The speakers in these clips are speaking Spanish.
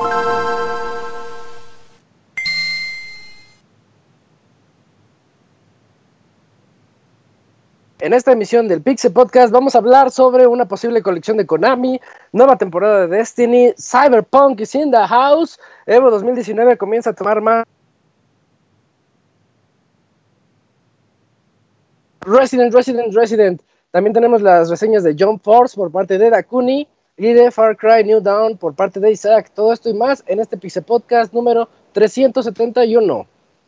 En esta emisión del Pixel Podcast vamos a hablar sobre una posible colección de Konami, nueva temporada de Destiny, Cyberpunk is in the house, Evo 2019 comienza a tomar más. Resident. También tenemos las reseñas de Jump Force por parte de Dakuni y de Far Cry New Dawn por parte de Isaac. Todo esto y más en este Pixel Podcast número 371.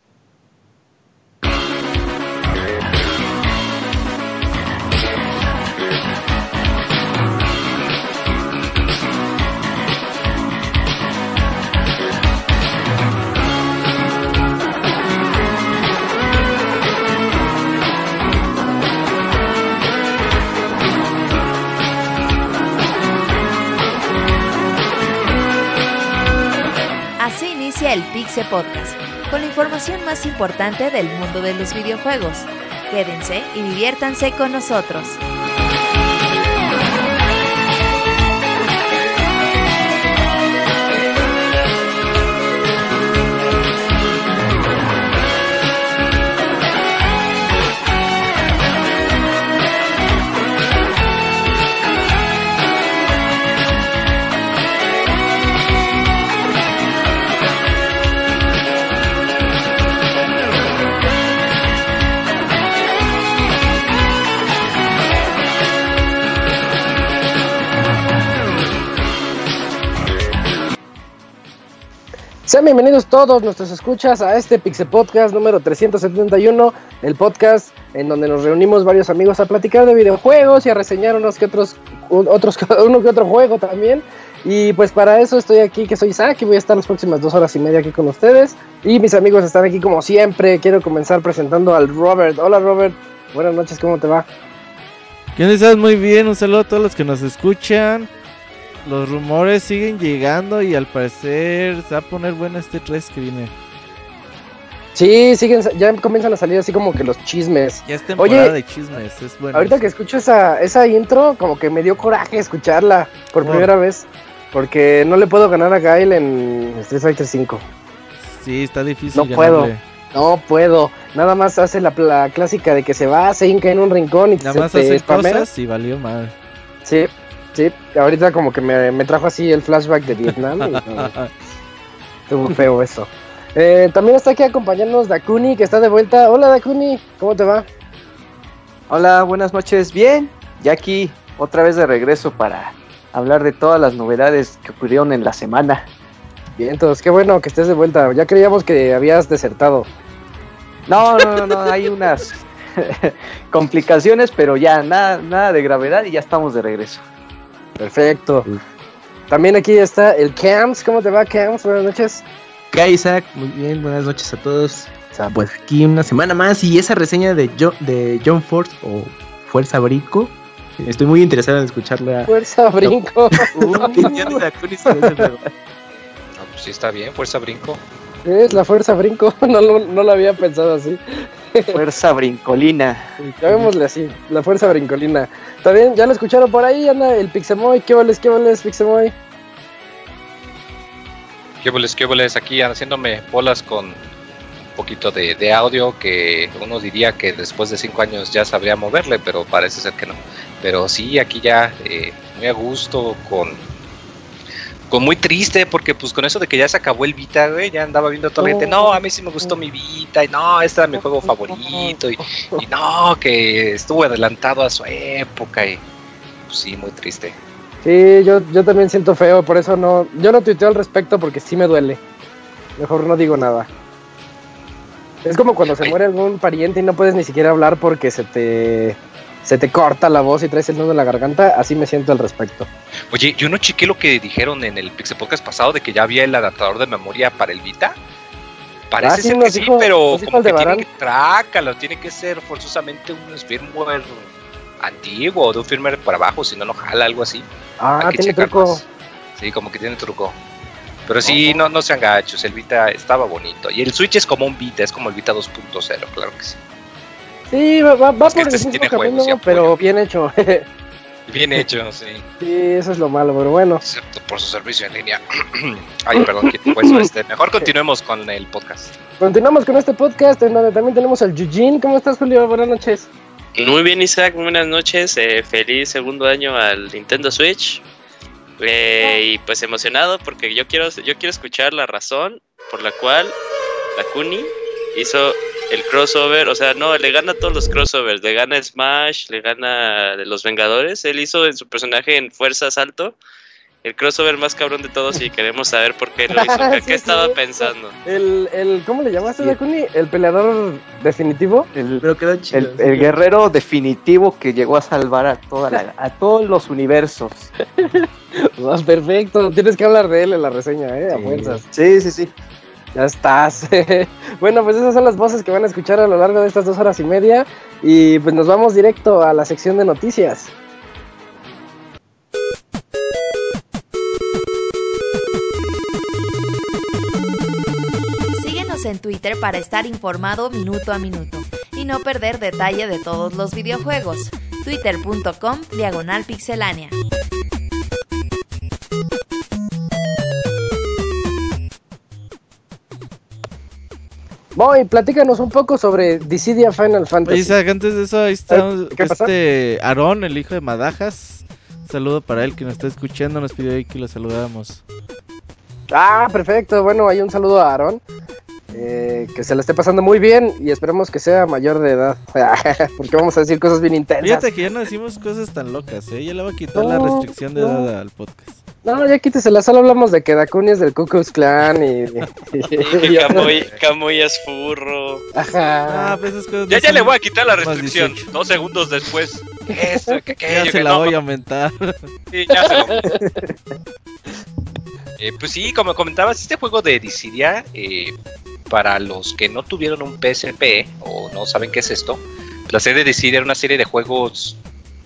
Así inicia el Pixel Podcast, con la información más importante del mundo de los videojuegos. Quédense y diviértanse con nosotros. Sean bienvenidos todos nuestros escuchas a este Pixel Podcast número 371, el podcast en donde nos reunimos varios amigos a platicar de videojuegos y a reseñar uno que otro juego también. Y pues para eso estoy aquí, que soy Isaac, y voy a estar las próximas 2 horas y media aquí con ustedes. Y mis amigos están aquí como siempre. Quiero comenzar presentando al Robert. Hola Robert, buenas noches, ¿cómo te va? ¿Qué onda? ¿Estás? Muy bien, un saludo a todos los que nos escuchan. Los rumores siguen llegando y al parecer se va a poner bueno este 3 que viene. Sí, ya comienzan a salir así como que los chismes. Ya es temporada de chismes, es bueno. Ahorita que escucho esa intro, como que me dio coraje escucharla por primera vez. Porque no le puedo ganar a Gael en Street Fighter 5. Sí, está difícil no ganarle. No puedo. Nada más hace la clásica de que se va, se hinca en un rincón y nada más hace cosas y valió mal. Sí, ahorita como que me trajo así el flashback de Vietnam. Estuvo feo eso. También está aquí acompañándonos Dakuni, que está de vuelta. Hola Dakuni, ¿cómo te va? Hola, buenas noches. Bien, ya aquí otra vez de regreso para hablar de todas las novedades que ocurrieron en la semana. Bien, entonces qué bueno que estés de vuelta. Ya creíamos que habías desertado. No, hay unas complicaciones, pero ya nada de gravedad y ya estamos de regreso. Perfecto. También aquí está el Camps. ¿Cómo te va, Camps? Buenas noches. ¿Qué, Isaac? Muy bien, buenas noches a todos. O sea, pues aquí una semana más y esa reseña de Jump Force o Fuerza Brinco. Estoy muy interesado en escucharla. Fuerza Brinco. No, pues sí está bien, Fuerza Brinco. Es la Fuerza Brinco, no lo había pensado así. Fuerza Brincolina. Llamémosle así, la Fuerza Brincolina. ¿Está bien? ¿Ya lo escucharon por ahí? Anda el Pixemoy. ¿Qué vales, Pixemoy? ¿Qué voles? Aquí haciéndome bolas con un poquito de audio que uno diría que después de 5 años ya sabría moverle, pero parece ser que no. Pero sí, aquí ya muy a gusto, con muy triste, porque pues con eso de que ya se acabó el Vita, güey, ya andaba viendo a toda la gente, no, a mí sí me gustó mi Vita, y no, este era mi juego favorito, y no, que estuvo adelantado a su época, y pues sí, muy triste. Sí, yo también siento feo, por eso yo no tuiteo al respecto porque sí me duele. Mejor no digo nada. Es como cuando se muere algún pariente y no puedes ni siquiera hablar porque se te corta la voz y traes el nudo en la garganta, así me siento al respecto. Oye, yo no chequé lo que dijeron en el Pixel Podcast pasado de que ya había el adaptador de memoria para el Vita. Parece ser que sí, pero como que tiene que ser forzosamente un firmware antiguo o de un firmware para abajo, si no jala, algo así. Tiene truco. Más. Sí, como que tiene truco. Pero sí, no sean gachos, el Vita estaba bonito. Y el Switch es como un Vita, es como el Vita 2.0, claro que sí. Sí, va por el mismo camino, pero bien hecho. Bien hecho, sí. Sí, eso es lo malo, pero bueno. Excepto por su servicio en línea. Ay, perdón, pues, mejor continuemos con el podcast. Continuamos con este podcast en donde también tenemos al Yujin. ¿Cómo estás, Julio? Buenas noches. Muy bien, Isaac, buenas noches. Feliz segundo año al Nintendo Switch. Y pues emocionado porque yo quiero escuchar la razón por la cual Dakuni hizo el crossover. O sea, no, le gana a todos los crossovers. Le gana Smash, le gana Los Vengadores. Él hizo en su personaje en Fuerza Asalto el crossover más cabrón de todos y queremos saber por qué lo hizo. ¿Qué Sí, estaba sí. pensando? ¿Cómo le llamaste, Sí. Dakuni? ¿El peleador definitivo? Pero quedó chido. El guerrero definitivo que llegó a salvar a a todos los universos. Oh, perfecto. Tienes que hablar de él en la reseña, a Sí. fuerzas. Sí. Ya estás. Bueno, pues esas son las voces que van a escuchar a lo largo de estas 2 horas y media. Y pues nos vamos directo a la sección de noticias. Síguenos en Twitter para estar informado minuto a minuto y no perder detalle de todos los videojuegos. Twitter.com/pixelania. Boy, platícanos un poco sobre Dissidia Final Fantasy. Oye, Isaac, antes de eso, ahí está ¿Qué pasó? Aarón, el hijo de Madajas. Un saludo para él que nos está escuchando. Nos pidió ahí que lo saludáramos. Ah, perfecto. Bueno, hay un saludo a Aaron. Que se le esté pasando muy bien y esperemos que sea mayor de edad. Porque vamos a decir cosas bien intensas. Fíjate que ya no decimos cosas tan locas, ¿eh? Ya le va a quitar la No, restricción de no. edad al podcast. No, ya quítesela. Solo hablamos de que Dakuni es del Ku Klux Klan y Kamui es furro. Ajá. Ah, pues esas cosas Ya no son le voy a quitar la más restricción. 18. 2 segundos después. Eso, que Ya se la voy a aumentar. Sí, ya se lo... pues sí, como comentabas, este juego de Dissidia, para los que no tuvieron un PSP o no saben qué es esto, la serie de Dissidia era una serie de juegos,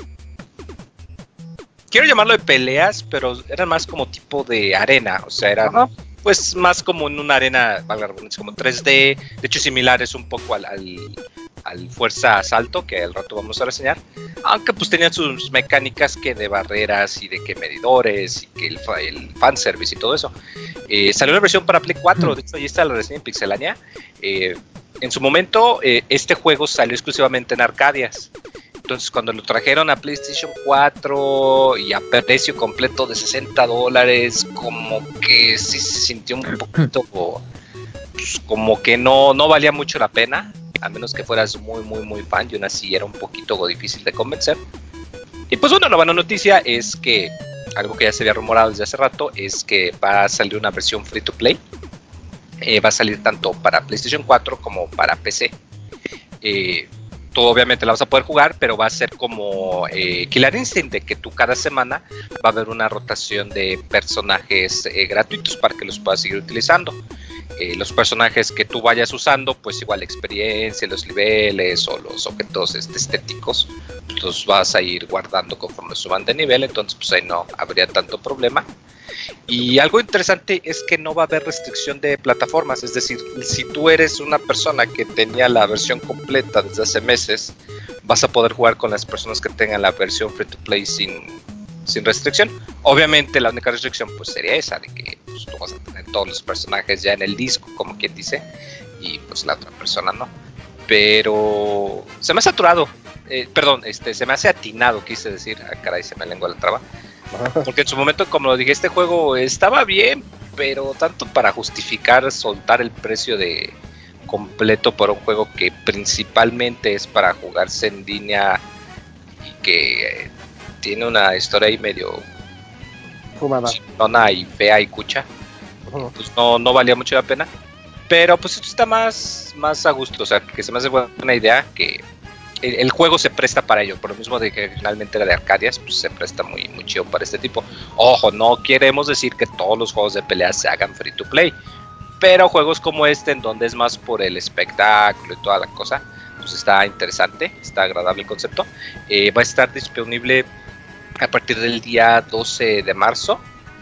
quiero llamarlo de peleas, pero eran más como tipo de arena, o sea, eran Ajá. pues más como en una arena, valga la redundancia, como 3D, de hecho similares un poco al Fuerza Asalto, que al rato vamos a reseñar, aunque pues tenían sus mecánicas que de barreras y de que medidores y que el fanservice y todo eso. Salió una versión para Play 4, de hecho ahí está la reseña en Pixelania. En su momento este juego salió exclusivamente en Arcadias. Entonces cuando lo trajeron a PlayStation 4 y a precio completo de $60, como que sí se sintió un poquito pues, como que no valía mucho la pena, a menos que fueras muy fan, y aún así era un poquito difícil de convencer. Y pues bueno, la buena noticia es que algo que ya se había rumorado desde hace rato es que va a salir una versión free to play. Va a salir tanto para PlayStation 4 como para PC. Tú obviamente la vas a poder jugar, pero va a ser como Killer Instinct, de que tú cada semana va a haber una rotación de personajes gratuitos para que los puedas seguir utilizando. Los personajes que tú vayas usando, pues igual la experiencia, los niveles o los objetos estéticos, los vas a ir guardando conforme suban de nivel, entonces pues ahí no habría tanto problema. Y algo interesante es que no va a haber restricción de plataformas, es decir, si tú eres una persona que tenía la versión completa desde hace meses, vas a poder jugar con las personas que tengan la versión free to play sin restricción. Obviamente la única restricción pues sería esa, de que pues, tú vas a tener todos los personajes ya en el disco, como quien dice, y pues la otra persona no. Pero se me ha saturado, se me hace atinado, quise decir, caray, se me lengua la traba. Porque en su momento, como lo dije, este juego estaba bien, pero tanto para justificar soltar el precio de completo por un juego que principalmente es para jugarse en línea y que tiene una historia ahí medio Fumada. chingona y fea y cucha, pues no valía mucho la pena. Pero pues esto está más a gusto, o sea, que se me hace buena idea que el juego se presta para ello, por lo mismo de que finalmente era de Arcadias, pues se presta muy chido para este tipo. Ojo, no queremos decir que todos los juegos de pelea se hagan free to play, pero juegos como este, en donde es más por el espectáculo y toda la cosa, pues está interesante, está agradable el concepto. Va a estar disponible a partir del día 12 de marzo.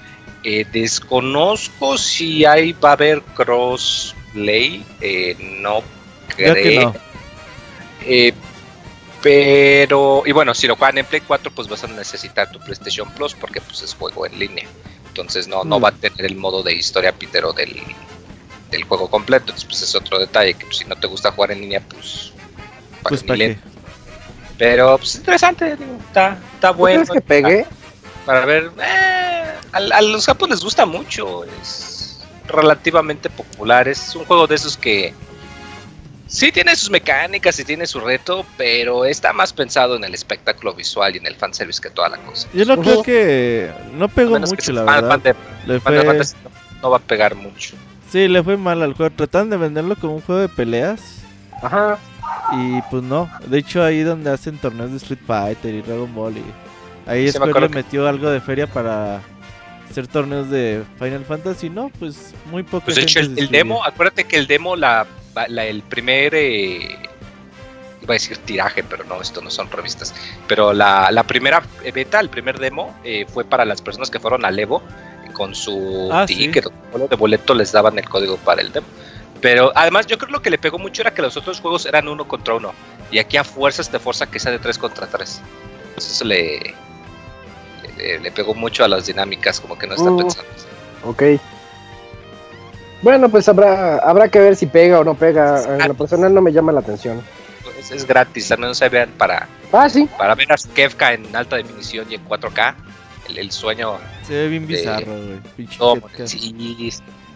Desconozco si va a haber crossplay, no creo. Creo que no. Pero, y bueno, si lo juegan en Play 4, pues vas a necesitar tu PlayStation Plus porque pues es juego en línea. Entonces no va a tener el modo de historia pitero del juego completo. Entonces pues es otro detalle, que pues, si no te gusta jugar en línea, pues ¿para qué? Pero pues interesante, digo, está bueno. ¿Crees que pegue? Para ver, a los japos les gusta mucho, es relativamente popular, es un juego de esos que sí tiene sus mecánicas y tiene su reto, pero está más pensado en el espectáculo visual y en el fanservice que toda la cosa. Yo no creo que no pegó mucho, la verdad. No va a pegar mucho. Sí, le fue mal al juego, tratan de venderlo como un juego de peleas. Ajá. Y pues no, de hecho ahí donde hacen torneos de Street Fighter y Dragon Ball y ahí Square le metió algo de feria para hacer torneos de Final Fantasy, ¿no? Pues muy poco. Pues de hecho el demo, acuérdate que el demo, el primer, iba a decir tiraje, pero no, esto no son revistas, pero la primera beta, el primer demo, fue para las personas que fueron al Evo, con su ticket de boleto les daban el código para el demo. Pero además yo creo que lo que le pegó mucho era que los otros juegos eran 1 contra 1 y aquí a fuerzas te fuerza que sea de 3 contra 3. Entonces eso le pegó mucho a las dinámicas, como que no está pensando. Ok. Bueno, pues habrá que ver si pega o no pega. En lo personal no me llama la atención. Es gratis, al menos se vean para ver a Kefka en alta definición y en 4K. El sueño. Se ve bien bizarro, güey. Sí.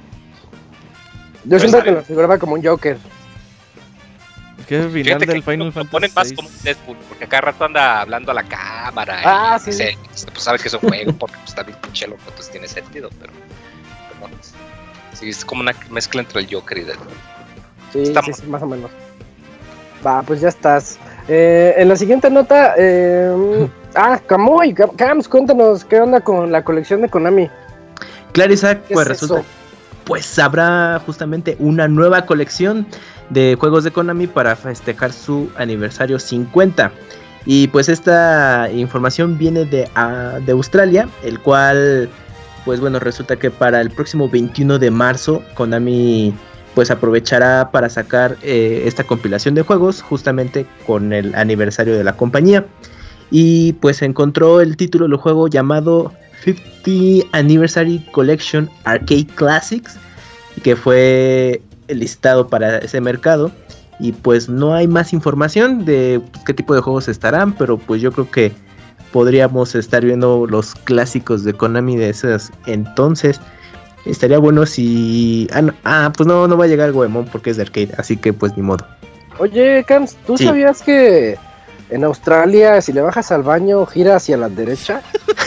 Yo siento que lo figuraba como un Joker. ¿Qué es el final del Final Fantasy? Lo ponen más como un Deadpool, porque cada rato anda hablando a la cámara. Sí. Pues sabe que es un juego, porque pues, está bien pinche loco, entonces tiene sentido, pero no, sí, es como una mezcla entre el Joker y Deadpool. Sí, más o menos. Va, pues ya estás. En la siguiente nota, Kamui, Kams, cuéntanos qué onda con la colección de Konami. Claro, Isaac, pues resulta, pues habrá justamente una nueva colección de juegos de Konami para festejar su aniversario 50. Y pues esta información viene de Australia, el cual, pues bueno, resulta que para el próximo 21 de marzo Konami pues aprovechará para sacar esta compilación de juegos justamente con el aniversario de la compañía. Y pues encontró el título del juego llamado 50 Anniversary Collection Arcade Classics, que fue listado para ese mercado. Y pues no hay más información de qué tipo de juegos estarán, pero pues yo creo que podríamos estar viendo los clásicos de Konami de esos entonces. Estaría bueno si... pues no va a llegar Goemon porque es de arcade, así que pues ni modo. Oye, Kams, ¿tú sabías que en Australia si le bajas al baño gira hacia la derecha?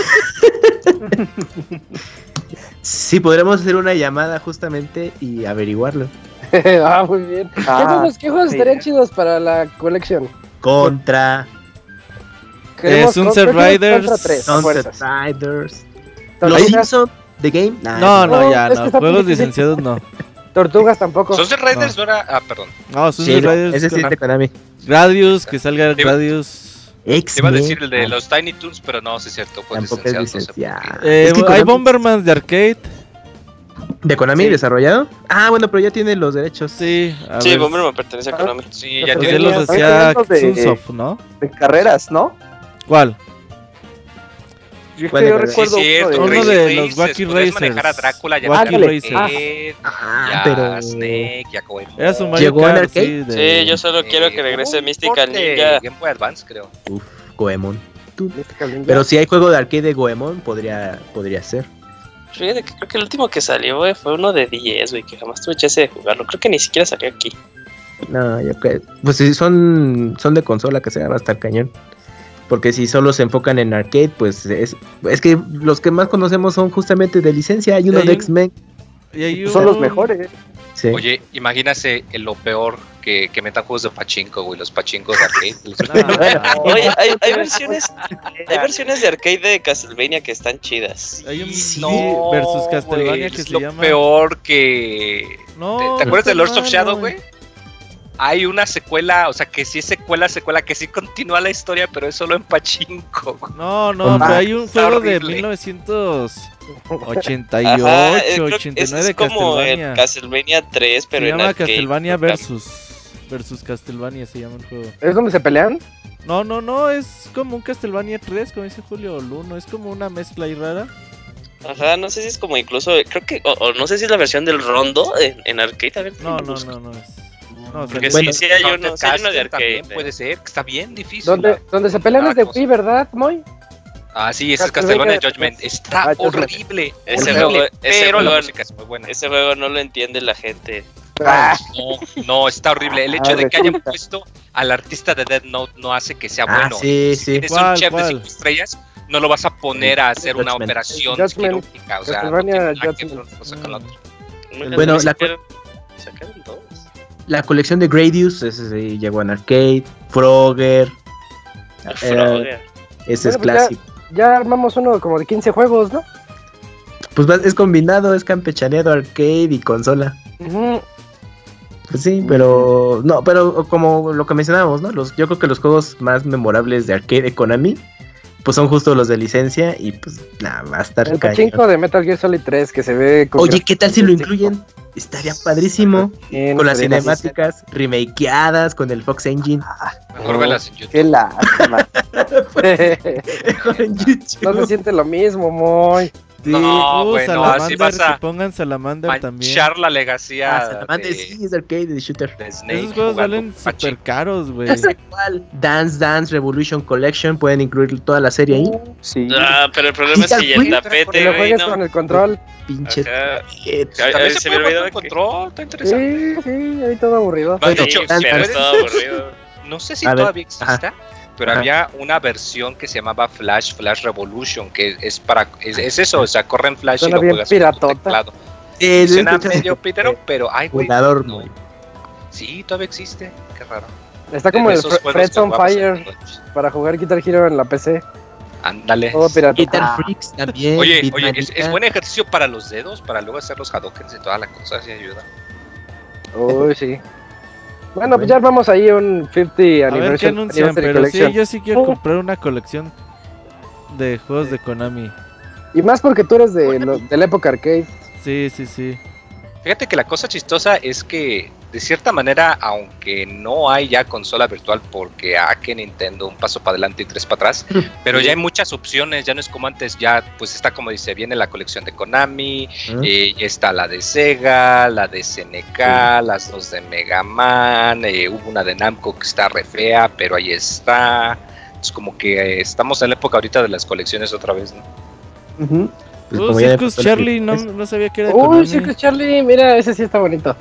Sí, podremos hacer una llamada justamente y averiguarlo. Muy bien. ¿Qué juegos estarían chidos para la colección? Contra... Sunset Riders. Sunset Riders. Los Simpsons. ¿The Game? No, juegos licenciados no. Tortugas tampoco. Sunset Riders no era... perdón. No, Sunset Riders. Ese sí es de Konami. Gradius, que salga Gradius. Te iba a decir el de los Tiny Toons, pero no, sí es cierto. Pues tampoco es licenciado. Hay Bomberman de arcade. ¿De Konami desarrollado? Bueno, pero ya tiene los derechos. Sí, Bomberman pertenece a Konami. Sí, ya tiene los hacía Sunsoft, ¿no? De carreras, ¿no? ¿Cuál? Yo recuerdo uno de los Wacky Racers. Manejar a Drácula, ya Wacky Racers. Ya Snake, ya Cohen. Era su Mario Kart, sí, yo solo quiero que regrese Mystical Ninja. Game Boy Advance, creo. Goemon. Pero si hay juego de arcade de Goemon, podría ser. Fíjate que creo que el último que salió, fue uno de 10, que jamás tuve chance de jugarlo. Creo que ni siquiera salió aquí. No, yo creo. Pues si son de consola, que sea, va a estar cañón. Porque si solo se enfocan en arcade, pues es que los que más conocemos son justamente de licencia. Hay uno de X-Men. Son los mejores. Sí. Oye, imagínate lo peor que metan juegos de pachinko, güey. Los pachinkos de arcade. Oye, hay versiones de arcade de Castlevania que están chidas. Hay un versus Castlevania que se llama... lo peor que... No, ¿Te acuerdas de Lords of Shadow, güey? Hay una secuela, o sea, que sí es secuela, que sí continúa la historia, pero es solo en pachinko. No, pero hay un juego de 1988, 89 es como Castlevania. Castlevania 3, pero se en llama arcade. Castlevania Versus versus Castlevania se llama el juego. ¿Es donde se pelean? No, es como un Castlevania 3, como dice Julio, o el 1, es como una mezcla ahí rara. Ajá, no sé si es como incluso, creo que, o no sé si es la versión del Rondo en arcade, a ver. No es. No, porque bueno, sí hay uno de arcade. También puede ser, que está bien difícil. Donde se pelean es de Wii, ¿verdad, Moy? Ah, sí, ese es Castlevania Judgment. Está horrible. Ese pero la música es muy buena. Ese juego no lo entiende la gente. No, está horrible. El hecho de que hayan puesto al artista de Death Note no hace que sea bueno. Sí. Si tienes un chef de 5 estrellas, no lo vas a poner a hacer una operación quirúrgica. O sea, Castlevania no tiene nada que ver una cosa con la otra. Bueno, sacaron dos. La colección de Gradius, ese sí llegó en arcade. Frogger. Ese es clásico. Ya armamos uno como de 15 juegos, ¿no? Pues es combinado, es campechaneado, arcade y consola. Pues sí, pero como lo que mencionábamos, ¿no? Yo creo que los juegos más memorables de arcade de Konami, pues son justo los de licencia y pues nada, va a estar el pachinko de Metal Gear Solid 3 que se ve... Oye, ¿qué tal si lo incluyen? Estaría padrísimo. Con las cinemáticas remakeadas, con el Fox Engine. Mejor velas en YouTube. Qué lástima. No se siente lo mismo, Moy. Sí. No, bueno, así vas a pongan Salamander también. Manchar la legacía. Salamander sí es arcade de shooter. Esos juegos valen súper caros, güey. Dance Revolution Collection, pueden incluir toda la serie ahí. Sí. Pero el problema es que el tapete, lo juegues con el control. Pinche. También se puede jugar con control, está interesante. Sí, ahí todo aburrido. De hecho, todo aburrido. No sé si todavía exista. Pero había una versión que se llamaba Flash Revolution, que es eso, o sea, corre en Flash y lo juegas con tu teclado. Suena medio pitero, pero ay, güey. No. Sí, todavía existe, qué raro. Está como el Fred's on Fire para jugar Guitar Hero en la PC. Ándale. Todo pirata. Guitar Freaks también. Oye, es buen ejercicio para los dedos, para luego hacer los Hadokens y toda la cosa, así ayuda. Uy, sí. Bueno, pues ya armamos ahí un 50 a ver qué anuncian, pero collection. Sí, yo sí quiero comprar una colección de juegos de Konami. Y más porque tú eres de la época arcade. Sí. Fíjate que la cosa chistosa es que, de cierta manera, aunque no hay ya consola virtual, porque que Nintendo un paso para adelante y 3 para atrás, pero ya hay muchas opciones, ya no es como antes, ya pues está como dice, viene la colección de Konami, ya está la de Sega, la de SNK, las 2 de Mega Man, hubo una de Namco que está re fea, pero ahí está. Es como que estamos en la época ahorita de las colecciones otra vez, ¿no? Circus Charlie, no sabía que era de Konami. Circus Charlie, mira, ese sí está bonito.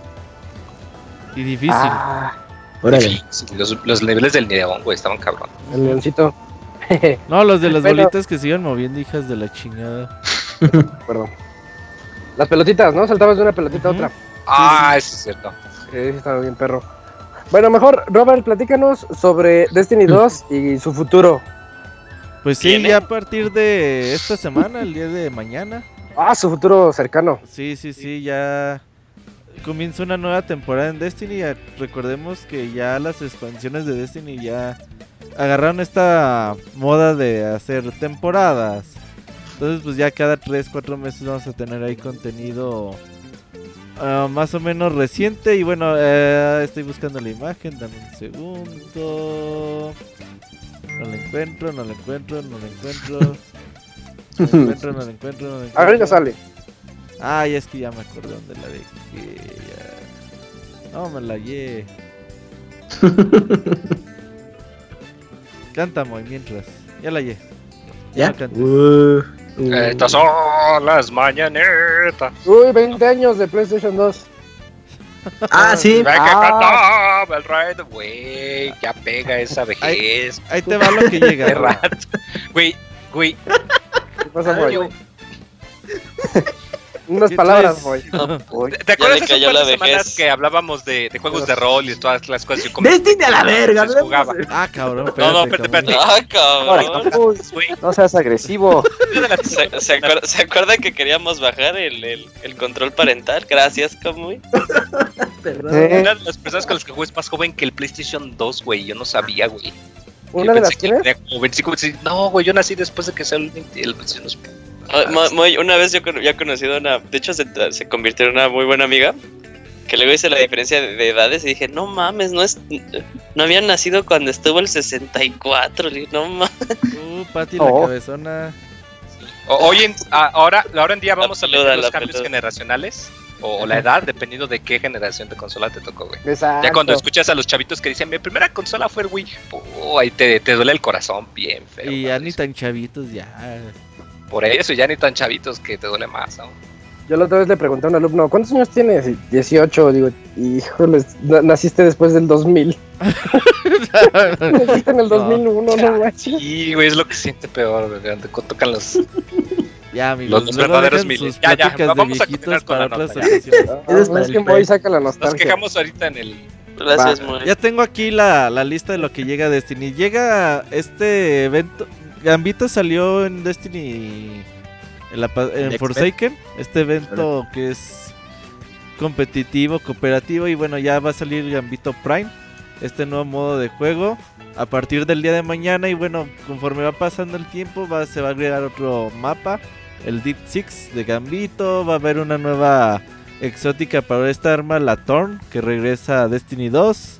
Y difícil. Órale. Los niveles del Neon, güey, estaban cabrón. El leoncito. No, los de las bolitas que siguen moviendo, hijas de la chingada. Perdón. Las pelotitas, ¿no? Saltabas de una pelotita a otra. Sí. Eso es cierto. Sí, estaba bien, perro. Bueno, mejor, Robert, platícanos sobre Destiny 2 y su futuro. Pues sí, ya a partir de esta semana, el día de mañana. Su futuro cercano. Sí, ya comienza una nueva temporada en Destiny. Recordemos que ya las expansiones de Destiny ya agarraron esta moda de hacer temporadas. Entonces pues ya cada 3-4 meses vamos a tener ahí contenido más o menos reciente. Y bueno, estoy buscando la imagen, dame un segundo. No la encuentro. Ahorita sale. Ya es que ya me acordé dónde la dejé. No, me la hallé. Canta, Moy, mientras. Ya la hallé. ¿Ya? Estas son las mañanetas. 20 años de PlayStation 2. Sí. Ve que cantaba el rey, güey. Ya pega esa vejez. Ahí te va lo que llega. De rato. Güey. ¿Qué pasa, Moy? Unas palabras, Moy. ¿Te acuerdas de hace unas semanas que hablábamos de juegos de rol y todas las cosas? ¡Destiny a la verga! Jugaba. Cabrón, espérate. Cabrón. No seas agresivo. ¿Se acuerdan que queríamos bajar el control parental? Gracias, Camuy. Una de las personas con las que jugué es más joven que el PlayStation 2, güey. Yo no sabía, güey. ¿Una de las quiénes? No, güey, yo nací después de que salió el PlayStation 2. Una vez yo he conocido de hecho se convirtió en una muy buena amiga, Que luego hice la diferencia de edades y dije, no mames, no habían nacido cuando estuvo el 64. Le dije, no mames. Pati la cabezona. Ahora en día vamos a peluda, meter los la cambios peluda. generacionales o la edad, dependiendo de qué generación de consola te tocó, güey. Exacto. Ya cuando escuchas a los chavitos que dicen, mi primera consola fue el Wii, ahí te duele el corazón bien feo. Y ya madre. ni tan chavitos, ya. Por eso, ya ni tan chavitos que te duele más, ¿no? Yo la otra vez le pregunté a un alumno, ¿cuántos años tienes? Y 18, digo, híjoles, naciste después del 2000. Naciste en el 2001, no manches. Sí, güey, es lo que siente peor, güey, cuando tocan los amigos, verdaderos dejen miles. sus Ya, pláticas de vamos a viejitos continuar con para la otras nota, ya. ocasiones. Es que Moy saca la Nos nostalgia. quejamos ahorita en el... Gracias, Va. Moy. Ya tengo aquí la lista de lo que llega a Destiny. Llega este evento. Gambito salió en Destiny en Forsaken. Este evento que es competitivo, cooperativo. Y bueno, ya va a salir Gambito Prime. Este nuevo modo de juego a partir del día de mañana. Y bueno, conforme va pasando el tiempo se va a agregar otro mapa, el Deep Six de Gambito. Va a haber una nueva exótica para esta arma, la Thorn, que regresa a Destiny 2.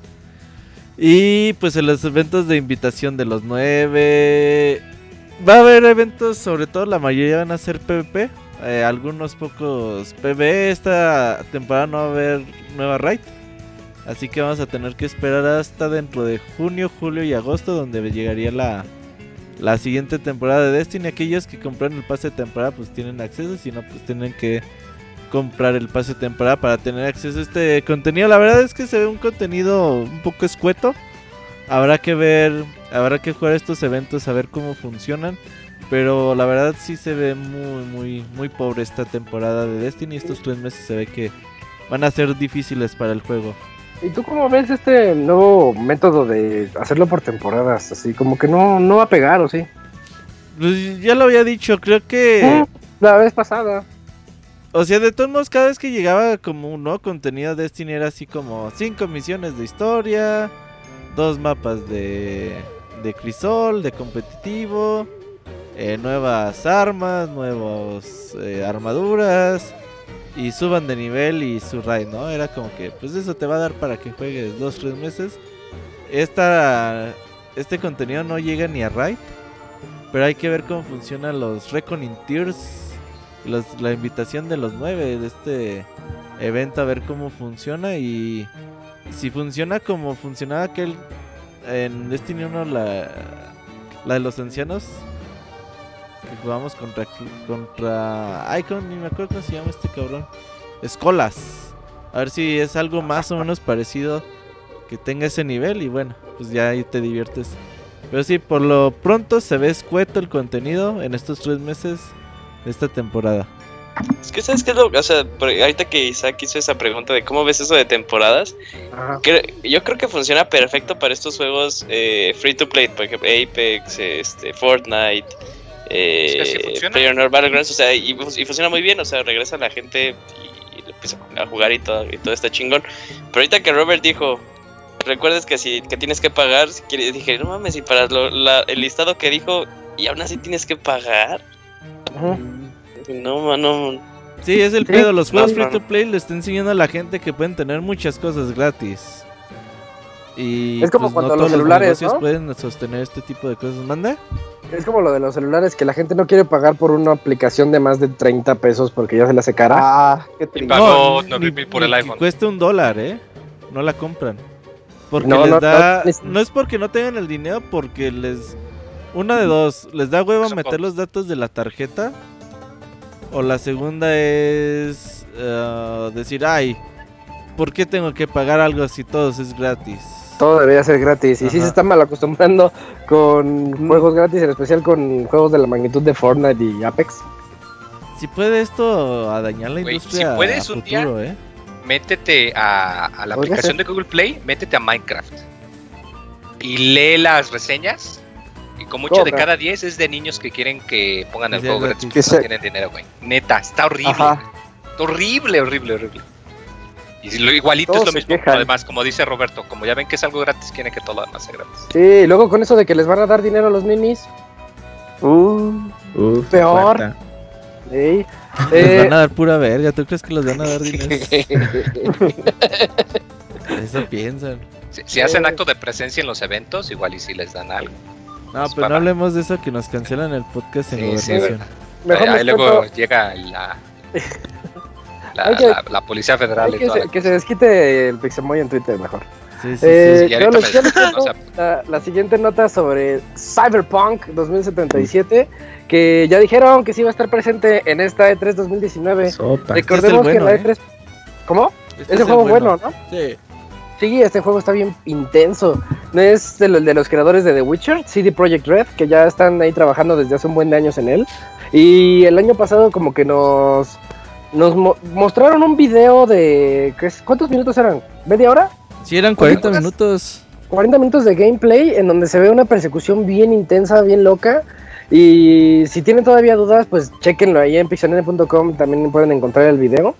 Y pues en los eventos de invitación de los 9 va a haber eventos, sobre todo la mayoría van a ser PvP, algunos pocos PvE. Esta temporada no va a haber nueva raid, así que vamos a tener que esperar hasta dentro de junio, julio y agosto, donde llegaría la siguiente temporada de Destiny. Aquellos que compran el pase de temporada pues tienen acceso, si no pues tienen que comprar el pase de temporada para tener acceso a este contenido. La verdad es que se ve un contenido un poco escueto. Habrá que ver, habrá que jugar estos eventos a ver cómo funcionan. Pero la verdad sí se ve muy pobre esta temporada de Destiny. Estos 3 meses se ve que van a ser difíciles para el juego. ¿Y tú cómo ves este nuevo método de hacerlo por temporadas? Así como que no va a pegar, ¿o sí? Pues ya lo había dicho, creo que... La vez pasada. O sea, de todos modos, cada vez que llegaba como un nuevo contenido de Destiny era así como 5 misiones de historia, 2 mapas de crisol, de competitivo, nuevas armas, nuevas armaduras, y suban de nivel y su raid, ¿no? Era como que, pues eso te va a dar para que juegues 2-3 meses. Este contenido no llega ni a raid, pero hay que ver cómo funcionan los Reckoning Tiers. La invitación de los 9 de este evento, a ver cómo funciona. Y si funciona como funcionaba aquel en Destiny 1, la de los ancianos que jugamos contra Icon, ni me acuerdo cómo se llama este cabrón, Escolas. A ver si es algo más o menos parecido, que tenga ese nivel. Y bueno, pues ya ahí te diviertes. Pero sí, por lo pronto se ve escueto el contenido en estos 3 meses de esta temporada. Es que ¿sabes qué es lo? O sea, ahorita que Isaac hizo esa pregunta de cómo ves eso de temporadas, yo creo que funciona perfecto para estos juegos free to play, por ejemplo Apex, Fortnite, PlayerUnknown's Battlegrounds, o sea, y funciona muy bien, o sea, regresa la gente y empieza a jugar y todo está chingón. Pero ahorita que Robert dijo, recuerdes que que tienes que pagar, dije, no mames, y para el listado que dijo, y aún así tienes que pagar. No, mano. Sí, es el pedo. Los juegos free to play le están enseñando a la gente que pueden tener muchas cosas gratis. Y es como pues, cuando no los todos celulares, los negocios ¿no? pueden sostener este tipo de cosas. ¿Manda? Es como lo de los celulares, que la gente no quiere pagar por una aplicación de más de 30 pesos porque ya se le hace cara. Ah, qué Y triste. pagó 9,000 por el iPhone. Cuesta $1, no la compran. Porque No, no es porque no tengan el dinero, porque una de dos, les da hueva meter los datos de la tarjeta. O la segunda es decir, ay, ¿por qué tengo que pagar algo si todo es gratis? Todo debería ser gratis. Y Ajá. sí se están mal acostumbrando con juegos gratis, en especial con juegos de la magnitud de Fortnite y Apex. Si puede esto a dañar la Güey, industria si puedes a un futuro, Métete a la Podría aplicación ser. de Google Play, métete a Minecraft y lee las reseñas. Y con mucho de Cobra. cada 10 es de niños que quieren que pongan Que el sea juego gratis. gratis porque Que no sea- tienen dinero, güey. Neta, está horrible. Ajá. Horrible. Y si igualito Todos es lo se mismo. quejan. Además, como dice Roberto, como ya ven que es algo gratis, quieren que todo lo demás sea gratis. Sí, y luego con eso de que les van a dar dinero a los ninis. Uf, Peor. cuarta. Ey. Les van a dar pura verga, ¿tú crees que les van a dar dinero? Eso piensan. Si hacen acto de presencia en los eventos, igual y si les dan algo. No, Pues pero no hablemos de eso, que nos cancelan el podcast en Sí, Gobernación. Mejor Ahí les luego cuento- llega Hay que- la policía federal Hay y toda la que se desquite el Pixemoy en Twitter mejor. Sí. sí, Yo ahorita les me- cuento o sea- la siguiente nota sobre Cyberpunk 2077, que ya dijeron que sí va a estar presente en esta E3 2019. Sopa. Recordemos Este es el que bueno, la E3... ¿Cómo? Este Es el juego bueno, ¿no? Sí. Sí, este juego está bien intenso. No es de los creadores de The Witcher, CD Projekt Red, que ya están ahí trabajando desde hace un buen de años en él. Y el año pasado como que nos mostraron un video de... ¿Cuántos minutos eran? ¿Media hora? Sí, eran 40 horas? minutos. 40 minutos de gameplay en donde se ve una persecución bien intensa, bien loca. Y si tienen todavía dudas, pues chequenlo ahí en pixelania.com, también pueden encontrar el video.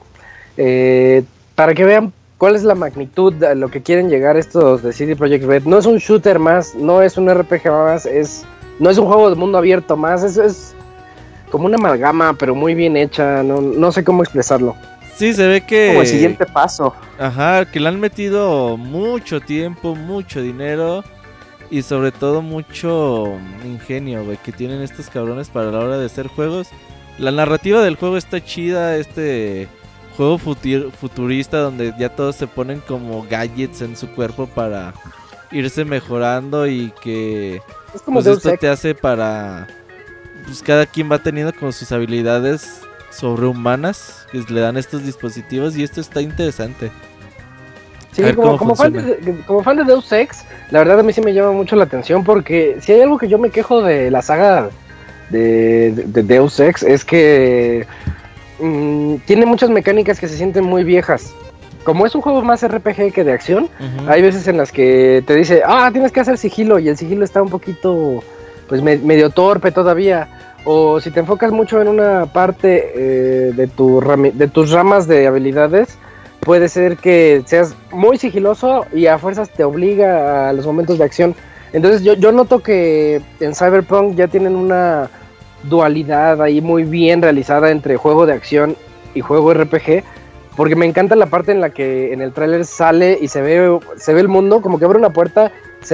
Para que vean cuál es la magnitud de lo que quieren llegar estos de CD Projekt Red. No es un shooter más, no es un RPG más, no es un juego de mundo abierto más, es como una amalgama, pero muy bien hecha, no sé cómo expresarlo. Sí, se ve que... Como el siguiente paso. Ajá, que le han metido mucho tiempo, mucho dinero y sobre todo mucho ingenio, güey, que tienen estos cabrones para la hora de hacer juegos. La narrativa del juego está chida, juego futurista donde ya todos se ponen como gadgets en su cuerpo para irse mejorando y que Es como pues Deus esto Ex. te hace para... Pues cada quien va teniendo como sus habilidades sobrehumanas que le dan estos dispositivos y esto está interesante. Sí, A ver como cómo fan como fan de Deus Ex, la verdad a mí sí me llama mucho la atención porque si hay algo que yo me quejo de la saga de Deus Ex es que tiene muchas mecánicas que se sienten muy viejas. Como es un juego más RPG que de acción, hay veces en las que te dice, tienes que hacer sigilo y el sigilo está un poquito, pues medio torpe todavía. O si te enfocas mucho en una parte de tus ramas de habilidades, puede ser que seas muy sigiloso y a fuerzas te obliga a los momentos de acción. Entonces yo noto que en Cyberpunk ya tienen una dualidad ahí muy bien realizada entre juego de acción y juego RPG, porque me encanta la parte en la que en el tráiler sale y se ve el mundo, como que abre una puerta,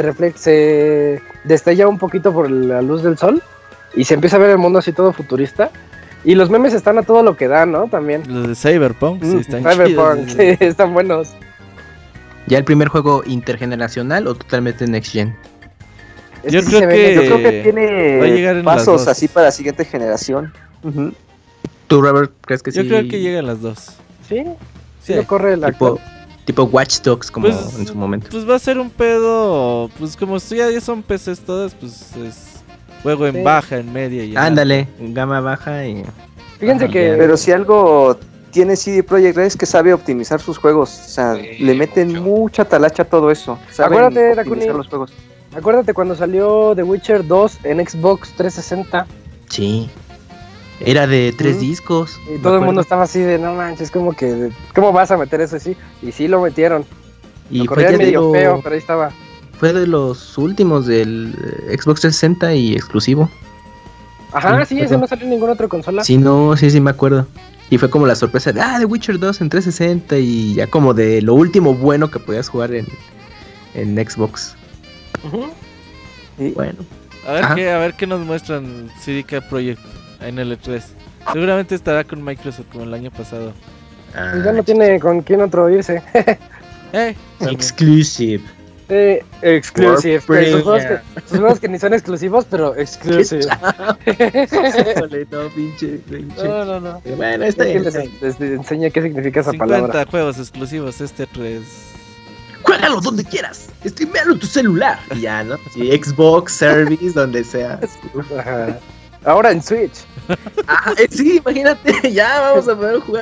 se destella un poquito por la luz del sol y se empieza a ver el mundo así todo futurista. Y los memes están a todo lo que dan, ¿no? También. Los de Cyberpunk, sí, están Cyberpunk, chidos. sí, están buenos. ¿Ya el primer juego intergeneracional o totalmente next gen? Es Yo sí creo se ve que- Yo creo que va a llegar tiene en las pasos dos. así para la siguiente generación. Ujú. ¿Tú, Robert, crees que Yo sí? creo que llegan las dos. Sí, Sí. lo corre el actor. Tipo Watch Dogs como Pues, en su momento. Pues va a ser un pedo, pues como ya son PCs todas, pues es juego en Sí. baja, en media y en Ándale, gama baja y... Fíjense Ajá, que Pero si algo tiene CD Projekt Red es que sabe optimizar sus juegos. O sea, Sí, le meten mucho. mucha talacha a todo eso. Saben Acuérdate, optimizar Dakuni. los juegos. acuérdate cuando salió The Witcher 2 en Xbox 360 Sí. Era de 3 Mm. discos. y me todo el mundo acuerdo. estaba así de no manches, como que ¿cómo vas a meter eso así? Y sí lo metieron. Y Lo fue corrían ya de, medio feo, pero ahí estaba. fue de los últimos del Xbox 360 y exclusivo. Ajá, Sí, sí, ese pero- no salió en ninguna otra consola. Sí, no, sí me acuerdo. Y fue como la sorpresa de, The Witcher 2 en 360 y ya como de lo último bueno que podías jugar en Xbox. Ujú. Bueno. A Ajá. ver qué nos muestran CDK Projekt en el E3. Seguramente estará con Microsoft como el año pasado. Pues ya no tiene con quién otro irse. También. Exclusive. Exclusive. For Esos juegos, premium. esos juegos que ni son exclusivos, pero exclusive. Híjole, no, pinche. No. Pero bueno, está Es que bien. les enseña qué significa esa 50 palabra. juegos exclusivos este 3. Juégalo donde quieras. Streamealo en tu celular. Y ya, ¿no? Sí, Xbox, Service, donde sea. Ajá. Ahora en Switch. Sí, imagínate. Ya vamos a poder jugar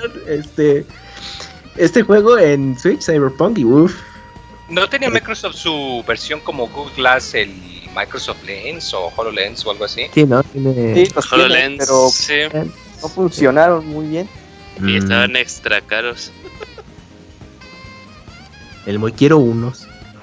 este juego en Switch, Cyberpunk, y uff. ¿No tenía Microsoft su versión como Google Glass, el Microsoft Lens o HoloLens o algo así? Sí, ¿no? Tiene... Sí, los tiene, HoloLens, pero sí, no funcionaron muy bien. y estaban extra caros. El muy quiero unos.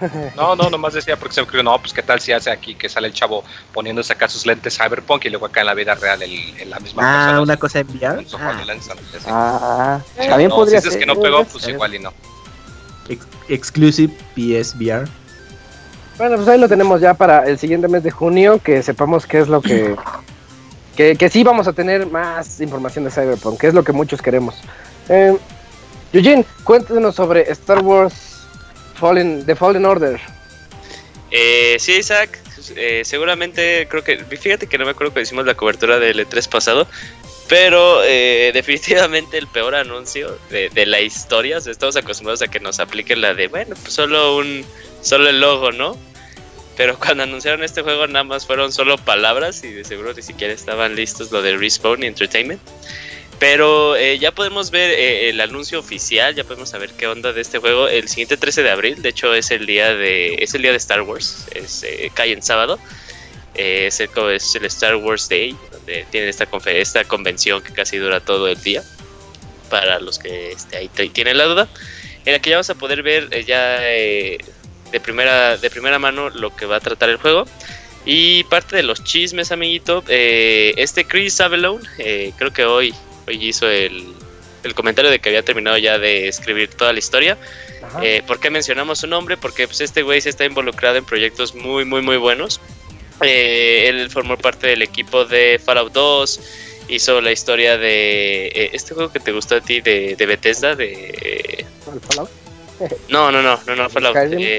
No, nomás decía porque se me ocurrió, no, pues qué tal si hace aquí que sale el chavo poniéndose acá sus lentes Cyberpunk y luego acá en la vida real en la misma persona. Una cosa en VR. También no, podría si ser. es que no pegó, pues igual y no. Exclusive PSVR. Bueno, pues ahí lo tenemos ya para el siguiente mes de junio, que sepamos qué es lo que sí vamos a tener más información de Cyberpunk, que es lo que muchos queremos. Eugene, cuéntanos sobre Star Wars The Fallen Order. Sí, Isaac, seguramente fíjate que no me acuerdo que hicimos la cobertura del E3 pasado, pero definitivamente el peor anuncio de la historia. O sea, estamos acostumbrados a que nos apliquen la de, bueno, pues solo el logo, ¿no? Pero cuando anunciaron este juego nada más fueron solo palabras y de seguro ni siquiera estaban listos lo de Respawn Entertainment. Pero ya podemos ver el anuncio oficial, ya podemos saber qué onda de este juego el siguiente 13 de abril. De hecho es el día de Star Wars, cae en sábado. Es el Star Wars Day, donde tienen esta convención que casi dura todo el día, para los que ahí tienen la duda, en la que ya vamos a poder ver de primera mano lo que va a tratar el juego. Y parte de los chismes, amiguito, Chris Avellone, creo que hoy hizo el comentario de que había terminado ya de escribir toda la historia. ¿Por qué mencionamos su nombre? Porque pues, este güey se está involucrado en proyectos muy, muy, muy buenos. Él formó parte del equipo de Fallout 2, hizo la historia de este juego que te gustó a ti de Bethesda, ¿El Fallout? No, Fallout.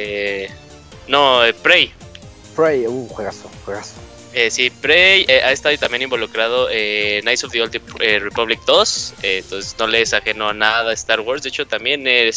Prey. Prey, juegazo. Sí, Prey ha estado también involucrado en Knights of the Old Republic 2, entonces no le es ajeno a nada a Star Wars. De hecho también él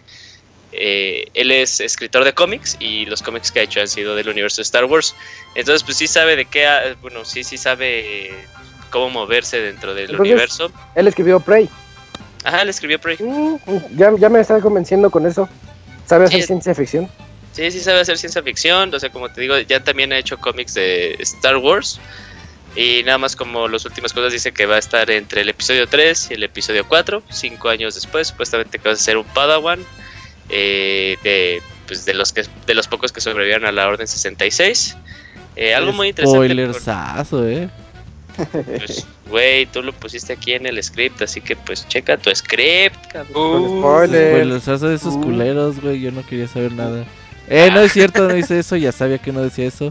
es escritor de cómics y los cómics que ha hecho han sido del universo de Star Wars. Entonces pues sí sabe sí sabe cómo moverse dentro del universo. Él escribió Prey. Ajá, él escribió Prey. Ya me está convenciendo con eso. ¿Sabe hacer ciencia ficción? Sí sabe hacer ciencia ficción, o sea, como te digo, ya también ha hecho cómics de Star Wars. Y nada más como las últimas cosas dice que va a estar entre el episodio 3 y el episodio 4, 5 años después, supuestamente que va a ser un Padawan de los pocos que sobrevivieron a la Orden 66. Algo muy interesante. Spoilersazo, Pues, güey, tú lo pusiste aquí en el script, así que pues checa tu script, cabrón. Spoilersazo de esos culeros, güey, yo no quería saber nada. No es cierto, no hice eso, ya sabía que no decía eso.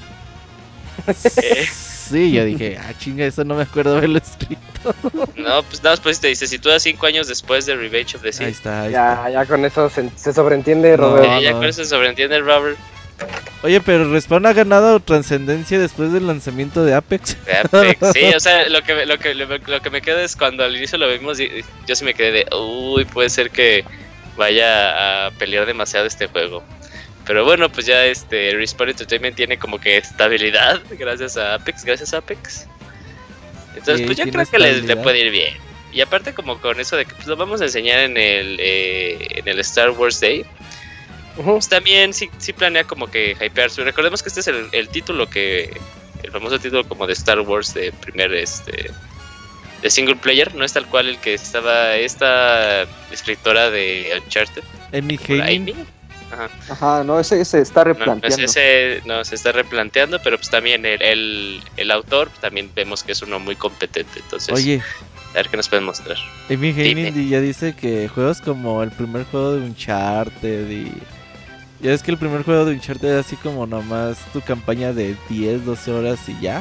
Sí, yo dije, chinga, eso no me acuerdo haberlo escrito. No, pues nada más te dice, sitúa 5 años después de Revenge of the Sith. Ahí está. Ya con eso se sobreentiende, Robert. Ya con eso se sobreentiende, Robert. Oye, pero Respawn ha ganado trascendencia después del lanzamiento de Apex. Sí, o sea, lo que me queda es cuando al inicio lo vimos, yo sí me quedé de, puede ser que vaya a pelear demasiado este juego. Pero bueno, pues ya Respawn Entertainment tiene como que estabilidad gracias a Apex. Entonces, pues yo creo que le puede ir bien. Y aparte como con eso de que pues, lo vamos a enseñar en el Star Wars Day. Pues también sí planea como que hypear. Recordemos que este es el título el famoso título como de Star Wars de primer de single player, no es tal cual el que estaba esta escritora de Uncharted. Amy Hennig. Ajá, no, ese se está replanteando. Se está replanteando, pero pues también el autor también vemos que es uno muy competente. Entonces, oye, a ver qué nos pueden mostrar. Amy Hennig ya dice que juegos como el primer juego de Uncharted y... Ya es que el primer juego de Uncharted era así como nomás tu campaña de 10, 12 horas y ya.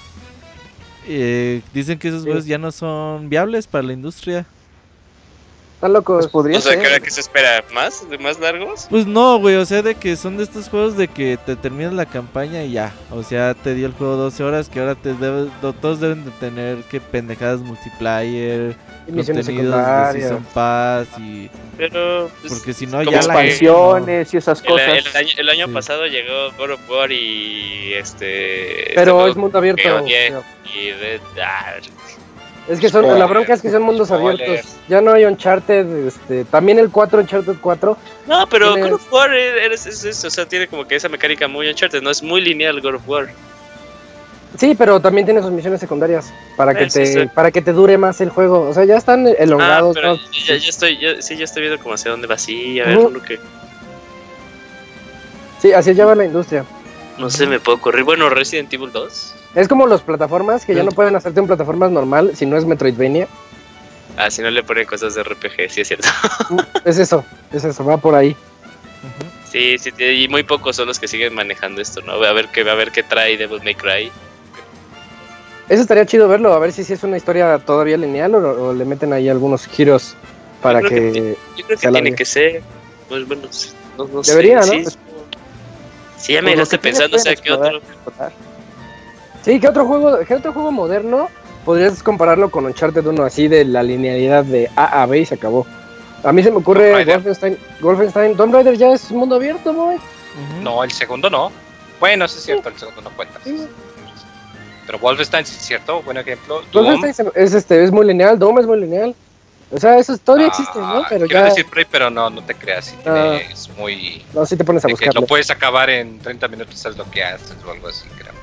Dicen que esos juegos ya no son viables para la industria. Están locos. O sea, ¿que ahora que se espera más largos? Pues no, güey, o sea, de que son de estos juegos de que te terminas la campaña y ya. O sea, te dio el juego 12 horas, que ahora todos deben de tener que pendejadas multiplayer, misiones contenidos de Season Pass y... Pero, pues, porque si no ya expansiones y esas cosas. El año pasado llegó God of War y pero es mundo abierto. Es que la bronca es que son mundos abiertos. Ya no hay Uncharted, también el 4, Uncharted 4. No, pero God of War o sea, tiene como que esa mecánica muy Uncharted, no es muy lineal God of War. Sí, pero también tiene sus misiones secundarias para que te dure más el juego. O sea, ya están elongados. Pero ¿no? ya estoy viendo como hacia dónde va, sí, a ver, lo que... Pues, Pues, a ver, Sí, así lleva la industria. No se me puede ocurrir. Bueno, Resident Evil 2. Es como los plataformas que ya no pueden hacerte en plataformas normal si no es Metroidvania. Ah, si no le ponen cosas de RPG, sí es cierto. Es eso, va por ahí. Sí, y muy pocos son los que siguen manejando esto, ¿no? A ver qué trae Devil May Cry. Eso estaría chido verlo, a ver si es una historia todavía lineal o le meten ahí algunos giros para yo creo que tiene que ser. Pues bueno, no debería, sé. ¿no? Sí, ya me dejaste pensando, o sea, ¿qué otro? Sí, ¿qué otro juego moderno podrías compararlo con Uncharted 1 así de la linealidad de A a B y se acabó? A mí se me ocurre Wolfenstein. Tomb Raider ya es mundo abierto, boy. No, el segundo no. Bueno, eso es cierto, el segundo no cuenta. Sí. Pero Wolfenstein sí es cierto, buen ejemplo. Wolfenstein es muy lineal, Doom es muy lineal. O sea, eso todavía existe, ¿no? Pero quiero ya... decir Prey, pero no te creas. Sí es muy... No, sí te pones a buscarlo. Que lo puedes acabar en 30 minutos, sabes lo que haces o algo así, creo.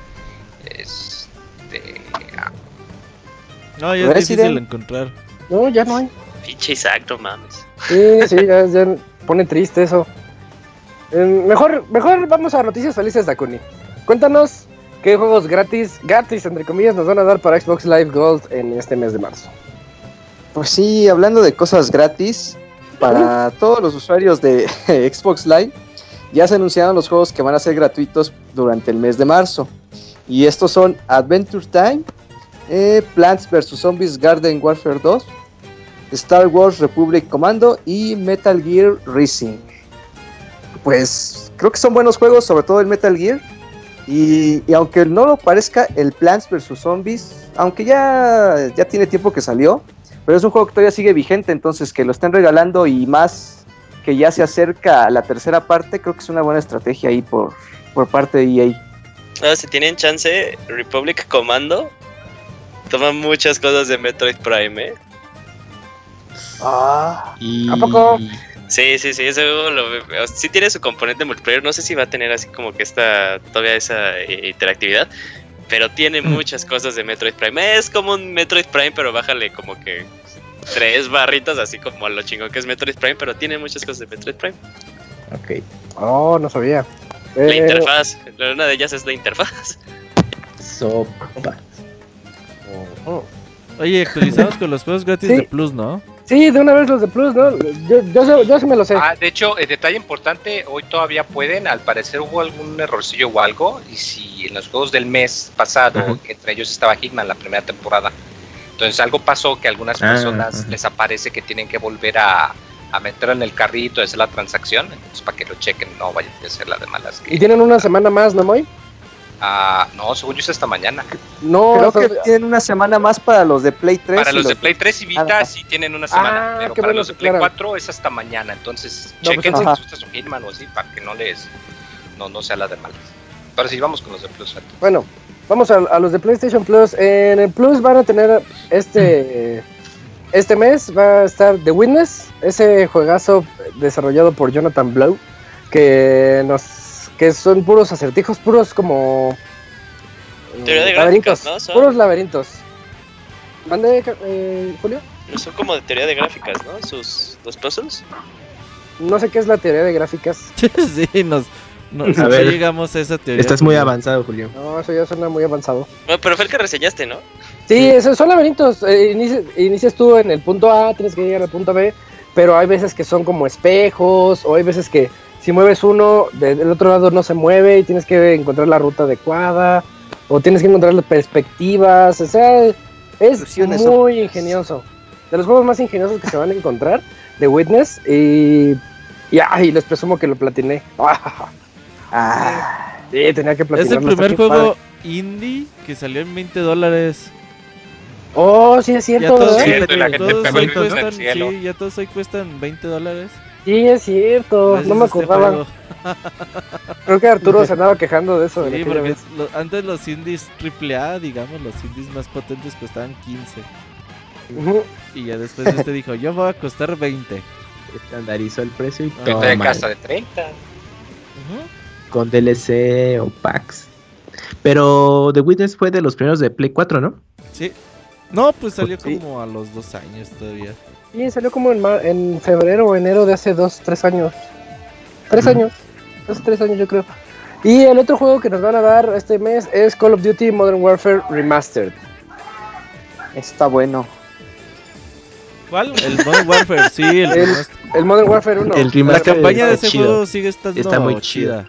No, ya es difícil encontrar. No, ya no hay. Pinche Isaac, no mames. Sí, ya pone triste eso. Mejor vamos a noticias felices, Dakuni. Cuéntanos qué juegos gratis, entre comillas, nos van a dar para Xbox Live Gold en este mes de marzo. Pues sí, hablando de cosas gratis, para todos los usuarios de Xbox Live, ya se anunciaron los juegos que van a ser gratuitos durante el mes de marzo. Y estos son Adventure Time, Plants vs. Zombies Garden Warfare 2, Star Wars Republic Commando y Metal Gear Rising. Pues creo que son buenos juegos, sobre todo el Metal Gear. Y aunque no lo parezca, el Plants vs. Zombies, aunque ya tiene tiempo que salió, pero es un juego que todavía sigue vigente, entonces que lo estén regalando y más que ya se acerca a la tercera parte, creo que es una buena estrategia ahí por parte de EA. Si tienen chance, Republic Commando toma muchas cosas de Metroid Prime, ¿eh? ¿A poco? Sí, ese juego sí tiene su componente multiplayer, no sé si va a tener así como que todavía esa interactividad, pero tiene muchas cosas de Metroid Prime. Es como un Metroid Prime, pero bájale como que 3 barritas, así como a lo chingón que es Metroid Prime, pero tiene muchas cosas de Metroid Prime. Ok. Oh, no sabía. La interfaz, una de ellas es la interfaz. Sopa. Oye, actualizamos con los juegos gratis de Plus, ¿no? Sí, de una vez los de Plus, ¿no? Yo sí me lo sé. De hecho, detalle importante, hoy todavía pueden, al parecer hubo algún errorcillo o algo, y si en los juegos del mes pasado, entre ellos estaba Hitman la primera temporada, entonces algo pasó que a algunas personas les aparece que tienen que volver a meter en el carrito, hacer la transacción, entonces para que lo chequen, no vayan a hacer la de malas. ¿Y tienen una semana más, no, Moy? No, según yo es hasta mañana. No, creo que tienen una semana más para los de Play 3. Para los de Play 3 y Vita sí tienen una semana, pero para los de Play 4 es hasta mañana, entonces chequen si gustas un Hitman o así, para que no sea la de malas. Pero sí, vamos con los de Plus. Bueno, vamos a los de PlayStation Plus. En el Plus van a tener este mes va a estar The Witness, ese juegazo desarrollado por Jonathan Blow, que son puros acertijos, puros como teoría de gráficas, ¿no? Puros laberintos. ¿Mande, Julio? Son como de teoría de gráficas, ¿no? Los puzzles. No sé qué es la teoría de gráficas. Sí, no llegamos a esa teoría. Estás muy avanzado, Julio. No, eso ya suena muy avanzado. Bueno, pero fue el que reseñaste, ¿no? Sí, esos son laberintos. Inicias tú en el punto A, tienes que llegar al punto B, pero hay veces que son como espejos, o hay veces que si mueves uno, del otro lado no se mueve y tienes que encontrar la ruta adecuada, o tienes que encontrar las perspectivas, o sea, es muy ingenioso. De los juegos más ingeniosos que se van a encontrar, The Witness, y les presumo que lo platiné. Sí, tenía que platinarlo. Es el primer juego indie que salió en $20. Oh, sí es cierto, ya todos hoy cuestan $20. Sí, es cierto, gracias, no me acordaba. Creo que Arturo se andaba quejando de eso. Sí, porque antes los indies AAA, digamos, los indies más potentes costaban 15. Y ya después dijo, yo voy a costar 20. Estandarizó el precio y todo. De casa de 30. Con DLC o packs. Pero The Witness fue de los primeros de Play 4, ¿no? Sí. No, pues salió como a los 2 años todavía. Sí, salió como en febrero o enero de hace 2-3 años. 3 años. hace 3 años yo creo. Y el otro juego que nos van a dar este mes es Call of Duty Modern Warfare Remastered. Está bueno. ¿Cuál? El Modern Warfare, sí, el Modern Warfare 1. La campaña de ese juego sigue estando está muy chida.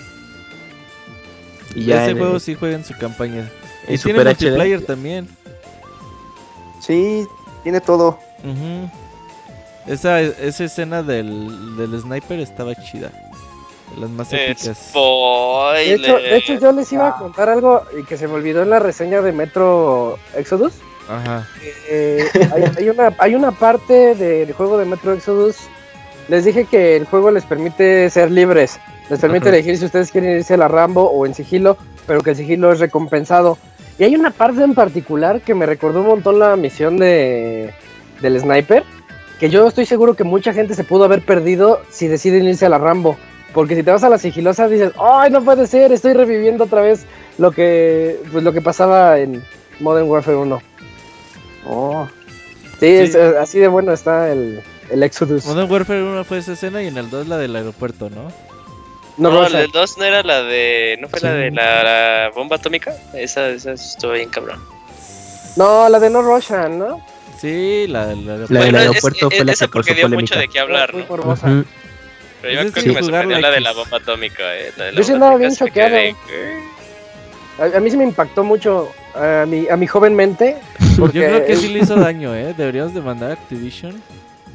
Y ya ese juego sí juega en su campaña. Y tiene Super multiplayer HD también. Sí, tiene todo. Esa escena del sniper estaba chida. De las más épicas. De hecho, yo les iba a contar algo y que se me olvidó en la reseña de Metro Exodus. Ajá. Hay una parte del juego de Metro Exodus. Les dije que el juego les permite ser libres. Les permite elegir si ustedes quieren irse a la Rambo o en sigilo, pero que el sigilo es recompensado. Y hay una parte en particular que me recordó un montón la misión del sniper, que yo estoy seguro que mucha gente se pudo haber perdido si deciden irse a la Rambo. Porque si te vas a la sigilosa dices, ¡ay, no puede ser! Estoy reviviendo otra vez lo que pasaba en Modern Warfare 1. Oh. Sí. Así de bueno está el Exodus. Modern Warfare 1 fue esa escena y en el 2 la del aeropuerto, ¿no? No, el 2 no era la de... ¿No fue la de la bomba atómica? Esa estuvo bien cabrón. No, la de No Russian, ¿no? Sí, la del aeropuerto fue la que porque dio mucho de qué hablar, ¿no? Pero yo creo que me sorprendió la de la bomba atómica. Yo sí andaba bien choqueado. A mí sí me impactó mucho a mi joven mente. Porque yo creo que sí le hizo daño, Deberíamos demandar a Activision.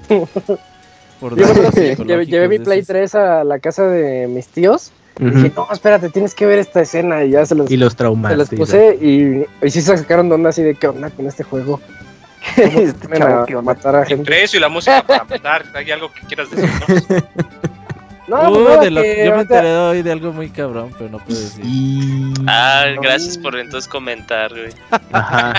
Llevé mi Play 3 a la casa de mis tíos. Y dije, no, espérate, tienes que ver esta escena. Y ya se los traumaste. Se los puse y sí se sacaron de onda así de qué onda con este juego. Que matar a gente. Entre eso y la música para matar, ¿hay algo que quieras decir? No, yo me enteré hoy de algo muy cabrón, pero no puedo decir. Gracias por entonces comentar, güey. Ajá.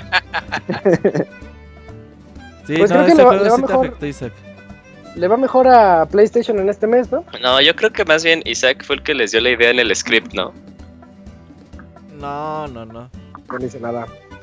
Sí, pues no, creo que ese juego le va sí te mejor. afectó, Isaac. Le va mejor a PlayStation en este mes, ¿no? No, yo creo que más bien Isaac fue el que les dio la idea en el script, ¿no? No. No dice nada.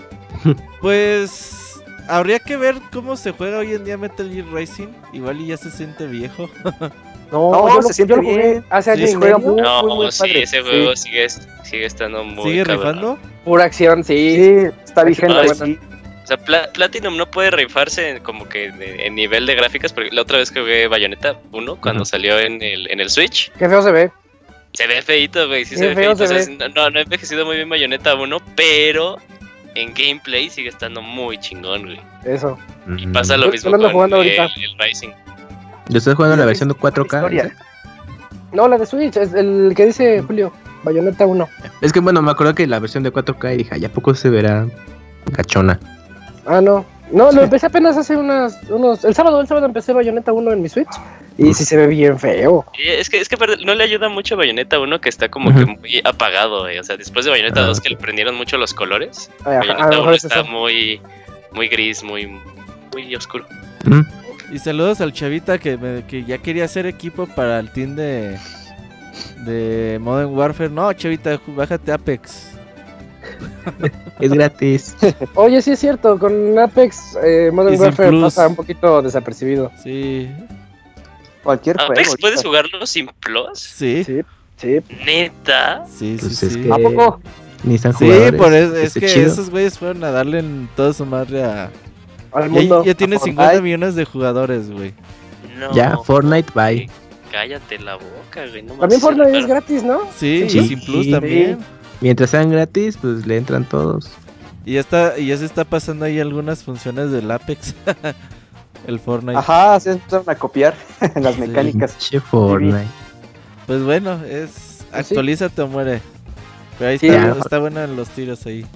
Pues habría que ver cómo se juega hoy en día Metal Gear Rising. Igual y ya se siente viejo. No, yo lo jugué hace años y medio. Muy padre. Ese juego sigue estando muy ¿Sigue cabrón. rifando? Pura acción, sí. Está vigente. O sea, Platinum no puede rifarse como que en nivel de gráficas, porque la otra vez que jugué Bayonetta 1, cuando salió en el Switch. Qué feo se ve. Se ve feito, güey, sí se ve feito. O sea, no ha envejecido muy bien Bayonetta 1, pero en gameplay sigue estando muy chingón, güey. Eso. Y pasa lo mismo con el Rising. ¿Yo estoy jugando la versión de 4K? No, la de Switch, es el que dice Julio, Bayonetta 1. Es que bueno, me acuerdo que la versión de 4K y dije, ¿ya poco se verá cachona? No, lo empecé apenas hace el sábado empecé Bayonetta 1 en mi Switch y sí se ve bien feo. Es que no le ayuda mucho a Bayonetta 1 que está como que muy apagado, o sea, después de Bayonetta 2 que le prendieron mucho los colores, Bayonetta 1 está muy gris, muy oscuro. Y saludos al chavita que ya quería hacer equipo para el team de Modern Warfare. No, chavita, bájate Apex. Es gratis. Oye, sí es cierto, con Apex Modern Warfare pasa un poquito desapercibido. Sí. Cualquier juego. ¿Apex puedes jugarlo sin plus? Sí. ¿Neta? Sí. ¿A poco? Ni están jugadores. Sí, por eso, es que esos güeyes fueron a darle en toda su madre al mundo. Ya tiene 50 millones de jugadores, güey. No. Ya, Fortnite, bye. Cállate la boca, güey. No también Fortnite es gratis, ¿no? Sí, y sin plus también. Mientras sean gratis, pues le entran todos. Y ya se está pasando ahí algunas funciones del Apex. El Fortnite. Ajá, se empezaron a copiar las mecánicas. Che, Fortnite. Pues bueno, actualízate o muere. Pero ahí está bueno los tiros ahí.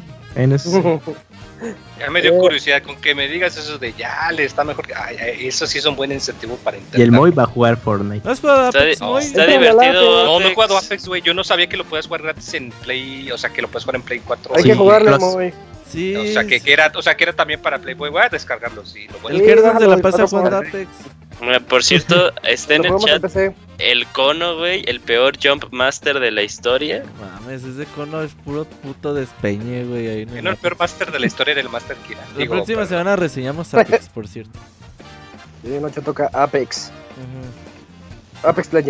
Ya me dio curiosidad con que me digas eso de ya le está mejor. Eso sí es un buen incentivo para intentar. Y el Moy va a jugar Fortnite. ¿No has jugado Apex, Moy? Está divertido. No he jugado Apex, güey. Yo no sabía que lo puedes jugar gratis en Play. O sea, que lo puedes jugar en Play 4. Hay que jugarlo, Moy. Sí. O sea, que era también para Play. Voy a descargarlo. Sí, el Gerdan se la pasa jugando Apex. Por cierto, está en el chat el Cono, güey, el peor Jump Master de la historia. Mames, ese Cono es puro puto despeñe, güey. El peor Master de la historia era el Master Kira. La próxima semana reseñamos Apex, por cierto. Sí, noche toca Apex. Apex Legends.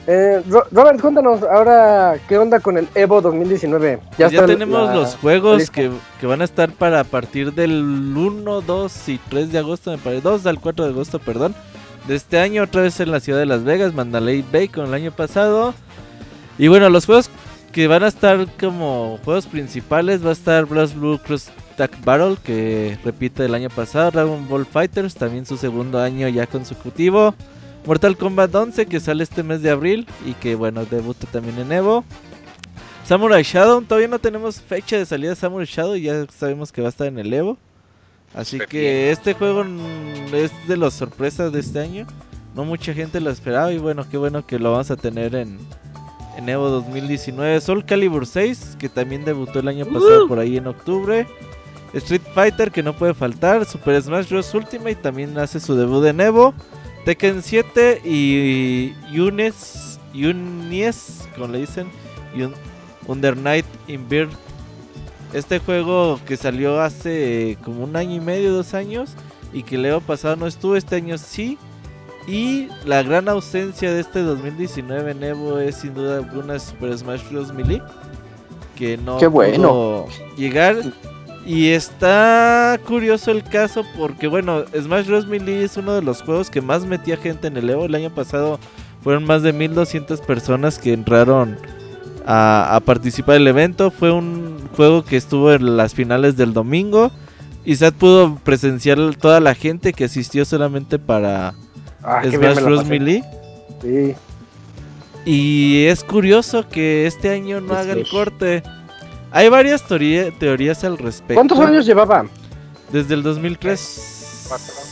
Robert, cuéntanos ahora qué onda con el Evo 2019. Ya tenemos los juegos que van a estar para partir del 1, 2 y 3 de agosto, me parece, 2 al 4 de agosto, perdón, de este año, otra vez en la ciudad de Las Vegas, Mandalay Bay con el año pasado. Y bueno, los juegos que van a estar como juegos principales va a estar BlazBlue Cross Tag Battle, que repite el año pasado, Dragon Ball FighterZ, también su segundo año ya consecutivo, Mortal Kombat 11, que sale este mes de abril y que bueno, debuta también en Evo. Samurai Shodown, todavía no tenemos fecha de salida de Samurai Shodown y ya sabemos que va a estar en el Evo. Así que este juego es de las sorpresas de este año. No mucha gente lo esperaba y bueno, qué bueno que lo vamos a tener en Evo 2019. Soul Calibur 6, que también debutó el año pasado por ahí en octubre. Street Fighter, que no puede faltar. Super Smash Bros. Ultimate también hace su debut en Evo. Tekken 7 y Unis, como le dicen, Under Night in Bird. Este juego que salió hace como 1 año y medio, 2 años, y que el año pasado no estuvo, este año sí. Y la gran ausencia de este 2019 en Evo es sin duda alguna Super Smash Bros. Melee, que no pudo llegar. Y está curioso el caso porque bueno, Smash Bros. Melee es uno de los juegos que más metía gente en el Evo. El año pasado fueron más de 1200 personas que entraron a participar del evento. Fue un juego que estuvo en las finales del domingo y Sad pudo presenciar toda la gente que asistió solamente para Smash Bros. Melee. Sí. Y es curioso que este año no haga el corte. Hay varias teorías al respecto. ¿Cuántos años llevaba? Desde el 2003.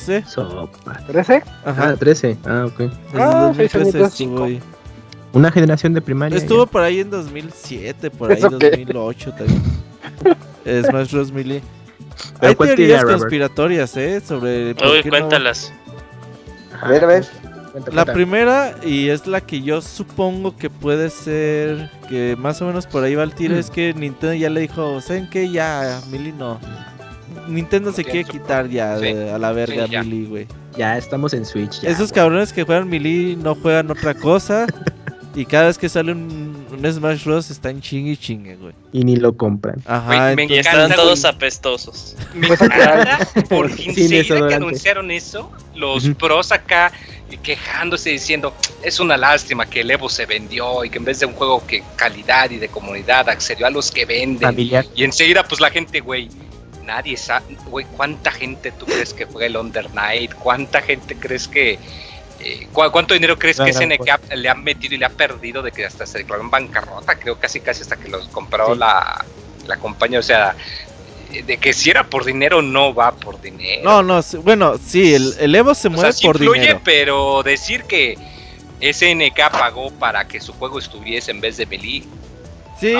¿13? Ajá, 13. Ah, ok. Desde el 2013 estuvo ahí. Una generación de primaria. Estuvo por ahí en 2007, por ahí 2008 también. Smash Bros. Melee. Hay teorías conspiratorias, sobre... Uy, cuéntalas. A ver. La primera, y es la que yo supongo que puede ser, que más o menos por ahí va el tiro, es que Nintendo ya le dijo, ¿saben qué? Ya, Melee no. Nintendo se quiere quitar ya a la verga Melee, güey. Ya estamos en Switch. Ya, esos cabrones que juegan Melee no juegan otra cosa. Y cada vez que sale un Smash Bros. Están chingue, güey. Y ni lo compran. Ajá. Y están todos apestosos. Me encanta porque enseguida que anunciaron eso, los pros acá quejándose diciendo, es una lástima que el Evo se vendió y que en vez de un juego que calidad y de comunidad accedió a los que venden. Familiar. Y enseguida pues la gente, güey, nadie sabe, güey, ¿cuánta gente tú crees que juega el Under Night? ¿Cuánta gente crees que... ¿Cuánto dinero crees que SNK le han metido y le ha perdido de que hasta se declaró en bancarrota? Creo casi hasta que los compró la compañía, o sea, de que si era por dinero no va por dinero. No, bueno, sí, el Evo se mueve sí por influye, dinero. Pero decir que SNK pagó para que su juego estuviese en vez de Melee. Sí,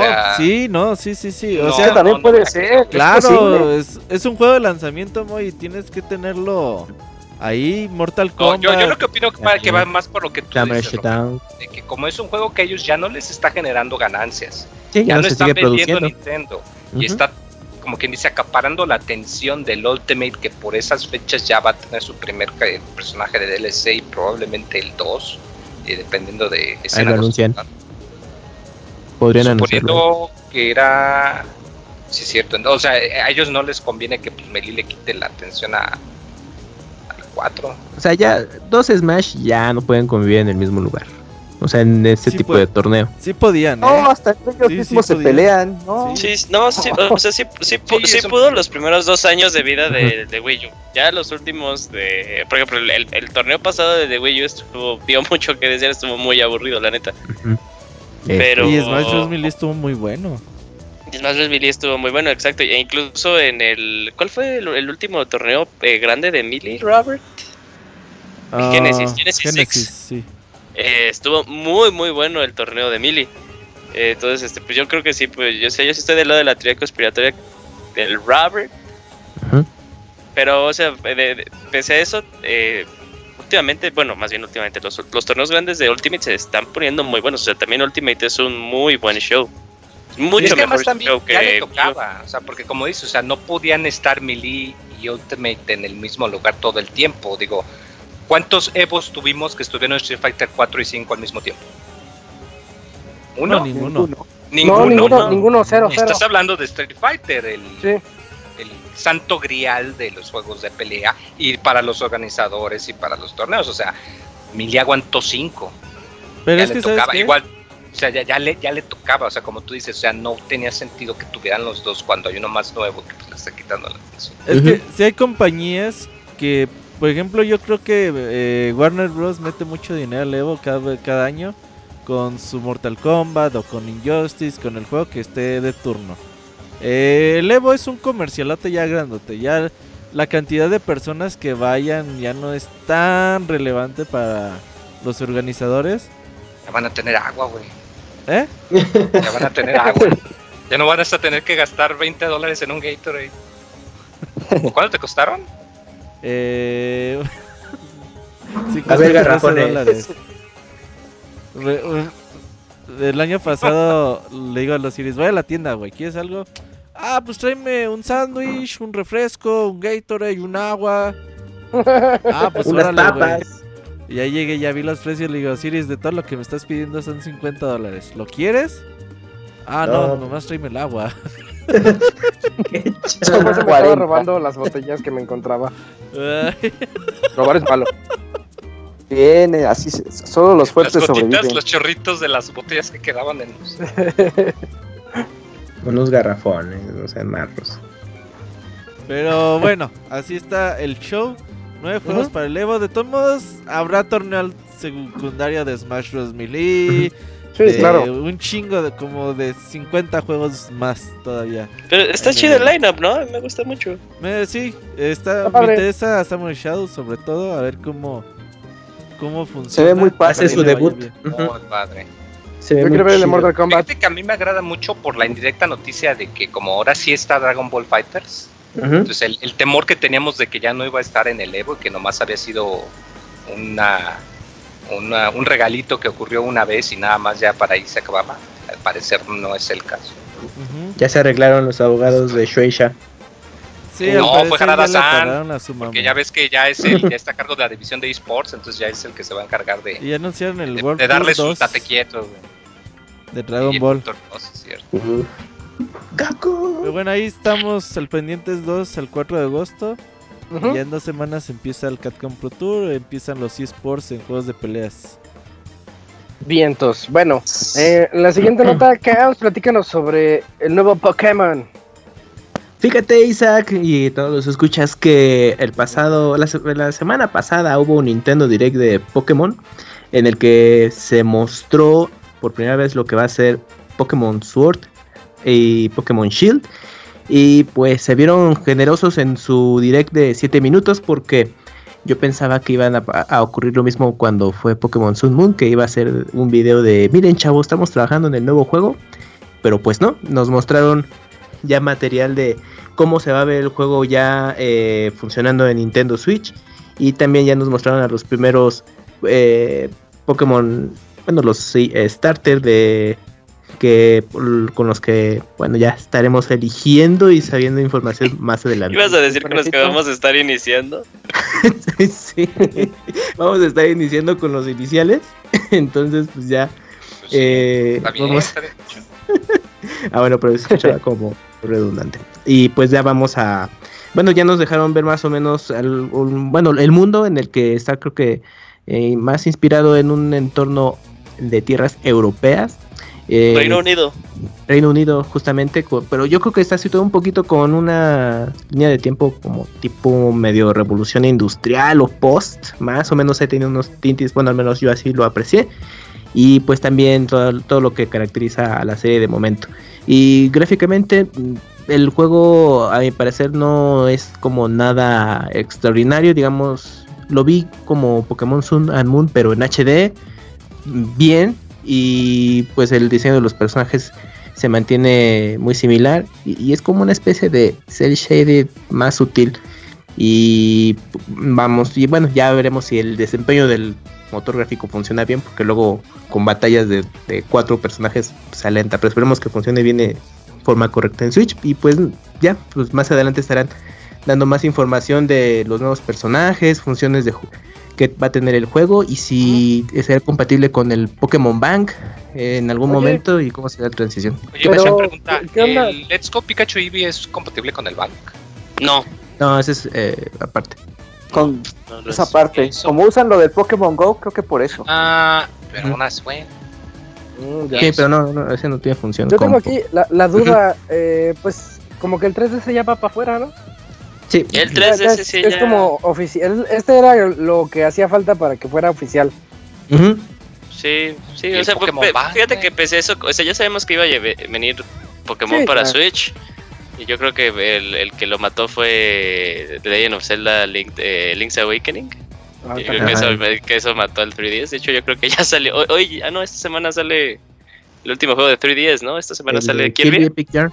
sí. O No, sea, también puede ser. Claro, es un juego de lanzamiento, Moy, y tienes que tenerlo ahí. Mortal Kombat. Yo lo que opino que va más por lo que tú dices, de que como es un juego que a ellos ya no les está generando ganancias, sí, ya no se están sigue vendiendo produciendo. Nintendo, y está como quien dice acaparando la atención del Ultimate, que por esas fechas ya va a tener su primer personaje de DLC y probablemente el 2, dependiendo de escena. Ahí lo anuncian. Podrían anunciarlo. Suponiendo que era... Sí, es cierto. O sea, a ellos no les conviene que pues, Melee le quite la atención al 4. O sea, ya 2 Smash ya no pueden convivir en el mismo lugar. O sea, en este tipo de torneo. Sí podían, No, hasta ellos mismos se pelean, ¿no? Sí, o sea, sí pudo los primeros 2 años de vida de Wii U. Ya los últimos por ejemplo, el torneo pasado de Wii U dio mucho que decir, estuvo muy aburrido, la neta. Pero... Y Smash Bros. Melee estuvo muy bueno. Smash Bros. Melee estuvo muy bueno, exacto. E incluso en el... ¿Cuál fue el último torneo grande de Melee, Robert? Genesis 6. Sí. Estuvo muy bueno el torneo de Melee. Entonces, pues yo creo que sí, pues yo sí estoy del lado de la teoría conspiratoria del Robert. Pero, o sea, pese a eso, últimamente, los torneos grandes de Ultimate se están poniendo muy buenos. O sea, también Ultimate es un muy buen show. Mucho mejor show que... Ya le tocaba, o sea, porque como dices, o sea, no podían estar Melee y Ultimate en el mismo lugar todo el tiempo. Digo, ¿Cuántos Evos tuvimos que estuvieron en Street Fighter 4 y 5 al mismo tiempo? ¿Uno? No, ninguno. Ninguno, cero. Estás hablando de Street Fighter, el santo grial de los juegos de pelea, y para los organizadores y para los torneos. O sea, Mili aguantó 5. Pero ya es le que tocaba, ¿sabes qué? igual, o sea, ya le tocaba, o sea, como tú dices, o sea, no tenía sentido que tuvieran los dos cuando hay uno más nuevo que pues, le está quitando la atención. Es que si hay compañías que, por ejemplo, yo creo que Warner Bros. Mete mucho dinero al Evo cada año con su Mortal Kombat o con Injustice, con el juego que esté de turno. El Evo es un comercialote ya grandote, ya la cantidad de personas que vayan ya no es tan relevante para los organizadores. Ya van a tener agua, güey. ¿Eh? Ya van a tener agua. Ya no van a tener que gastar $20 en un Gatorade. ¿Cuánto te costaron? A ver, garrafones. El año pasado le digo a los Iris, voy a la tienda, güey, ¿quieres algo? Ah, pues tráeme un sándwich, un refresco, un Gatorade, un agua. Ah, pues unas órale, papas. güey. Y ya llegué, ya vi los precios, le digo, Siris, de todo lo que me estás pidiendo son $50. ¿Lo quieres? Ah, no, nomás tráeme el agua. Qué Después me estaba robando las botellas que me encontraba. Robar es malo. Bien, así solo los fuertes las gotitas, sobreviven. los chorritos de las botellas que quedaban en los... Unos garrafones, no sean marros. Pero bueno, así está el show. 9 juegos para el Evo. De todos modos, habrá torneo secundario de Smash Bros. Melee. Sí, claro. Un chingo de como de 50 juegos más todavía. Pero está chido el lineup, ¿no? Me gusta mucho. Sí, me padre. interesa Samurai Shadow sobre todo, a ver cómo funciona. Se ve muy padre. Hace su debut. Oh, padre. Se ve Yo muy quiero ver el de chido. Mortal Kombat. Fíjate que a mí me agrada mucho por la indirecta noticia de que como ahora sí está Dragon Ball Fighters, entonces el temor que teníamos de que ya no iba a estar en el Evo y que nomás había sido un regalito que ocurrió una vez y nada más ya para ahí se acababa, al parecer no es el caso. Ya se arreglaron los abogados de Shueisha. Sí, No, al fue parecer Harada ya le San, pagaron a su mamá. Porque ya ves que ya es ya está a cargo de la división de eSports, entonces ya es el que se va a encargar de, Y ya anunciaron el World de darle Tour sus 2 date quietos, de Dragon Ball. Es cierto. Pero bueno, ahí estamos al pendientes 2 al 4 de agosto. Ujú. Ya en 2 semanas empieza el Capcom Pro Tour, empiezan los eSports en juegos de peleas. Vientos. Bueno, la siguiente nota, Chaos, platícanos sobre el nuevo Pokémon. Fíjate, Isaac, y todos los escuchas que la semana pasada hubo un Nintendo Direct de Pokémon en el que se mostró por primera vez lo que va a ser Pokémon Sword y Pokémon Shield. Y pues se vieron generosos en su Direct de 7 minutos porque yo pensaba que iban a ocurrir lo mismo cuando fue Pokémon Sun Moon, que iba a ser un video de miren chavos, estamos trabajando en el nuevo juego. Pero pues no, nos mostraron ya material de cómo se va a ver el juego ya funcionando en Nintendo Switch. Y también ya nos mostraron a los primeros Pokémon, bueno, los starter con los que, bueno, ya estaremos eligiendo y sabiendo información más adelante. ¿Ibas a decir con los que vamos a estar iniciando? Sí, vamos a estar iniciando con los iniciales. Entonces, pues ya. Pues está bien, Vamos. está bien. Bueno, pero se escuchaba como redundante. Y pues ya vamos a. Bueno, ya nos dejaron ver más o menos el mundo en el que está, creo que más inspirado en un entorno de tierras europeas. Reino Unido. Reino Unido, justamente, pero yo creo que está situado un poquito con una línea de tiempo como tipo medio revolución industrial o post, más o menos he tenido unos tintes, bueno, al menos yo así lo aprecié, y pues también todo lo que caracteriza a la serie de momento. Y gráficamente el juego, a mi parecer, no es como nada extraordinario, digamos, lo vi como Pokémon Sun and Moon, pero en HD, bien. Y pues el diseño de los personajes se mantiene muy similar y es como una especie de cel shaded más sutil. Y vamos, y bueno, ya veremos si el desempeño del motor gráfico funciona bien, porque luego con batallas de 4 personajes se alenta, pero esperemos que funcione bien de forma correcta en Switch. Y pues ya, pues más adelante estarán dando más información de los nuevos personajes, funciones que va a tener el juego y si será compatible con el Pokémon Bank en algún momento y cómo será la transición. Oye, me hacía pregunta, ¿el Let's Go Pikachu Eevee es compatible con el Bank? No, Ese es aparte. Con esa parte. Como usan lo del Pokémon Go, creo que por eso. Pero no es bueno. Sí, pero no, ese no tiene función. Yo tengo aquí la duda, pues como que el 3DS ya va para afuera, ¿no? Sí. el 3DS sí es ya... como oficial. Este era lo que hacía falta para que fuera oficial. Ujú. Sí, Y o el sea, Pokémon Bank, fíjate que pese a eso, o sea, ya sabemos que iba a venir Pokémon Sí, para claro. Switch. Y yo creo que el que lo mató fue The Legend of Zelda Link's Awakening. Ah, Yo creo que eso mató al 3DS. De hecho, yo creo que ya salió. Hoy, esta semana sale el último juego de 3DS, ¿no? Esta semana sale Kirby. Epic Yarn.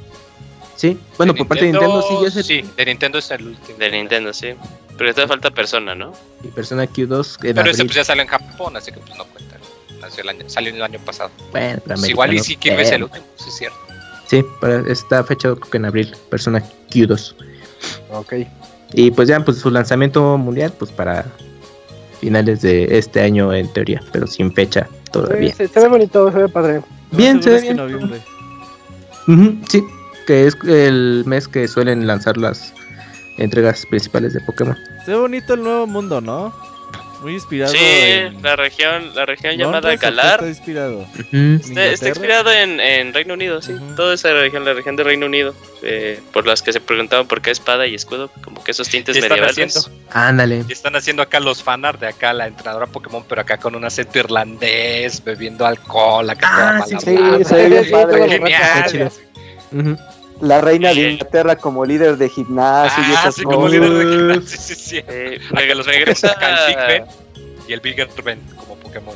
Sí, bueno, por parte de Nintendo sí, ya se... Sí, de Nintendo es el último. De Nintendo, sí. Pero todavía falta Persona, ¿no? Y Persona Q2 en Pero ese abril. pues ya salió en Japón, así que pues no cuenta. Salió el año pasado. Bueno, pero Pues igual y americano, sí Kirby es el último, sí es cierto. Sí, para esta fecha creo que en abril, Persona Q2. Ok. Y pues ya, pues su lanzamiento mundial, pues para finales de este año en teoría, pero sin fecha todavía. Se ve bonito, se ve padre. Bien, Más se ve seguro es que bien. noviembre. Ujú, sí, que es el mes que suelen lanzar las entregas principales de Pokémon. Se ve bonito el nuevo mundo, ¿no? Muy inspirado Sí, en... la región llamada ¿Londres o qué Galar. está inspirado? Ujú. Está ¿Inglaterra? inspirado en Reino Unido, sí. Ujú. Toda esa región, la región de Reino Unido. Por las que se preguntaban por qué espada y escudo. Como que esos tintes ¿Qué están medievales. haciendo? Ándale. Y están haciendo acá los fanart de acá, la entrenadora Pokémon, pero acá con un acento irlandés, bebiendo alcohol, acá toda mala sí, hablada. se ve bien Sí, padre. todo Genial. Está chido. Ujú. La reina de Inglaterra como líder de gimnasio y esas sí, como cosas. líder de gimnasio, sí. Acá los regresa acá el Big Ben y el Bigger Ben como Pokémon.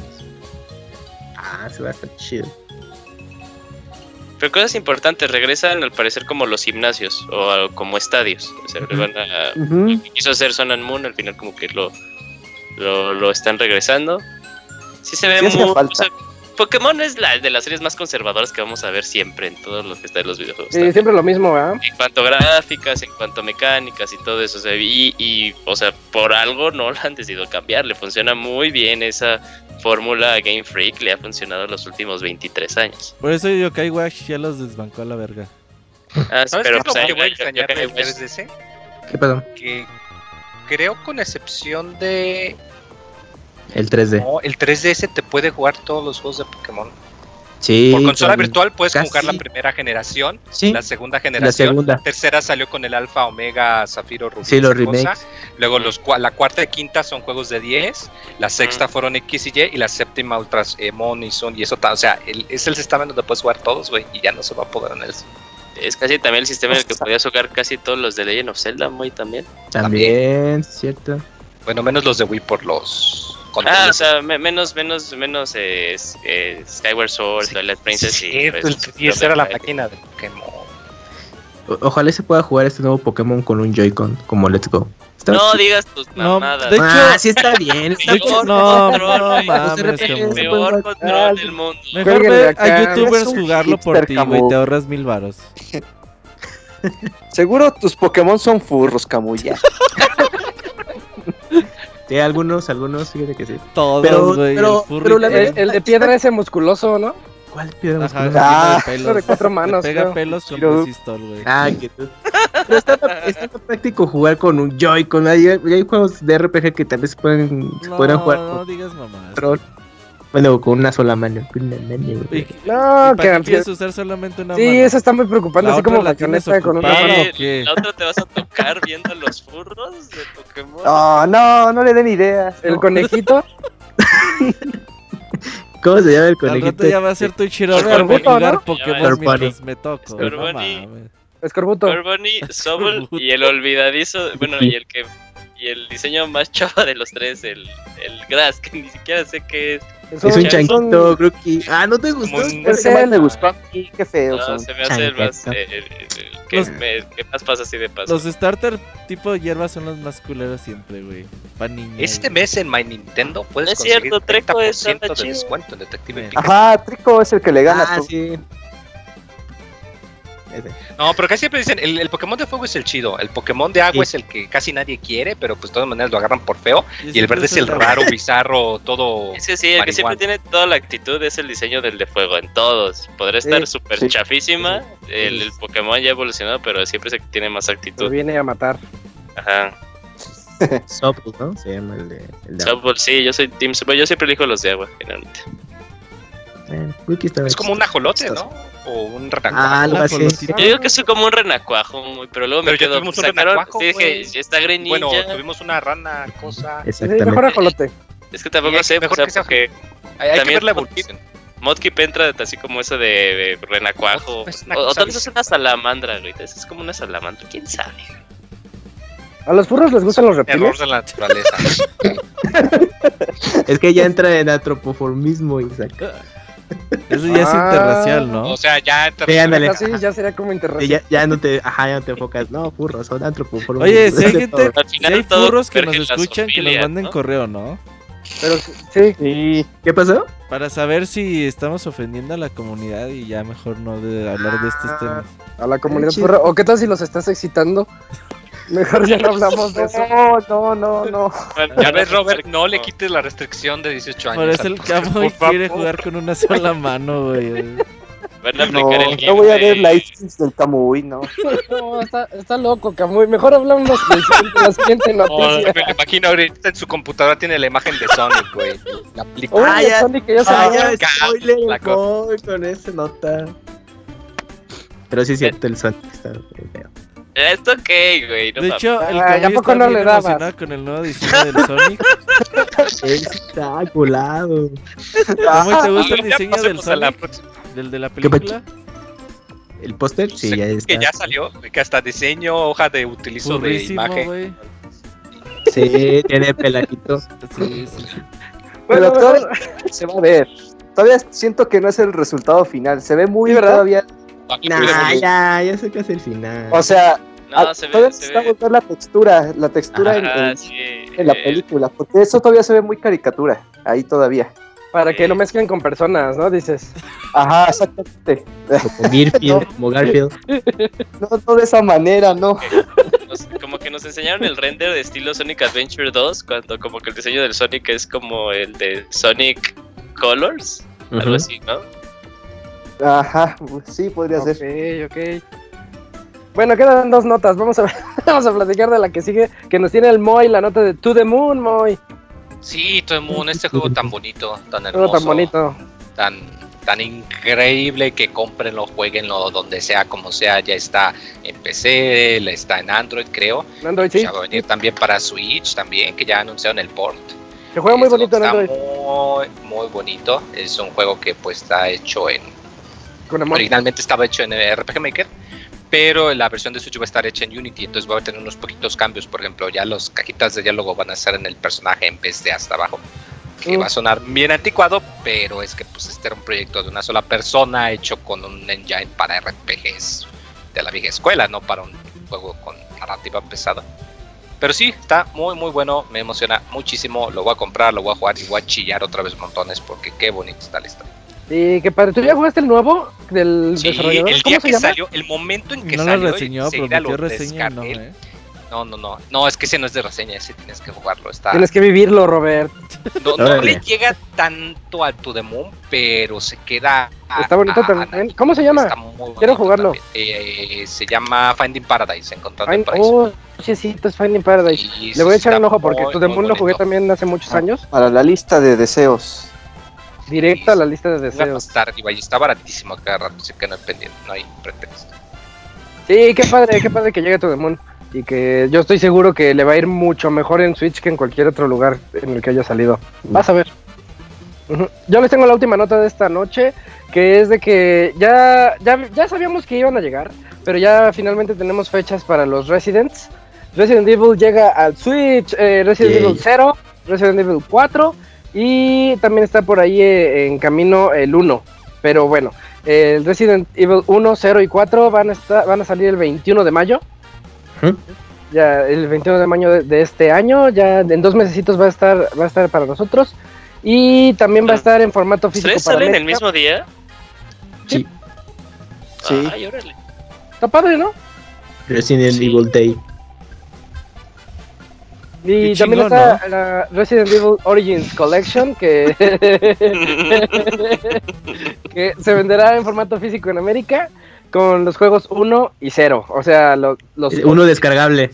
Se va a estar chido. Pero cosas importantes, regresan al parecer como los gimnasios o como estadios. O sea, van a... Ujú. Lo que quiso hacer Sun and Moon, al final como que lo están regresando. Sí se ve Sí hacía muy... falta. O sea, Pokémon es de las series más conservadoras que vamos a ver siempre en todo lo que está en los videojuegos. Sí, siempre lo mismo, ¿verdad? En cuanto a gráficas, en cuanto a mecánicas y todo eso. O sea, o sea, por algo no lo han decidido cambiar. Le funciona muy bien esa fórmula a Game Freak. Le ha funcionado los últimos 23 años. Por eso Yokai Watch ya los desbancó a la verga. ¿Sabes Pero qué es lo pues, que voy a yo extrañar creo del que 3DS? ¿Qué pasó? Que creo con excepción de... El 3D. No, el 3DS te puede jugar todos los juegos de Pokémon. Sí. Por consola con- virtual puedes casi. jugar la primera generación, Sí. la segunda generación, segunda. la tercera salió con el Alfa, Omega, Zafiro, Rubí, Sí, los esa cosa. remakes. Luego la cuarta y quinta son juegos de 10, la sexta fueron X y Y, y la séptima Ultras Mon y Sun, y eso, o sea, es el sistema en donde puedes jugar todos, güey, y ya no se va a poder en el... Es casi también el sistema en el que podías jugar casi todos los de Legend of Zelda, muy también. También, cierto. Bueno, menos los de Wii por los... O controles. sea, menos Skyward Sword, Twilight Princess Sí, y... y esa era la máquina de Pokémon. Ojalá se pueda jugar este nuevo Pokémon con un Joy-Con como Let's Go. Está No chido. digas tus No, mamadas. de hecho- Sí está bien. Está De hecho, chido. no, control, no güey. mames, RPG, Camu. El peor control del mundo. Mejor Cuélguenle ve acá. a youtubers Eres un jugarlo por hipster, ti, güey, Camu. te ahorras 1000 varos. Seguro tus Pokémon son furros, Camuya. Sí, algunos, fíjate que sí. Todos, Pero- güey. pero- el furry pero la que- verdad- El de piedra ese musculoso, ¿no? ¿Cuál piedra Ajá, musculosa? lleno de Uno de pelos. 4 manos, Te pega creo. pelos con Chiro. resistol, güey. Que tú. Pero está práctico jugar con un Joy-Con. Hay juegos de RPG que tal vez podrán jugar No con digas mamás. control. Bueno, con una sola mano. Con una mano, ¿Y, güey. No, ¿para qué que quieres usar solamente una mano? sí, eso está muy preocupante, La así otra como la tienes bayoneta con una ocupada. mano. Oye, ¿o qué? ¿la otra te vas a tocar viendo los furros de Pokémon? No le den ideas. El no. conejito, ¿Cómo se llama el Al conejito? rato ya va a ser tu Ichiro Escorbuto, jugar ¿no? Pokémon Scorbunny. mientras me toco. No Scorbunny. mames. escorbuto. Corbunny, Sobble y el olvidadizo, bueno, y el diseño más chava de los tres, el Grass, que ni siquiera sé qué es. Es un Son- changuito, Grookey. ¿No te gustó? Como un- Ese Ese me gustó a mí, qué feo No, son. se me hace el más, Changuito. el que, Los- que más pasa así de paso. Los starter tipo hierba son los más culeros siempre, güey. Pa' niñas. Este güey. mes en My Nintendo puedes Es conseguir cierto, Treco 30% está de chido. descuento en Detective Sí. Pikachu. Ajá, Trico es el que le gana a todo. Sí. No, pero casi siempre dicen, el Pokémon de fuego es el chido, el Pokémon de agua es el que casi nadie quiere, pero pues de todas maneras lo agarran por feo, y el verde es el raro, bizarro, todo. Es que sí, el que siempre tiene toda la actitud es el diseño del de fuego, en todos. Podrá estar súper chafísima, el Pokémon ya ha evolucionado, pero siempre es el que tiene más actitud. Lo viene a matar. Ajá. Sobble, ¿no? Se llama el de Sobble, sí, yo soy Team Sobble, yo siempre elijo los de agua, generalmente. Es como un ajolote, ¿no? O un renacuajo. Algo así. Yo digo que soy como un renacuajo, pero luego me quedo. Tuvimos un renacuajo, dije, está Greninja. Bueno, tuvimos una rana, cosa. Exactamente. Mejor ajolote. Es que tampoco sé, mejor que sea, porque hay que ver la evolución. Modkip entra así como eso de renacuajo. O tal vez es una salamandra, güey. Es como una salamandra, quién sabe. ¿A los furros les gustan los reptiles? Error de la naturaleza. Es que ya entra en antropoformismo, Isaac. Eso ya es interracial, ¿no? O sea, ya Sí, ándale. Así ya sería como interracial. Ya no te enfocas. No, furros, son antropoformismos. Oye, si hay gente, Al final si hay todo furros que nos converge en la escuchan, que nos zoofilia, manden ¿no? correo, ¿no? Pero sí. ¿Qué pasó? Para saber si estamos ofendiendo a la comunidad y ya mejor no de hablar de estos temas. A la comunidad furra. ¿O qué tal si los estás excitando? Mejor ya no hablamos de eso. No. Ya ves, Robert, no le quites la restricción de 18 años. Por eso el Camuy quiere jugar con una sola mano, güey. Van a aplicar el No voy a ver license del Camuy, no. No, está loco, Camuy. Mejor hablamos de la siguiente No, noticia. me imagino ahorita en su computadora tiene la imagen de Sonic, güey. La película. Oye, Sonic, que ya se ya, spoiler, la voy con esa nota. Pero sí es cierto, el Sonic está feo. Esto qué, güey. No De mames. hecho, el ¿a Camuy poco está no bien le dabas? emocionado con el nuevo diseño del Sonic. Está colado. ¿Cómo te gusta el Ya diseño del pasemos a la Sonic? próxima. ¿Del de la película? ¿El póster? Sí, ya está. Que ya salió, que hasta diseño, hoja de utilizo de Burrísimo, imagen. güey. Sí, tiene peladito. Sí. Pero Bueno, todavía se va a ver. Todavía siento que no es el resultado final. Se ve muy ¿verdad? todavía. Nah, ya sé que es el final. O sea, No, se todavía ve. necesita volver la textura Ajá, en sí. la película. Porque eso todavía se ve muy caricatura. Ahí todavía. Para que lo mezclen con personas, ¿no? Dices. Ajá, exactamente. Como Garfield. No de esa manera, no. Como que nos enseñaron el render de estilo Sonic Adventure 2, cuando como que el diseño del Sonic es como el de Sonic Colors, algo así, ¿no? Ajá, sí, podría ser. Ok. Bueno, quedan dos notas. Vamos a platicar de la que sigue, que nos tiene el Moy, la nota de To The Moon, Moy. Sí, To The Moon, este juego tan bonito, tan Todo hermoso, tan bonito. tan increíble, que cómprenlo, jueguenlo donde sea, como sea. Ya está en PC, está en Android, creo. En Android, sí. Ya va a venir también para Switch, también, que ya anunciaron el port. Se juega muy bonito en Está Android. muy bonito. Es un juego que pues está hecho en... Con amor. Originalmente estaba hecho en RPG Maker, pero la versión de Switch va a estar hecha en Unity, entonces va a tener unos poquitos cambios. Por ejemplo, ya las cajitas de diálogo van a estar en el personaje en vez de hasta abajo, que va a sonar bien anticuado, pero es que pues este era un proyecto de una sola persona hecho con un engine para RPGs de la vieja escuela, no para un juego con narrativa pesada. Pero sí, está muy bueno, me emociona muchísimo, lo voy a comprar, lo voy a jugar y voy a chillar otra vez montones porque qué bonito está la historia. Sí, qué padre. ¿Tú ya jugaste el nuevo del Sí, desarrollador? el ¿Cómo día se que llama? salió, el momento en que No salió, lo reseñó, enseguida prometió lo reseña, no, descargué. No, es que ese no es de reseña, ese tienes que jugarlo. Tienes que vivirlo, Robert. No le llega tanto a To The Moon, pero se queda... Está bonito también. ¿Cómo se llama? Está muy bonito Quiero jugarlo. se llama Finding Paradise, Encontrando el Paraíso. Oh, sí, es Finding Paradise. Y Le voy a echar está un ojo porque muy, To The muy Moon lo jugué bonito. también hace muchos años. Para la lista de deseos. Directo a la lista de Iba a deseos. estar, y está baratísimo cada rato, así que no hay pendiente, no hay pretexto. Sí, qué padre que llegue To The Moon. Y que yo estoy seguro que le va a ir mucho mejor en Switch que en cualquier otro lugar en el que haya salido. Vas a ver. Yo les tengo la última nota de esta noche, que es de que ya sabíamos que iban a llegar, pero ya finalmente tenemos fechas para los Residents. Resident Evil llega al Switch, Resident Evil 0, Resident Evil 4 y también está por ahí en camino el 1. Pero bueno, el Resident Evil 1, 0 y 4 van a salir el 21 de mayo. Ya el 21 de mayo de este año, ya en 2 mesecitos va a estar para nosotros. Y también va a estar en formato físico ¿Ustedes para salen el América. mismo día? Sí. Ay, órale. Está padre, ¿no? Resident Evil Day. Y Qué también chingón, está la Resident Evil Origins Collection que que se venderá en formato físico en América con los juegos 1 y 0. O sea, los Uno descargable.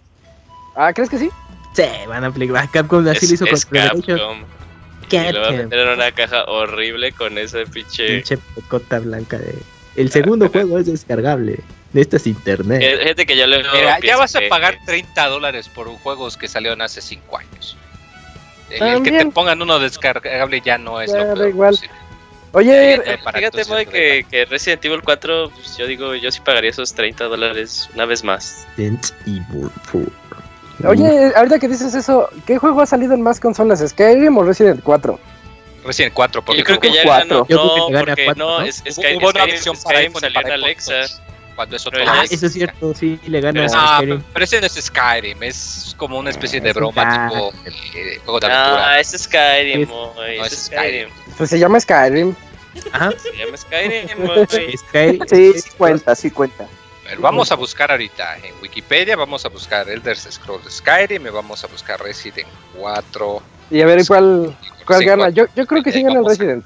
Ah, ¿crees que sí? Sí, van a aplicar. Capcom así lo hizo Es con Revelation. Capcom. Y lo va a meter en una caja horrible con ese pinche. Pinche cota blanca de. El segundo juego es descargable. Necesitas internet. Gente que yo le Mira, ya vas a pagar $30 por juegos que salieron hace 5 años. El que te También. pongan uno descargable ya no es Ya, lo da peor igual. posible. Oye, Fíjate, Moy, que Resident Evil 4, pues, yo sí pagaría esos $30 una vez más. Resident Evil 4. oye, ahorita que dices eso, ¿qué juego ha salido en más consolas? ¿Skyrim o Resident 4? Resident 4, porque Yo creo que ya cuatro. ganó. Yo creo que No, gana porque cuatro, no, ¿no? hubo una versión para Skyrim iPhone y salió en para Alexa. iPod, cuando eso Pero todo ya es- Eso es cierto, sí, le gana Pero- a Ah, Skyrim. pero ese no es Skyrim, es como una especie de Es un broma, tipo juego de aventura. Ah, es Skyrim, Es- Moy, no, es es Skyrim. Pues se llama Skyrim. Ajá. Se llama Skyrim, Moy. Skyrim. Sí, sí cuenta. A ver, vamos a buscar ahorita en Wikipedia, vamos a buscar Elder Scrolls Skyrim y vamos a buscar Resident 4. Y a ver cuál Sí, gana. Yo creo que sí gana el vamos a- Resident.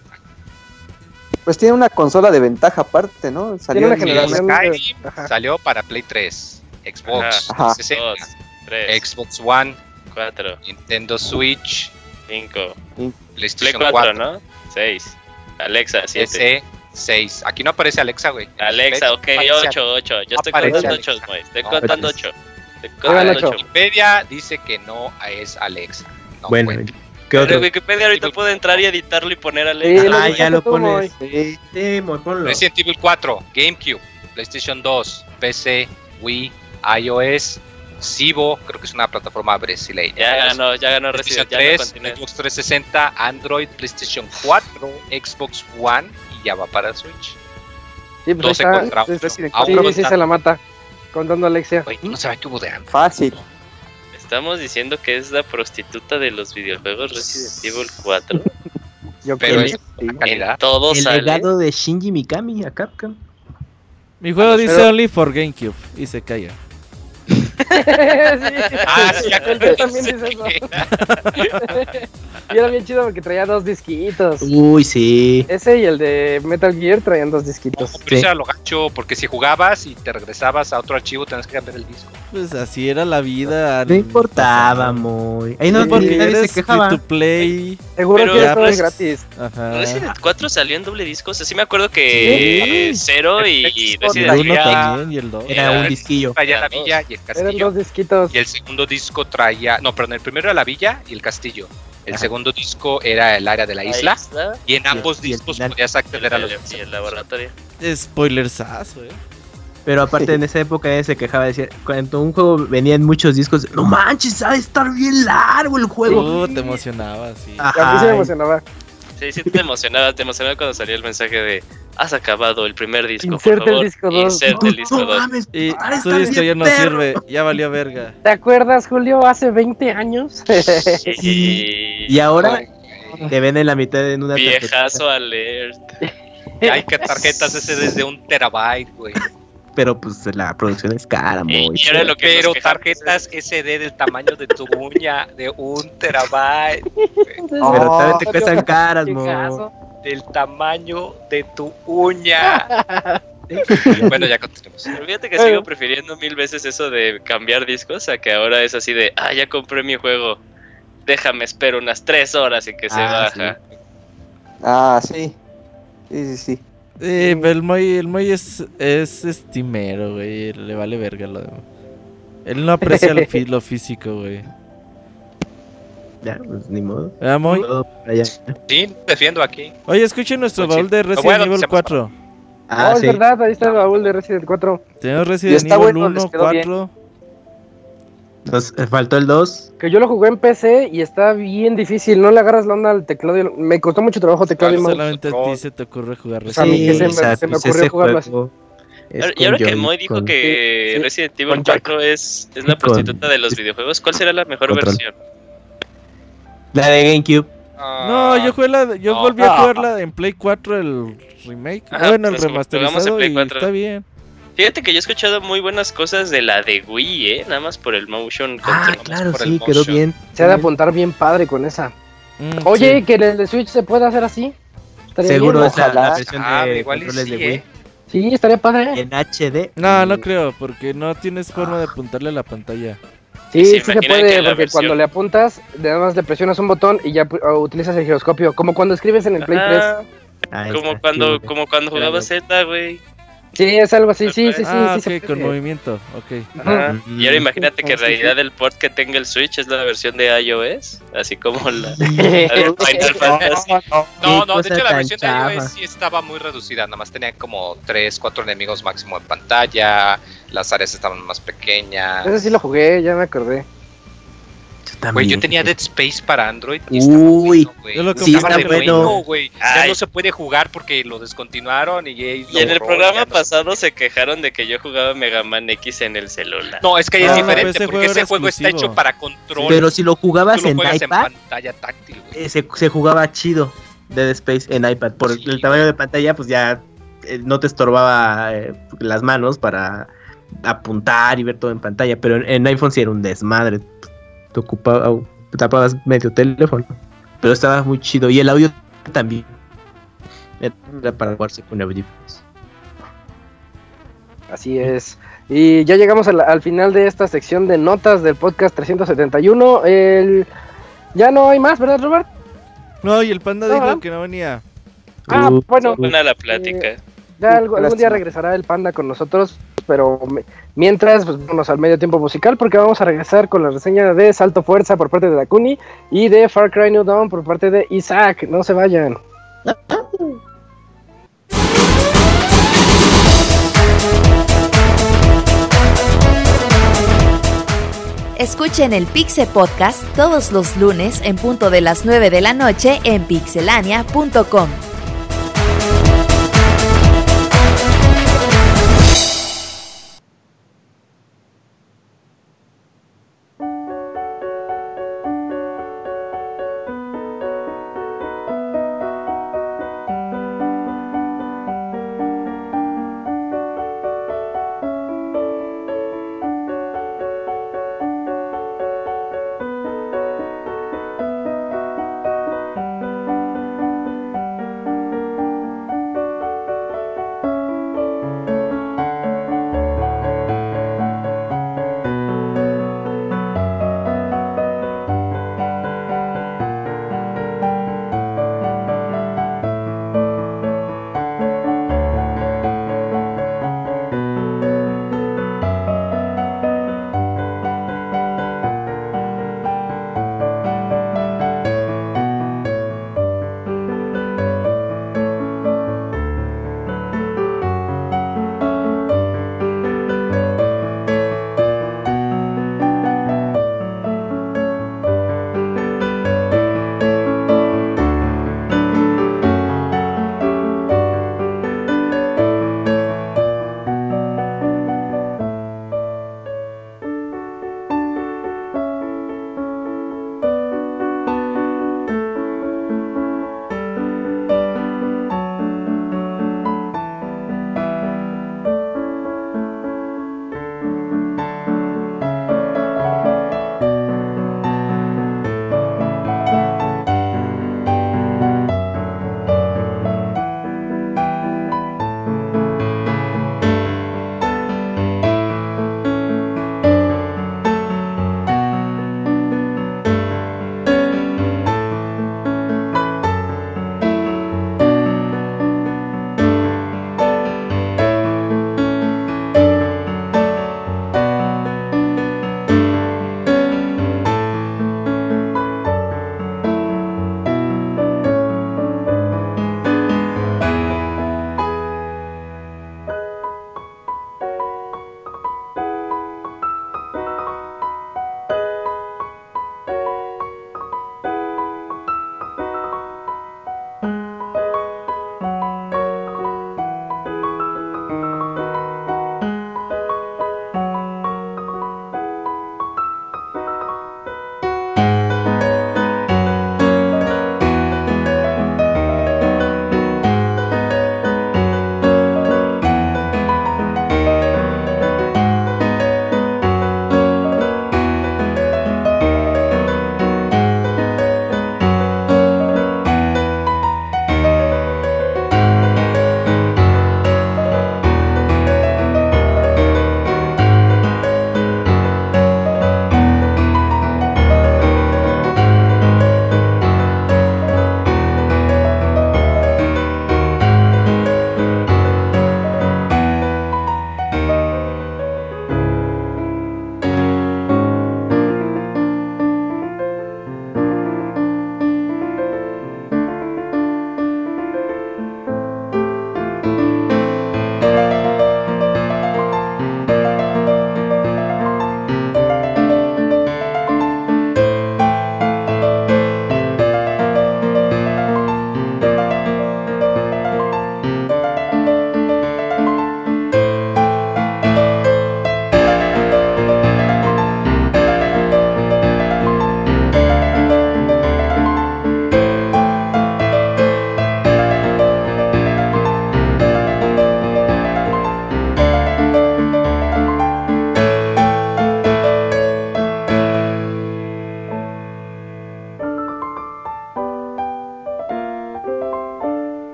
Pues tiene una consola de ventaja aparte, ¿no? Tiene una en- generación de- Skyrim Ajá. salió para Play 3, Xbox Ajá. 60, 2, 3, Xbox One, 4, Nintendo Switch, 5. Play PlayStation 4, 4, ¿no? 6. Alexa, 7. PC 6. Aquí no aparece Alexa, güey. Alexa, ok, Aparece 8. Yo estoy aparece contando Alexa. 8, Moy. Estoy contando 8. Estoy Oigan, contando ocho. 8. Wikipedia dice que no es Alexa. No Bueno, cuenta. ¿qué Pero otro? Wikipedia ahorita puede entrar y editarlo y poner Sí, Alexa. lo Ah, buscaste ya lo tú, pones. Moy. Sí, Moy, ponlo. Resident Evil 4, GameCube, PlayStation 2, PC, Wii, iOS, Cibo, creo que es una plataforma brasileña. Ya ganó PlayStation Resident. Ya no 3, continúe. Xbox 360, Android, PlayStation 4, Xbox One y ya va para Switch. Sí, pues 12 ahí está. contra Sí, 8. sí, sí, se la mata. Contando Alexia. Oye, no sabe qué hubo de antes. Fácil. Estamos diciendo que es la prostituta de los videojuegos Resident Evil 4. Yo Pero creo. es una calidad. En todo El sale. legado de Shinji Mikami a Capcom. Mi juego dice pero- only for GameCube y se calla. Ah, sí, ya El Fer también dice eso. Y era bien chido porque traía 2 disquitos. Uy, sí. Ese y el de Metal Gear traían 2 disquitos. Pero eso era lo gacho, porque si jugabas y te regresabas a otro archivo, tenías que cambiar el disco. Pues así era la vida. No importaba, Moy. Ahí no, No, porque nadie eres se quejaba. free to play. Seguro Pero que ya, todo es pues, gratis. Ajá. Resident 4 salió en doble disco. O sea, sí me acuerdo que 0 y El Resident 1 Evil. también y el 2. Era un disquillo. Traía la Dos. villa y el Eran castillo. 2 disquitos. Y el segundo disco traía. No, perdón, el primero era la villa y el castillo. El Ajá. segundo disco era el área de la isla. Y en ambos y el discos final. podías acceder a los. Y el laboratorio. Spoilersazo, Pero aparte en esa época nadie se quejaba, decía, cuando un juego venía en muchos discos, no manches, ha de estar bien largo el juego. Te emocionaba, sí. A mí sí me emocionaba. Sí, sí te emocionaba cuando salía el mensaje de has acabado el primer disco, Inserte por el favor. disco dos. Inserte el disco No 2. mames, Y ha de su estar disco bien ya no perro. sirve, ya valió verga. ¿Te acuerdas, Julio? Hace 20 años. Y ahora te ven en la mitad en una Viejazo alert. Hay que tarjetas ese desde 1 terabyte, güey. pero pues la producción es cara, muy. Y ahora lo que Pero nos quejamos tarjetas SD del tamaño de tu uña, de 1 terabyte. Pero también te cuestan caras, Qué mo. caso. Del tamaño de tu uña. Bueno, ya continuamos. Pero fíjate que sigo prefiriendo 1000 veces eso de cambiar discos a que ahora es así de, ya compré mi juego, déjame espero unas 3 horas y que se baja. Ah, sí. Sí. Pero el Moy es estimero, güey. Le vale verga lo demás. Él no aprecia lo físico, güey. Ya, pues ni modo. ¿Verdad, Moy? Todo para allá. Sí, defiendo aquí. Oye, escuchen nuestro Pues sí. baúl de Resident Bueno, Evil se 4. Ah, es sí. verdad, ahí está el baúl de Resident 4. Tenemos Y Resident está Evil bueno, les 1, quedó bien. 4. Nos faltó el 2. Que yo lo jugué en PC y está bien difícil. No le agarras la onda al teclado. Me costó mucho trabajo teclado y mouse. Solamente a ti se te ocurre jugar a mí que Resident se Evil. me- se me ocurrió jugarlo así. Y ahora que Moy dijo que Sí, Resident Evil con 4 es la prostituta de los videojuegos, ¿cuál será la mejor Control. versión? La de GameCube. No, yo jugué yo no. volví a jugarla en Play 4 el remake. Ajá, bueno, el pues, jugamos en remasterizado Play y 4. está bien. Fíjate que yo he escuchado muy buenas cosas de la de Wii, nada más por el motion control. Claro, por sí, el quedó motion. bien. Se ha de apuntar bien padre con esa. Oye, Sí. que el de Switch se puede hacer así. Estaría Seguro bien, es la ojalá. versión Ah, de igual y controles sí, de Wii. ¿eh? Sí, estaría padre. En HD. No creo, porque no tienes forma de apuntarle a la pantalla. Sí, ¿Se sí se imaginan puede, que la porque versión- cuando le apuntas, nada más le presionas un botón y ya utilizas el giroscopio, como cuando escribes en el Play 3. Ajá, Ahí como está, cuando, qué como cuando Era jugaba loco. Z, güey. Sí, es algo así, sí, sí, sí, Ah, sí, ok, se con puede. movimiento, ok. Ajá. Y ahora imagínate que en Sí, sí, sí. realidad el port que tenga el Switch es la versión de iOS, así como la de Final Fantasy. No, Qué de cosa hecho la tan versión de chafa. iOS sí estaba muy reducida, nada más tenía como 3, 4 enemigos máximo en pantalla, las áreas estaban más pequeñas. Ese sí lo jugué, ya me acordé. Güey, yo también, tenía fíjate. Dead Space para Android y estaba Uy, bueno, güey. yo lo sí, Estaba está re bueno. güey. Ya Ay. no se puede jugar porque lo descontinuaron y Y en el programa pasado se quejaron de que yo jugaba Mega Man X en el celular. No, es que ahí es No, diferente ese porque juego ese era juego está exclusivo. hecho para control. Pero si lo Tú jugabas lo en juegas en iPad, pantalla táctil, güey. se jugaba chido Dead Space en iPad. Por Sí, el tamaño güey. de pantalla, pues ya no te estorbaba las manos para apuntar y ver todo en pantalla. Pero en iPhone sí era un desmadre. Te tapabas medio teléfono. Pero estaba muy chido. Y el audio también. Era para jugarse con audífonos. Así es. Y ya llegamos al final de esta sección de notas del podcast 371. Ya no hay más, ¿verdad, Robert? No, y el panda No, dijo ¿verdad? que no venía. Ah, bueno. Buena la plática. Ya algún día lástima. regresará el panda con nosotros, pero mientras, pues vámonos al medio tiempo musical porque vamos a regresar con la reseña de Salto Fuerza por parte de Dakuni y de Far Cry New Dawn por parte de Isaac. No se vayan. Escuchen el Pixe Podcast todos los lunes en punto de las 9 de la noche en pixelania.com.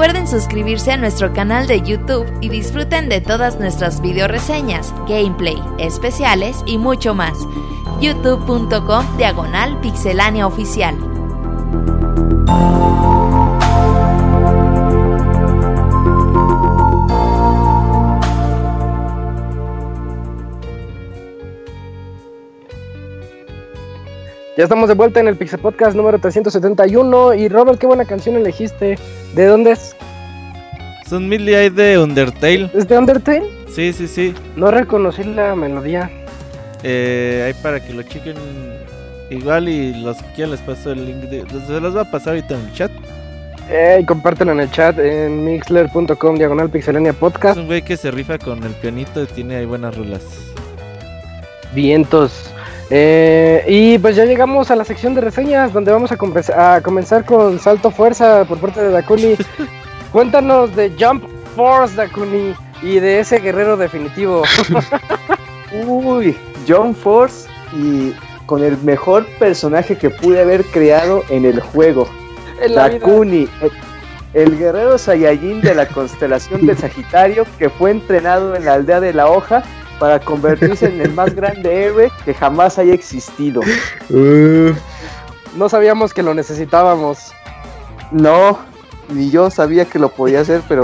Recuerden suscribirse a nuestro canal de YouTube y disfruten de todas nuestras video reseñas, gameplay, especiales y mucho más. youtube.com/Pixelania Oficial. Ya estamos de vuelta en el Pixel Podcast número 371. Y Robert, qué buena canción elegiste. ¿De dónde es? Son Midley de Undertale. ¿Es de Undertale? Sí. No reconocí la melodía. Ahí para que lo chequen. Igual y los que quieran les paso el link. Se los va a pasar ahorita en el chat. Y compártelo en el chat en mixler.com/Pixelania Podcast. Es un güey que se rifa con el pianito y tiene ahí buenas rolas. Vientos. Y pues ya llegamos a la sección de reseñas, donde vamos a comenzar con Salto Fuerza por parte de Dakuni. Cuéntanos de Jump Force, Dakuni, y de ese guerrero definitivo. Uy, Jump Force, y con el mejor personaje que pude haber creado en el juego, Dakuni, el guerrero Saiyajin de la constelación de Sagitario, que fue entrenado en la aldea de la hoja para convertirse en el más grande héroe que jamás haya existido. No sabíamos que lo necesitábamos. No, ni yo sabía que lo podía hacer, pero...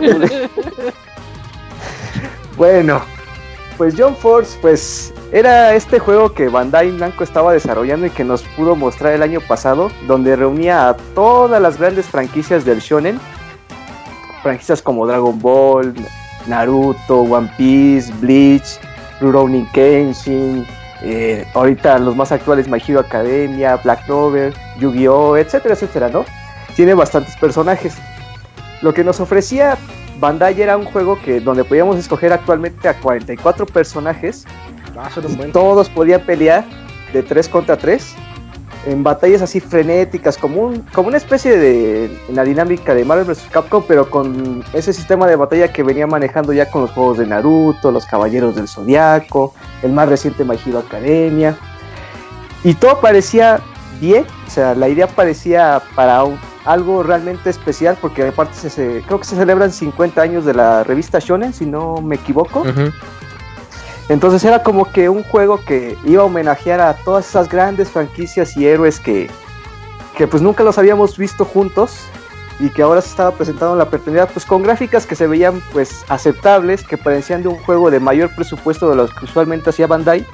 Bueno, pues Jump Force, pues era este juego que Bandai Namco estaba desarrollando y que nos pudo mostrar el año pasado, donde reunía a todas las grandes franquicias del shonen, franquicias como Dragon Ball, Naruto, One Piece, Bleach, Rurouni Kenshin, ahorita los más actuales My Hero Academia, Black Clover, Yu-Gi-Oh, etcétera, ¿no? Tiene bastantes personajes. Lo que nos ofrecía Bandai era un juego donde podíamos escoger actualmente a 44 personajes. Todos podían pelear de 3 contra 3 en batallas así frenéticas, como una especie de la dinámica de Marvel vs. Capcom, pero con ese sistema de batalla que venía manejando ya con los juegos de Naruto, los Caballeros del Zodiaco, el más reciente My Hero Academia, y todo parecía bien. O sea, la idea parecía para algo realmente especial, porque aparte creo que se celebran 50 años de la revista Shonen, si no me equivoco. Uh-huh. Entonces era como que un juego que iba a homenajear a todas esas grandes franquicias y héroes que pues nunca los habíamos visto juntos, y que ahora se estaba presentando en la oportunidad, pues con gráficas que se veían pues aceptables, que parecían de un juego de mayor presupuesto de los que usualmente hacía Bandai.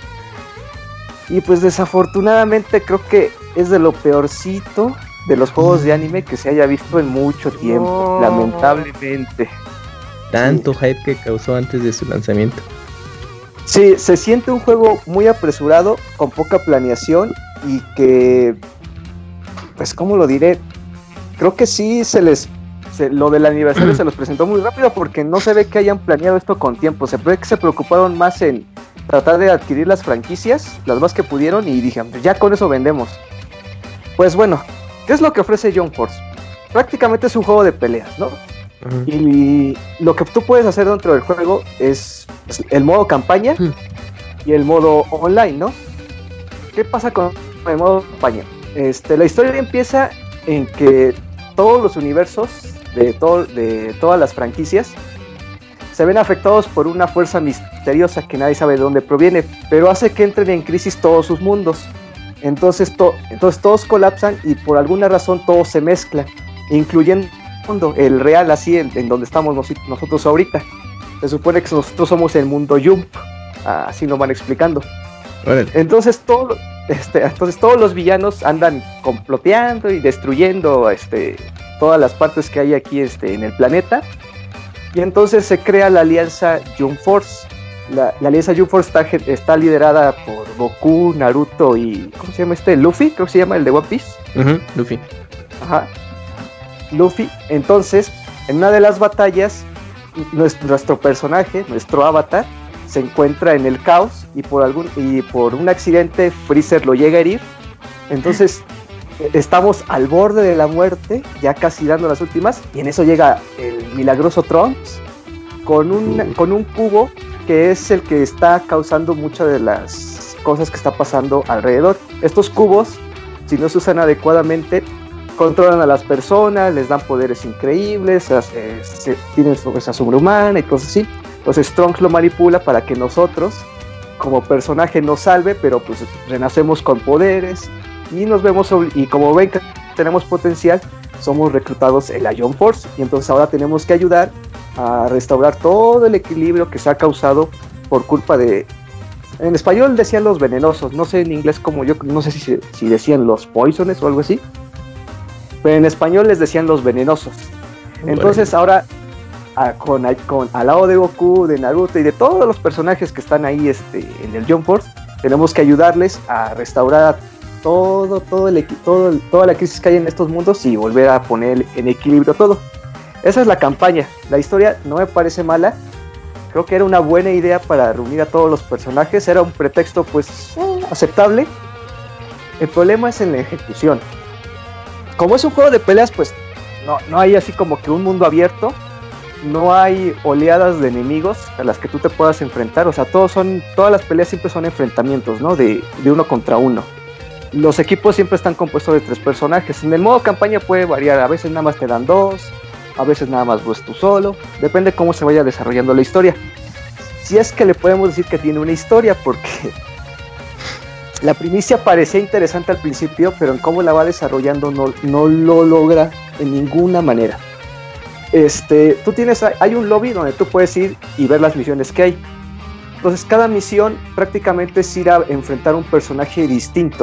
Y pues desafortunadamente creo que es de lo peorcito de los juegos de anime que se haya visto en mucho tiempo, lamentablemente. Tanto hype que causó antes de su lanzamiento. Sí, se siente un juego muy apresurado, con poca planeación, y que, pues, ¿cómo lo diré? Creo que sí lo del aniversario se los presentó muy rápido, porque no se ve que hayan planeado esto con tiempo. Se ve que se preocuparon más en tratar de adquirir las franquicias, las más que pudieron, y dijeron, ya con eso vendemos. Pues bueno, ¿qué es lo que ofrece Jump Force? Prácticamente es un juego de peleas, ¿no? Uh-huh. Y lo que tú puedes hacer dentro del juego es el modo campaña y el modo online, ¿no? ¿Qué pasa con el modo campaña? La historia empieza en que todos los universos de todas las franquicias se ven afectados por una fuerza misteriosa que nadie sabe de dónde proviene, pero hace que entren en crisis todos sus mundos. Entonces todos colapsan y por alguna razón todo se mezcla, incluyendo el real, así en donde estamos nosotros ahorita. Se supone que nosotros somos el mundo Jump, así nos van explicando. Entonces todos los villanos andan comploteando y destruyendo todas las partes que hay aquí en el planeta, y entonces se crea la alianza Jump Force. La alianza Jump Force está liderada por Goku, Naruto y ¿cómo se llama Luffy? Creo que se llama el de One Piece. Uh-huh, Luffy. Ajá. Luffy. Entonces, en una de las batallas, nuestro personaje, nuestro avatar, se encuentra en el caos y por un accidente Freezer lo llega a herir. Entonces estamos al borde de la muerte, ya casi dando las últimas, y en eso llega el milagroso Trunks con un cubo que es el que está causando muchas de las cosas que está pasando alrededor. Estos cubos, si no se usan adecuadamente, controlan a las personas, les dan poderes increíbles, tienen fuerza sobrehumana y cosas así. Entonces Trunks lo manipula para que nosotros, como personaje, nos salve, pero pues renacemos con poderes y nos vemos, y como ven que tenemos potencial, somos reclutados en la Jump Force, y entonces ahora tenemos que ayudar a restaurar todo el equilibrio que se ha causado por culpa de... En español decían los venenosos, no sé en inglés como yo, no sé si decían los poisones o algo así, pero en español les decían los venenosos. Entonces ahora, al lado de Goku, de Naruto y de todos los personajes que están ahí en el Jump Force, tenemos que ayudarles a restaurar toda la crisis que hay en estos mundos y volver a poner en equilibrio todo. Esa es la campaña. La historia no me parece mala. Creo que era una buena idea para reunir a todos los personajes. Era un pretexto pues aceptable. El problema es en la ejecución. Como es un juego de peleas, pues no hay así como que un mundo abierto. No hay oleadas de enemigos a las que tú te puedas enfrentar. O sea, todas las peleas siempre son enfrentamientos, ¿no? De uno contra uno. Los equipos siempre están compuestos de 3 personajes. En el modo campaña puede variar. A veces nada más te dan 2. A veces nada más vas tú solo. Depende cómo se vaya desarrollando la historia. Si es que le podemos decir que tiene una historia, porque la primicia parecía interesante al principio, pero en cómo la va desarrollando no lo logra en ninguna manera. Hay un lobby donde tú puedes ir y ver las misiones que hay. Entonces cada misión prácticamente es ir a enfrentar un personaje distinto,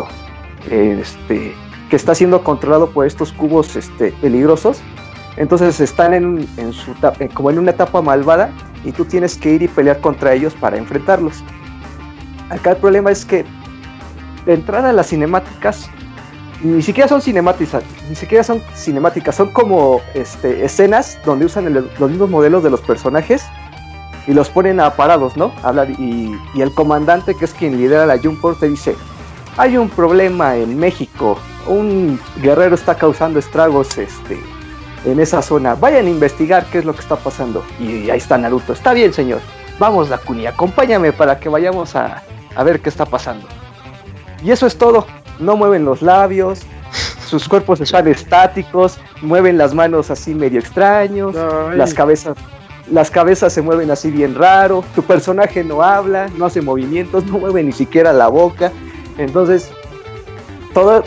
que está siendo controlado por estos cubos peligrosos. Entonces están como en una etapa malvada y tú tienes que ir y pelear contra ellos para enfrentarlos. Acá el problema es que de entrada a las cinemáticas ni siquiera son cinemáticas, son como escenas donde usan los mismos modelos de los personajes y los ponen parados, ¿no? Hablar y el comandante, que es quien lidera la Jump Force, te dice: hay un problema en México, un guerrero está causando estragos en esa zona, vayan a investigar qué es lo que está pasando. Y ahí está Naruto: está bien, señor, vamos, Dakuni, acompáñame para que vayamos a ver qué está pasando. Y eso es todo. No mueven los labios, sus cuerpos están estáticos, mueven las manos así medio extraños, las cabezas se mueven así bien raro, tu personaje no habla, no hace movimientos, no mueve ni siquiera la boca. Entonces toda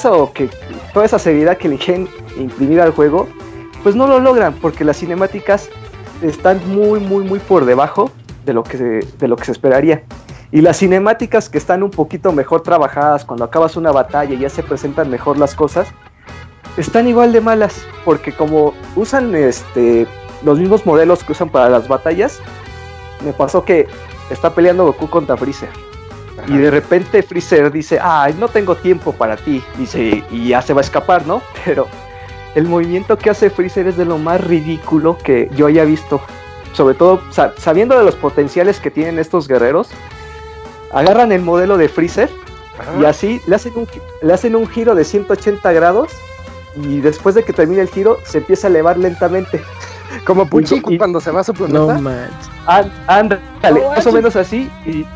esa seriedad que le quieren imprimir al juego, pues no lo logran, porque las cinemáticas están muy por debajo de lo que se esperaría. Y las cinemáticas que están un poquito mejor trabajadas, cuando acabas una batalla y ya se presentan mejor las cosas, están igual de malas, porque como usan los mismos modelos que usan para las batallas, me pasó que está peleando Goku contra Freezer. Ajá. Y de repente Freezer dice: ay, no tengo tiempo para ti, dice, y ya se va a escapar, ¿no? Pero el movimiento que hace Freezer es de lo más ridículo que yo haya visto, sobre todo sabiendo de los potenciales que tienen estos guerreros. Agarran el modelo de Freezer. Ajá. Y así le hacen un giro de 180 grados, y después de que termine el giro se empieza a elevar lentamente. Como Puchiku cuando se va a su planeta. No manches. Ándale, más o menos así. Y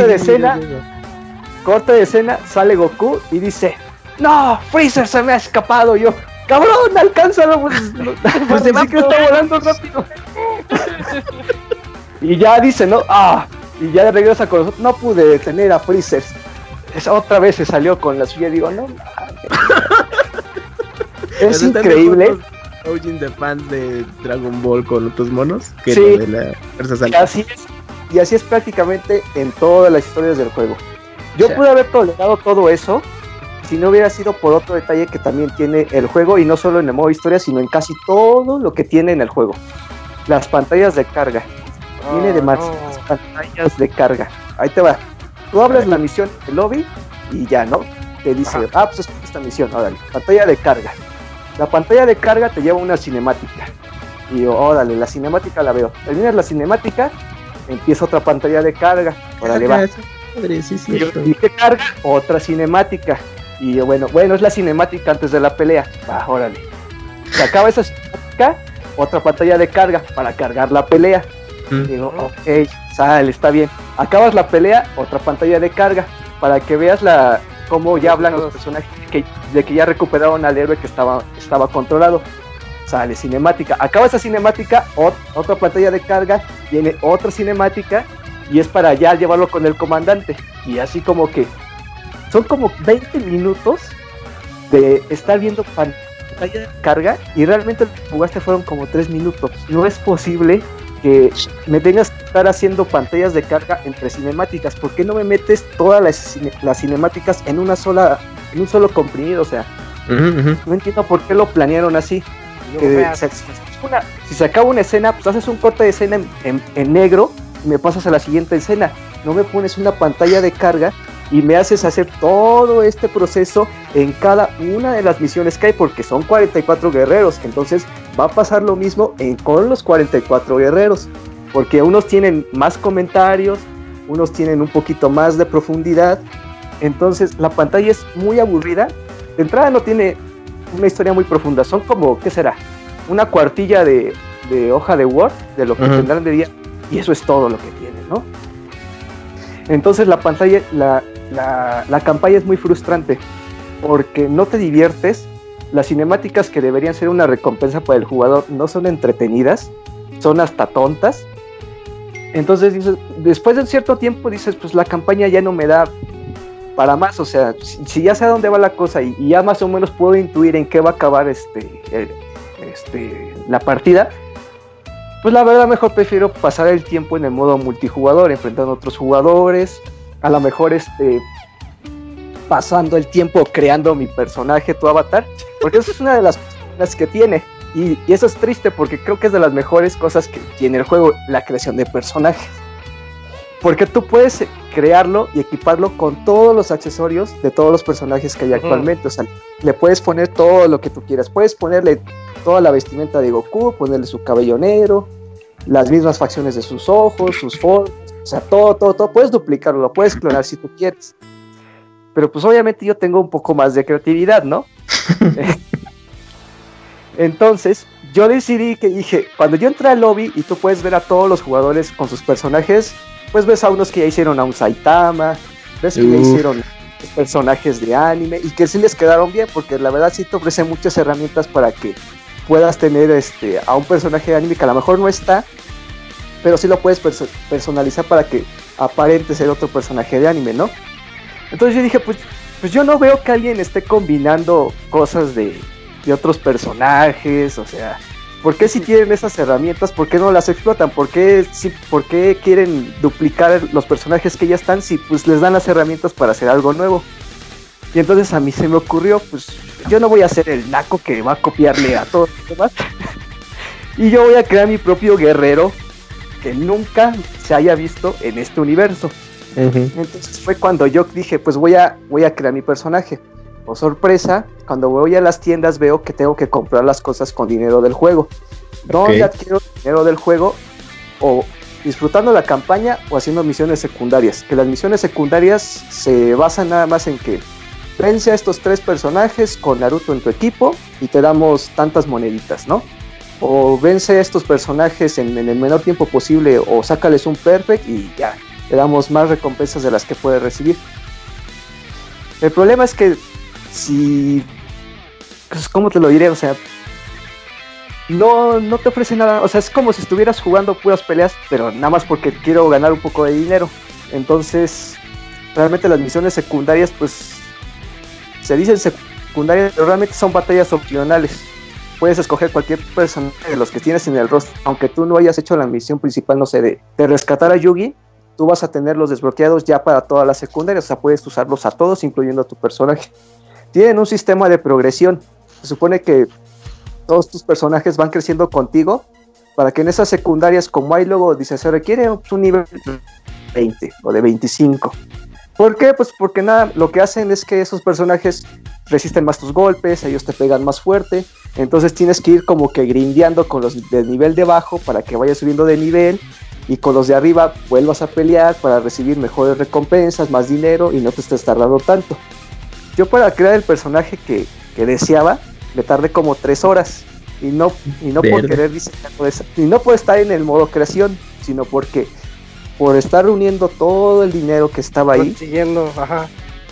corte de escena, sale Goku y dice: no, Freezer se me ha escapado. Yo: cabrón, alcánzalo, pues que está volando rápido. Y ya dice: no, y ya regresa con nosotros: no pude detener a Freezer. Otra vez se salió con la suya. Digo: no, es increíble. Coaching de fans de Dragon Ball con otros monos, que sí, lo de la Fuerza Santa. Y así es prácticamente en todas las historias del juego. Yo pude haber tolerado todo eso si no hubiera sido por otro detalle que también tiene el juego, y no solo en el modo historia, sino en casi todo lo que tiene en el juego: las pantallas de carga. Tiene demasiadas pantallas de carga. Ahí te va. Tú abres la misión del lobby y ya, ¿no? Te dice: pues es esta misión, órale, pantalla de carga. La pantalla de carga te lleva a una cinemática. Y yo: órale, la cinemática la veo. Terminas la cinemática, empieza otra pantalla de carga. Órale, va. Y te carga otra cinemática. Y yo: bueno, es la cinemática antes de la pelea. Va, órale. Se acaba esa cinemática, otra pantalla de carga para cargar la pelea. Digo: ok, sale, está bien. Acabas la pelea, otra pantalla de carga para que veas como ya hablan los personajes de que ya recuperaron al héroe que estaba controlado. Sale cinemática, acaba esa cinemática, otra pantalla de carga, viene otra cinemática y es para ya llevarlo con el comandante. Y así como que son como 20 minutos de estar viendo pantalla de carga y realmente lo que jugaste fueron como 3 minutos. No es posible que me tengas que estar haciendo pantallas de carga entre cinemáticas. ¿Por qué no me metes todas las cinemáticas en un solo comprimido? O sea, no entiendo por qué lo planearon así. Si se acaba una escena, pues haces un corte de escena en negro y me pasas a la siguiente escena. No me pones una pantalla de carga y me haces hacer todo este proceso en cada una de las misiones que hay, porque son 44 guerreros. Entonces va a pasar lo mismo con los 44 guerreros, porque unos tienen más comentarios, unos tienen un poquito más de profundidad. Entonces la pantalla es muy aburrida. De entrada no tiene una historia muy profunda, son como, ¿qué será? Una cuartilla de hoja de Word, de lo que tendrán de día, y eso es todo lo que tiene, ¿no? Entonces la pantalla, la campaña es muy frustrante, porque no te diviertes, las cinemáticas que deberían ser una recompensa para el jugador no son entretenidas, son hasta tontas. Entonces dices, después de un cierto tiempo dices, pues la campaña ya no me da para más, o sea, si ya sé a dónde va la cosa y ya más o menos puedo intuir en qué va a acabar la partida, pues la verdad mejor prefiero pasar el tiempo en el modo multijugador, enfrentando a otros jugadores, a lo mejor pasando el tiempo creando mi personaje, tu avatar, porque eso es una de las cosas que tiene, y eso es triste porque creo que es de las mejores cosas que tiene el juego, la creación de personajes. Porque tú puedes crearlo y equiparlo con todos los accesorios de todos los personajes que hay actualmente. O sea, le puedes poner todo lo que tú quieras. Puedes ponerle toda la vestimenta de Goku, ponerle su cabello negro, las mismas facciones de sus ojos, sus formas. O sea, todo. Puedes duplicarlo, lo puedes clonar si tú quieres. Pero pues obviamente yo tengo un poco más de creatividad, ¿no? Entonces, yo decidí que dije, cuando yo entré al lobby y tú puedes ver a todos los jugadores con sus personajes, pues ves a unos que ya hicieron a un Saitama, ves que ya hicieron personajes de anime y que sí les quedaron bien, porque la verdad sí te ofrece muchas herramientas para que puedas tener a un personaje de anime que a lo mejor no está, pero sí lo puedes personalizar para que aparente ser otro personaje de anime, ¿no? Entonces yo dije, pues yo no veo que alguien esté combinando cosas de otros personajes, o sea, ¿por qué si tienen esas herramientas, por qué no las explotan? ¿Por qué quieren duplicar los personajes que ya están si pues les dan las herramientas para hacer algo nuevo? Y entonces a mí se me ocurrió, pues yo no voy a ser el naco que va a copiarle a todos los demás. Y yo voy a crear mi propio guerrero que nunca se haya visto en este universo. Entonces fue cuando yo dije, pues voy a crear mi personaje. Oh, sorpresa, cuando voy a las tiendas veo que tengo que comprar las cosas con dinero del juego. ¿Dónde adquiero dinero del juego? O disfrutando la campaña o haciendo misiones secundarias. Que las misiones secundarias se basan nada más en que vence a estos 3 personajes con Naruto en tu equipo y te damos tantas moneditas, ¿no? O vence a estos personajes en el menor tiempo posible o sácales un perfect y ya, te damos más recompensas de las que puedes recibir. El problema es que pues, ¿cómo te lo diré? O sea, no te ofrece nada, o sea, es como si estuvieras jugando puras peleas, pero nada más porque quiero ganar un poco de dinero. Entonces, realmente las misiones secundarias, pues, se dicen secundarias, pero realmente son batallas opcionales. Puedes escoger cualquier personaje de los que tienes en el roster, aunque tú no hayas hecho la misión principal, no sé, de rescatar a Yugi, tú vas a tenerlos desbloqueados ya para todas las secundarias, o sea, puedes usarlos a todos, incluyendo a tu personaje. Tienen un sistema de progresión. Se supone que todos tus personajes van creciendo contigo para que en esas secundarias, como hay luego, dice, se requiere un nivel de 20 o de 25. ¿Por qué? Pues porque nada, lo que hacen es que esos personajes resisten más tus golpes, ellos te pegan más fuerte, entonces tienes que ir como que grindeando con los del nivel de abajo para que vayas subiendo de nivel y con los de arriba vuelvas a pelear para recibir mejores recompensas, más dinero y no te estés tardando tanto. Yo para crear el personaje que deseaba me tardé como 3 horas y no por querer diseñarlo y no por estar en el modo creación, sino porque por estar reuniendo todo el dinero que estaba ahí,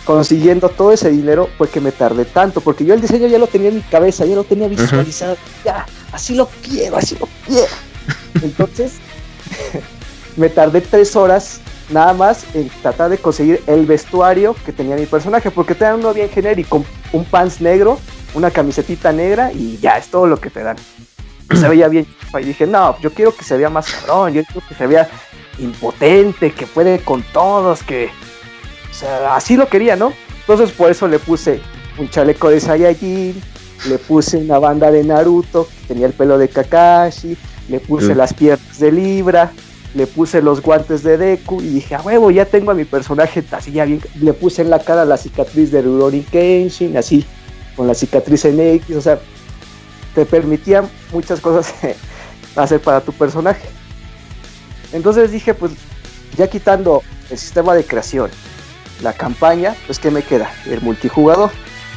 consiguiendo todo ese dinero fue que me tardé tanto, porque yo el diseño ya lo tenía en mi cabeza, ya lo tenía visualizado, ya, así lo quiero. Entonces, me tardé 3 horas nada más en tratar de conseguir el vestuario que tenía mi personaje, porque te dan uno bien genérico, un pants negro, una camisetita negra y ya, es todo lo que te dan. Se veía bien, y dije, no, yo quiero que se vea más cabrón, yo quiero que se vea impotente, que puede con todos, que... O sea, así lo quería, ¿no? Entonces por eso le puse un chaleco de Saiyajin, le puse una banda de Naruto, que tenía el pelo de Kakashi, le puse las piernas de Libra, le puse los guantes de Deku, y dije, a huevo, ya tengo a mi personaje así ya bien. Le puse en la cara la cicatriz de Rurouni Kenshin, así, con la cicatriz en X, o sea, te permitía muchas cosas hacer para tu personaje. Entonces dije, pues, ya quitando el sistema de creación, la campaña, pues ¿qué me queda? El multijugador.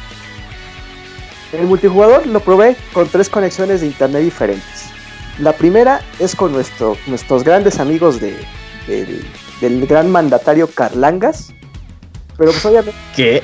El multijugador lo probé con 3 conexiones de internet diferentes. La primera es con nuestros grandes amigos del gran mandatario Carlangas, pero pues obviamente... ¿Qué?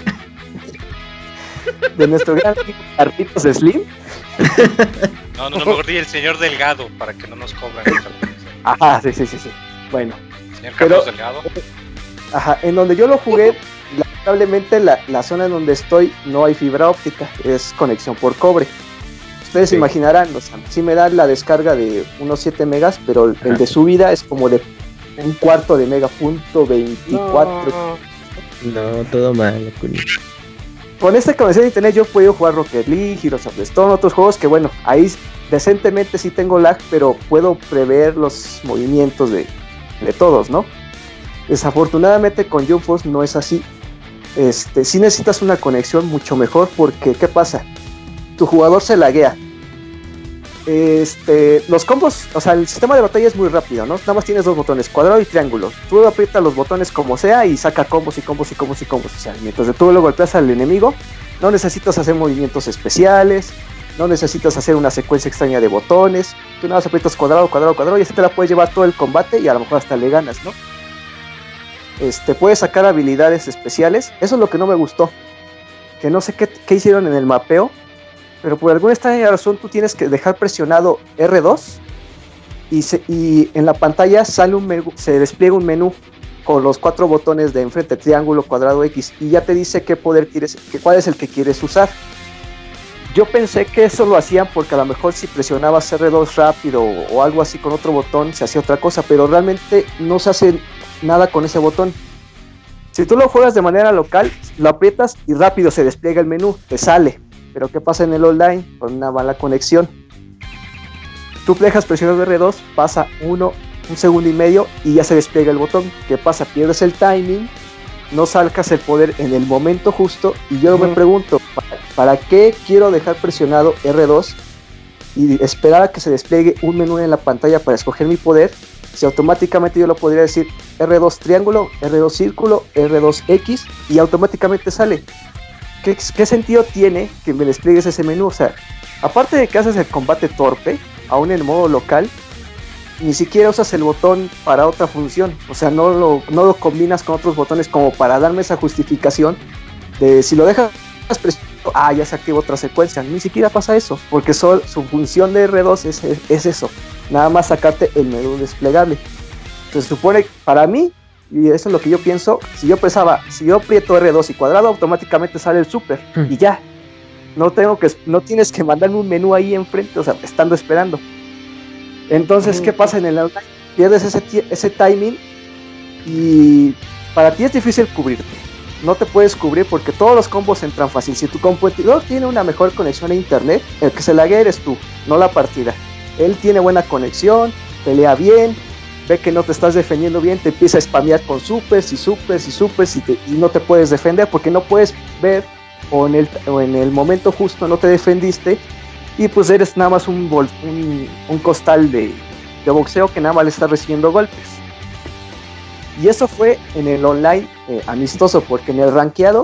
De nuestro gran amigo Carlitos Slim. No, mejor di el señor Delgado, para que no nos cobran. Ajá, sí. Bueno. Señor Carlos Delgado. Ajá, en donde yo lo jugué, lamentablemente la zona en donde estoy no hay fibra óptica, es conexión por cobre. Ustedes se imaginarán, o sea, sí me da la descarga de unos 7 megas, pero el de subida es como de un cuarto de mega, .24. No, todo mal. Con esta conexión de internet yo he podido jugar Rocket League, Heroes of the Storm, otros juegos que bueno, ahí decentemente sí tengo lag, pero puedo prever los movimientos de todos, ¿no? Desafortunadamente con Jump Force no es así. Sí necesitas una conexión mucho mejor, porque ¿qué pasa? Tu jugador se laguea. Los combos, o sea, el sistema de batalla es muy rápido, ¿no? Nada más tienes 2 botones, cuadrado y triángulo. Tú aprietas los botones como sea y saca combos. O sea, mientras tú lo golpeas al enemigo, no necesitas hacer movimientos especiales, no necesitas hacer una secuencia extraña de botones. Tú nada más aprietas cuadrado y así te la puedes llevar todo el combate y a lo mejor hasta le ganas, ¿no? Puedes sacar habilidades especiales. Eso es lo que no me gustó, que no sé qué hicieron en el mapeo, pero por alguna extraña razón tú tienes que dejar presionado R2 y en la pantalla se despliega un menú con los 4 botones de enfrente, triángulo, cuadrado, X, y ya te dice qué poder quieres, cuál es el que quieres usar. Yo pensé que eso lo hacían porque a lo mejor si presionabas R2 rápido o algo así con otro botón se hacía otra cosa, pero realmente no se hace nada con ese botón. Si tú lo juegas de manera local, lo aprietas y rápido se despliega el menú, te sale. Pero ¿qué pasa en el online? Con una mala conexión. Tú dejas presionado R2, pasa un segundo y medio y ya se despliega el botón. ¿Qué pasa? Pierdes el timing, no sacas el poder en el momento justo. Y yo me pregunto, ¿para qué quiero dejar presionado R2 y esperar a que se despliegue un menú en la pantalla para escoger mi poder? Si automáticamente yo lo podría decir R2 triángulo, R2 círculo, R2 X y automáticamente sale. ¿Qué sentido tiene que me despliegues ese menú? O sea, aparte de que haces el combate torpe, aún en modo local, ni siquiera usas el botón para otra función. O sea, no lo combinas con otros botones como para darme esa justificación de si lo dejas presionado, ya se activa otra secuencia. Ni siquiera pasa eso, porque su función de R2 es eso, nada más sacarte el menú desplegable. Se supone, para mí, y eso es lo que yo pienso, si yo aprieto R2 y cuadrado, automáticamente sale el super y ya. No tienes que mandarme un menú ahí enfrente, o sea, estando esperando. Entonces, ¿qué pasa en el online? Pierdes ese timing y para ti es difícil cubrirte. No te puedes cubrir porque todos los combos entran fácil. Si tu competidor tiene una mejor conexión a internet, el que se laguea eres tú, no la partida. Él tiene buena conexión, pelea bien, ve que no te estás defendiendo bien, te empieza a spamear con supers y no te puedes defender porque no puedes ver o en el momento justo no te defendiste y pues eres nada más un costal de boxeo que nada más le está recibiendo golpes. Y eso fue en el online amistoso, porque en el rankeado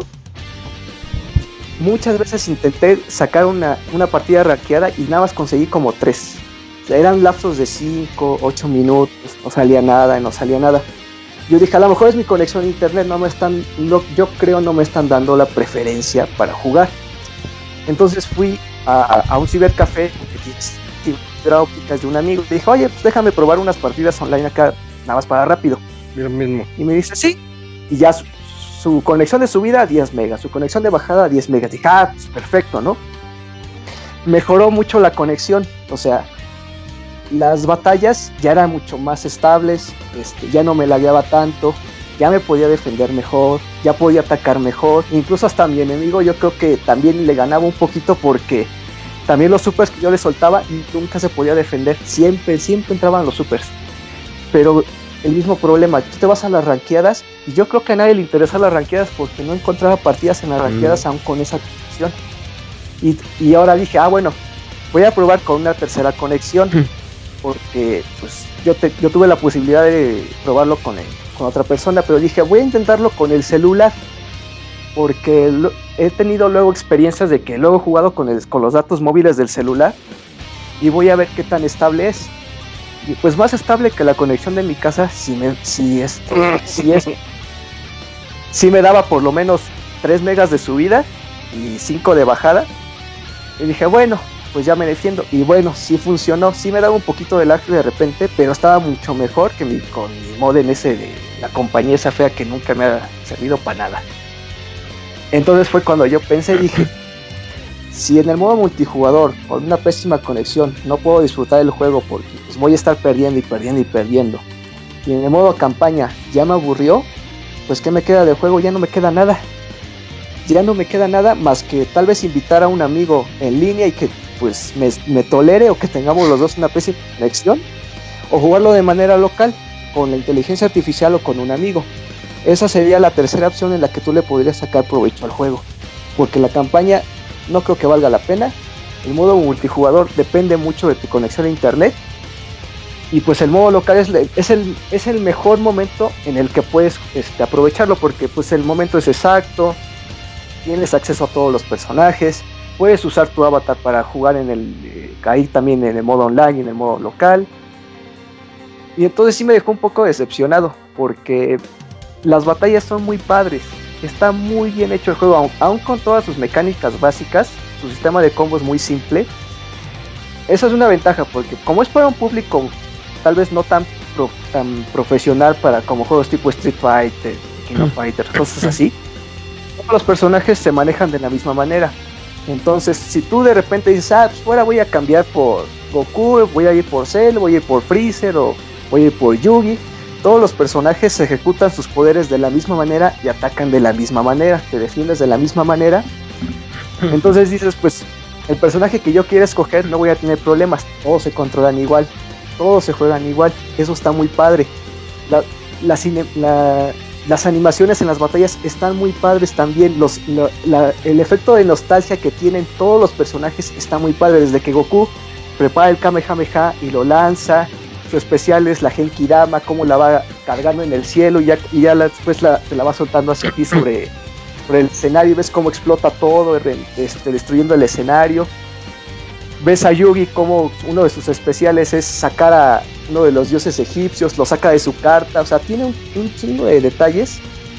muchas veces intenté sacar una partida rankeada y nada más conseguí como 3. O sea, eran lapsos de 5, 8 minutos, no salía nada. yo dije, a lo mejor es mi conexión a internet, yo creo no me están dando la preferencia para jugar. Entonces fui a un cibercafé que tiene fibra óptica de un amigo, y dije, oye, pues déjame probar unas partidas online acá, nada más para rápido. Lo mismo. Y me dice, sí, y ya su conexión de subida 10 megas, su conexión de bajada 10 megas. Dije, pues perfecto, ¿no? Mejoró mucho la conexión, o sea, las batallas ya eran mucho más estables, ya no me lagueaba tanto, ya me podía defender mejor, ya podía atacar mejor, incluso hasta mi enemigo yo creo que también le ganaba un poquito porque también los supers que yo le soltaba nunca se podía defender, siempre entraban los supers, pero el mismo problema, tú te vas a las ranqueadas y yo creo que a nadie le interesa las ranqueadas porque no encontraba partidas en las ranqueadas aún con esa conexión, y ahora dije, bueno, voy a probar con una tercera conexión, porque pues yo tuve la posibilidad de probarlo con otra persona, pero dije, voy a intentarlo con el celular, porque he tenido luego experiencias de que luego he jugado con los datos móviles del celular, y voy a ver qué tan estable es, y pues más estable que la conexión de mi casa, sí me daba por lo menos 3 megas de subida y 5 de bajada, y dije, bueno, pues ya me defiendo, y bueno, sí funcionó, sí me daba un poquito de lag de repente, pero estaba mucho mejor que con mi modem ese de la compañía esa fea que nunca me ha servido para nada. Entonces fue cuando yo pensé, dije, si en el modo multijugador, con una pésima conexión, no puedo disfrutar el juego porque pues voy a estar perdiendo, y en el modo campaña ya me aburrió, pues ¿qué me queda de juego? Ya no me queda nada más que tal vez invitar a un amigo en línea y que pues me tolere, o que tengamos los dos una pésima conexión, o jugarlo de manera local con la inteligencia artificial o con un amigo. Esa sería la tercera opción en la que tú le podrías sacar provecho al juego, porque la campaña no creo que valga la pena. El modo multijugador depende mucho de tu conexión a internet, y pues el modo local es el mejor momento en el que puedes aprovecharlo, porque pues el momento es exacto, tienes acceso a todos los personajes, puedes usar tu avatar para jugar ahí también en el modo online y en el modo local. Y entonces sí me dejó un poco decepcionado, porque las batallas son muy padres, está muy bien hecho el juego, aún con todas sus mecánicas básicas, su sistema de combos muy simple. Esa es una ventaja, porque como es para un público tal vez no tan profesional como juegos tipo Street Fighter, King of Fighters, cosas así, todos los personajes se manejan de la misma manera. Entonces, si tú de repente dices, pues ahora voy a cambiar por Goku, voy a ir por Cell, voy a ir por Freezer, o voy a ir por Yugi, todos los personajes ejecutan sus poderes de la misma manera y atacan de la misma manera, te defiendes de la misma manera. Entonces dices, pues el personaje que yo quiera escoger no voy a tener problemas, todos se controlan igual, todos se juegan igual, eso está muy padre. Las animaciones en las batallas están muy padres también, el efecto de nostalgia que tienen todos los personajes está muy padre, desde que Goku prepara el Kamehameha y lo lanza, su especial es la Genkidama, cómo la va cargando en el cielo y ya después te la va soltando hacia ti sobre el escenario, y ves cómo explota todo, destruyendo el escenario. Ves a Yugi como uno de sus especiales es sacar a uno de los dioses egipcios, lo saca de su carta, o sea, tiene un chingo de detalles,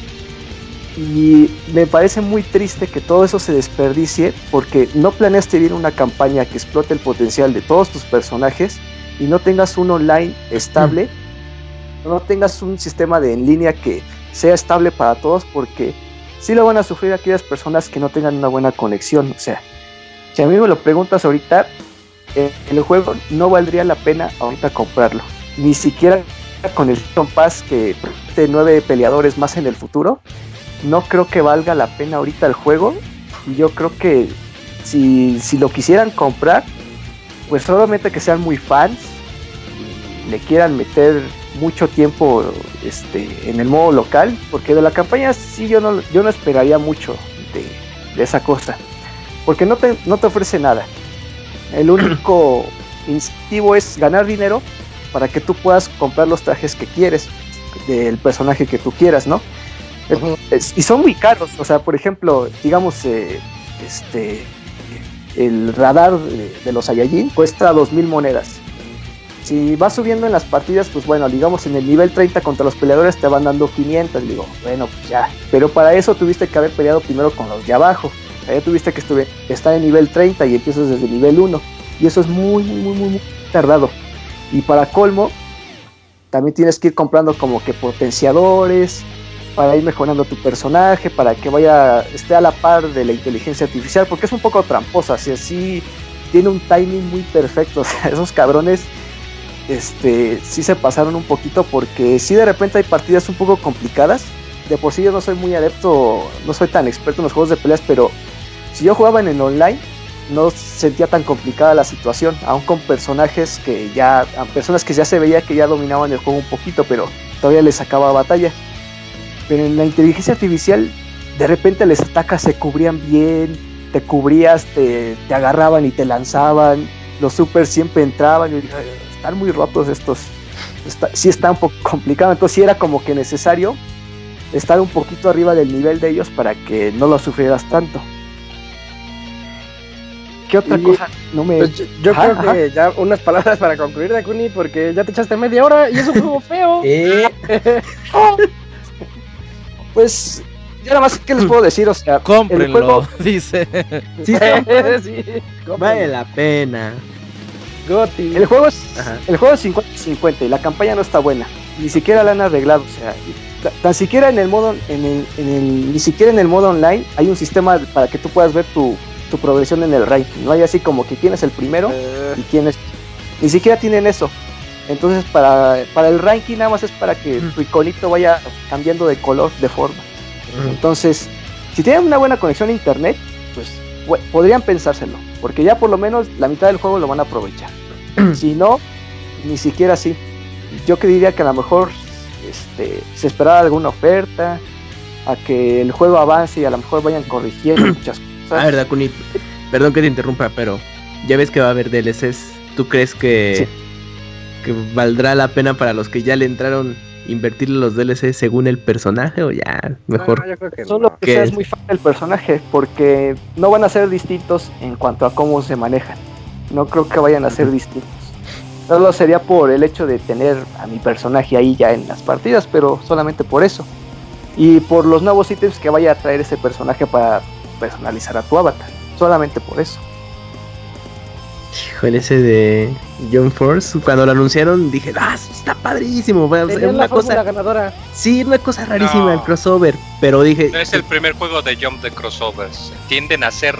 y me parece muy triste que todo eso se desperdicie, porque no planeaste bien una campaña que explote el potencial de todos tus personajes y no tengas un online estable, no tengas un sistema en línea que sea estable para todos, porque sí lo van a sufrir aquellas personas que no tengan una buena conexión. O sea, si a mí me lo preguntas ahorita, el juego no valdría la pena ahorita comprarlo, ni siquiera con el Season Pass que de 9 peleadores más en el futuro. No creo que valga la pena ahorita el juego, y yo creo que si lo quisieran comprar, pues solamente que sean muy fans y le quieran meter mucho tiempo en el modo local, porque de la campaña sí yo no esperaría mucho de esa cosa, porque no te ofrece nada. El único incentivo es ganar dinero para que tú puedas comprar los trajes que quieres del personaje que tú quieras, ¿no? Uh-huh. Y son muy caros, o sea, por ejemplo, digamos, el radar de los Saiyajin cuesta 2,000 monedas. Si vas subiendo en las partidas, pues bueno, digamos en el nivel 30 contra los peleadores te van dando 500, digo, bueno, pues ya. Pero para eso tuviste que haber peleado primero con los de abajo. O sea, ya tuviste que estar en nivel 30 y empiezas desde nivel 1. Y eso es muy tardado. Y para colmo, también tienes que ir comprando como que potenciadores para ir mejorando tu personaje, para que esté a la par de la inteligencia artificial, porque es un poco tramposa, así tiene un timing muy perfecto. O sea, esos cabrones sí se pasaron un poquito, porque sí de repente hay partidas un poco complicadas. De por sí yo no soy muy adepto, no soy tan experto en los juegos de peleas, pero si yo jugaba en el online no sentía tan complicada la situación, aún con personas que ya se veía que ya dominaban el juego un poquito, pero todavía les sacaba batalla. Pero en la inteligencia artificial de repente les atacas, se cubrían bien, te cubrías, te agarraban y te lanzaban, los supers siempre entraban, y dije, están muy rotos estos, sí está un poco complicado, entonces sí era como que necesario estar un poquito arriba del nivel de ellos para que no lo sufrieras tanto. ¿Qué otra cosa? Pues yo creo que ya unas palabras para concluir, Dakuni, porque ya te echaste media hora y es un juego feo. Pues ya nada más, ¿qué les puedo decir? O sea, cómprenlo, el juego dice. Sí, sí, vale la pena. Goti. El juego es 50-50 y la campaña no está buena. Ni siquiera la han arreglado, o sea, tan siquiera en el modo ni siquiera en el modo online hay un sistema para que tú puedas ver tu progresión en el ranking. No hay así como que quién es el primero y quién es, ni siquiera tienen eso. Entonces para el ranking nada más es para que tu iconito vaya cambiando de color, de forma. Entonces, si tienen una buena conexión a internet, pues podrían pensárselo, porque ya por lo menos la mitad del juego lo van a aprovechar. Si no, ni siquiera así. Yo que diría que a lo mejor se esperaba alguna oferta, a que el juego avance y a lo mejor vayan corrigiendo muchas cosas. A ver, Dakuni, perdón que te interrumpa, pero ya ves que va a haber DLCs. ¿Tú crees que valdrá la pena para los que ya le entraron invertirle los DLCs según el personaje, o ya mejor? No, yo creo que solo que seas muy fan del personaje, porque no van a ser distintos en cuanto a cómo se manejan. No creo que vayan a ser distintos. Solo sería por el hecho de tener a mi personaje ahí ya en las partidas, pero solamente por eso. Y por los nuevos ítems que vaya a traer ese personaje para personalizar a tu avatar. Solamente por eso. Híjole, ese de John Force, cuando lo anunciaron dije, está padrísimo. Tenía una cosa ganadora. Sí, una cosa rarísima el crossover, pero dije... No es el primer juego de Jump de crossovers. Tienden a ser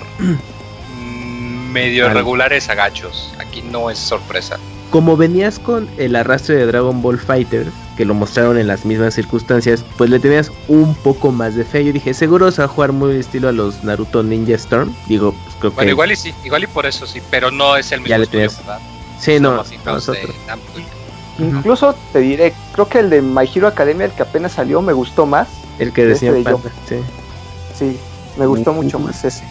medio regulares a gachos. Aquí no es sorpresa. Como venías con el arrastre de Dragon Ball Fighter, que lo mostraron en las mismas circunstancias, pues le tenías un poco más de fe. Yo dije, seguro se va a jugar muy estilo a los Naruto Ninja Storm. Digo, pues creo que... igual y sí, igual y por eso sí, pero no es el mismo estudio, ¿verdad? Sí, no, nosotros. Incluso te diré, creo que el de My Hero Academia, el que apenas salió, me gustó más. El que decía Panda, sí. Sí, me gustó mucho más ese.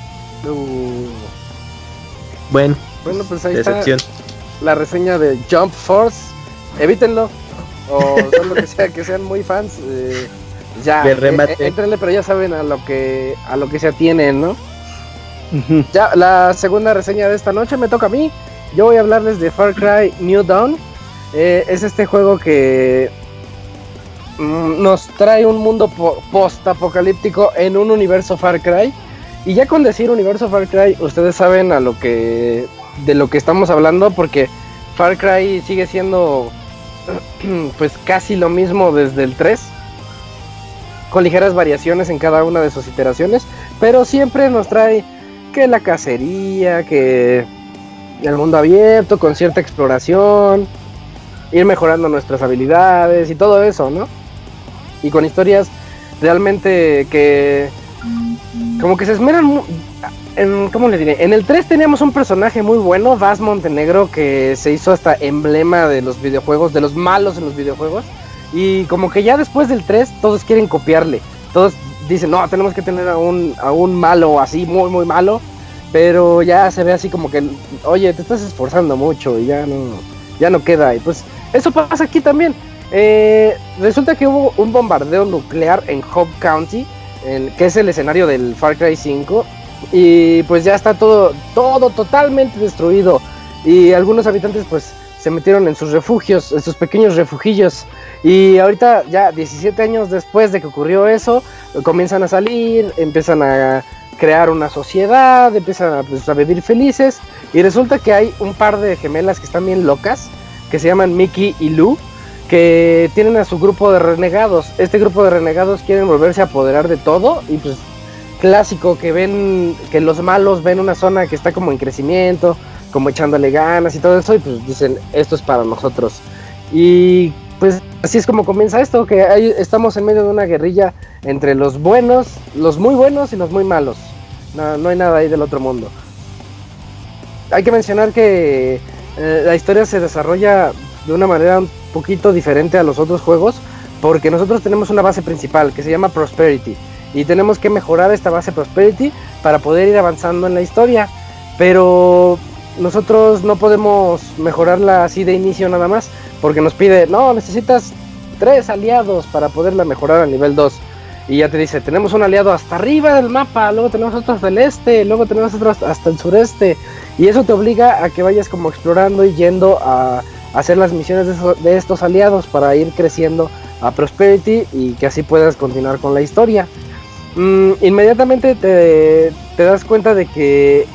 Bueno, pues ahí decepción. Está la reseña de Jump Force. Evítenlo, o solo que sean muy fans, ya entrenle, pero ya saben a lo que se atienen, ¿no? Ya la segunda reseña de esta noche me toca a mí. Yo voy a hablarles de Far Cry New Dawn. Es este juego que nos trae un mundo post-apocalíptico en un universo Far Cry. Y ya con decir universo Far Cry, ustedes saben de lo que estamos hablando, porque Far Cry sigue siendo pues casi lo mismo desde el 3, con ligeras variaciones en cada una de sus iteraciones, pero siempre nos trae que la cacería, que el mundo abierto con cierta exploración, ir mejorando nuestras habilidades y todo eso, ¿no? Y con historias realmente que como que se esmeran ¿cómo les diré? En el 3 teníamos un personaje muy bueno, Vaz Montenegro, que se hizo hasta emblema de los videojuegos, de los malos en los videojuegos. Y como que ya después del 3 todos quieren copiarle. Todos dicen, no, tenemos que tener a un malo así, muy muy malo. Pero ya se ve así como que, oye, te estás esforzando mucho y ya no queda. Y pues eso pasa aquí también. Resulta que hubo un bombardeo nuclear en Hope County, que es el escenario del Far Cry 5. Y pues ya está todo totalmente destruido. Y algunos habitantes pues se metieron en sus refugios, en sus pequeños refugillos. Y ahorita, ya 17 años después de que ocurrió eso, comienzan a salir, empiezan a crear una sociedad, empiezan a vivir felices. Y resulta que hay un par de gemelas que están bien locas, que se llaman Mickey y Lou, que tienen a su grupo de renegados. Este grupo de renegados quieren volverse a apoderar de todo. Y pues clásico, que ven que los malos ven una zona que está como en crecimiento, como echándole ganas y todo eso, y pues dicen, esto es para nosotros. Y pues así es como comienza esto, que estamos en medio de una guerrilla entre los buenos, los muy buenos y los muy malos. No hay nada ahí del otro mundo. Hay que mencionar que la historia se desarrolla de una manera un poquito diferente a los otros juegos, porque nosotros tenemos una base principal que se llama Prosperity, y tenemos que mejorar esta base Prosperity para poder ir avanzando en la historia, pero nosotros no podemos mejorarla así de inicio nada más, porque nos pide, no, necesitas 3 aliados para poderla mejorar al nivel 2, y ya te dice, tenemos un aliado hasta arriba del mapa, luego tenemos otro hasta el este, luego tenemos otro hasta el sureste, y eso te obliga a que vayas como explorando y yendo a hacer las misiones de estos aliados para ir creciendo a Prosperity y que así puedas continuar con la historia. Inmediatamente te das cuenta de que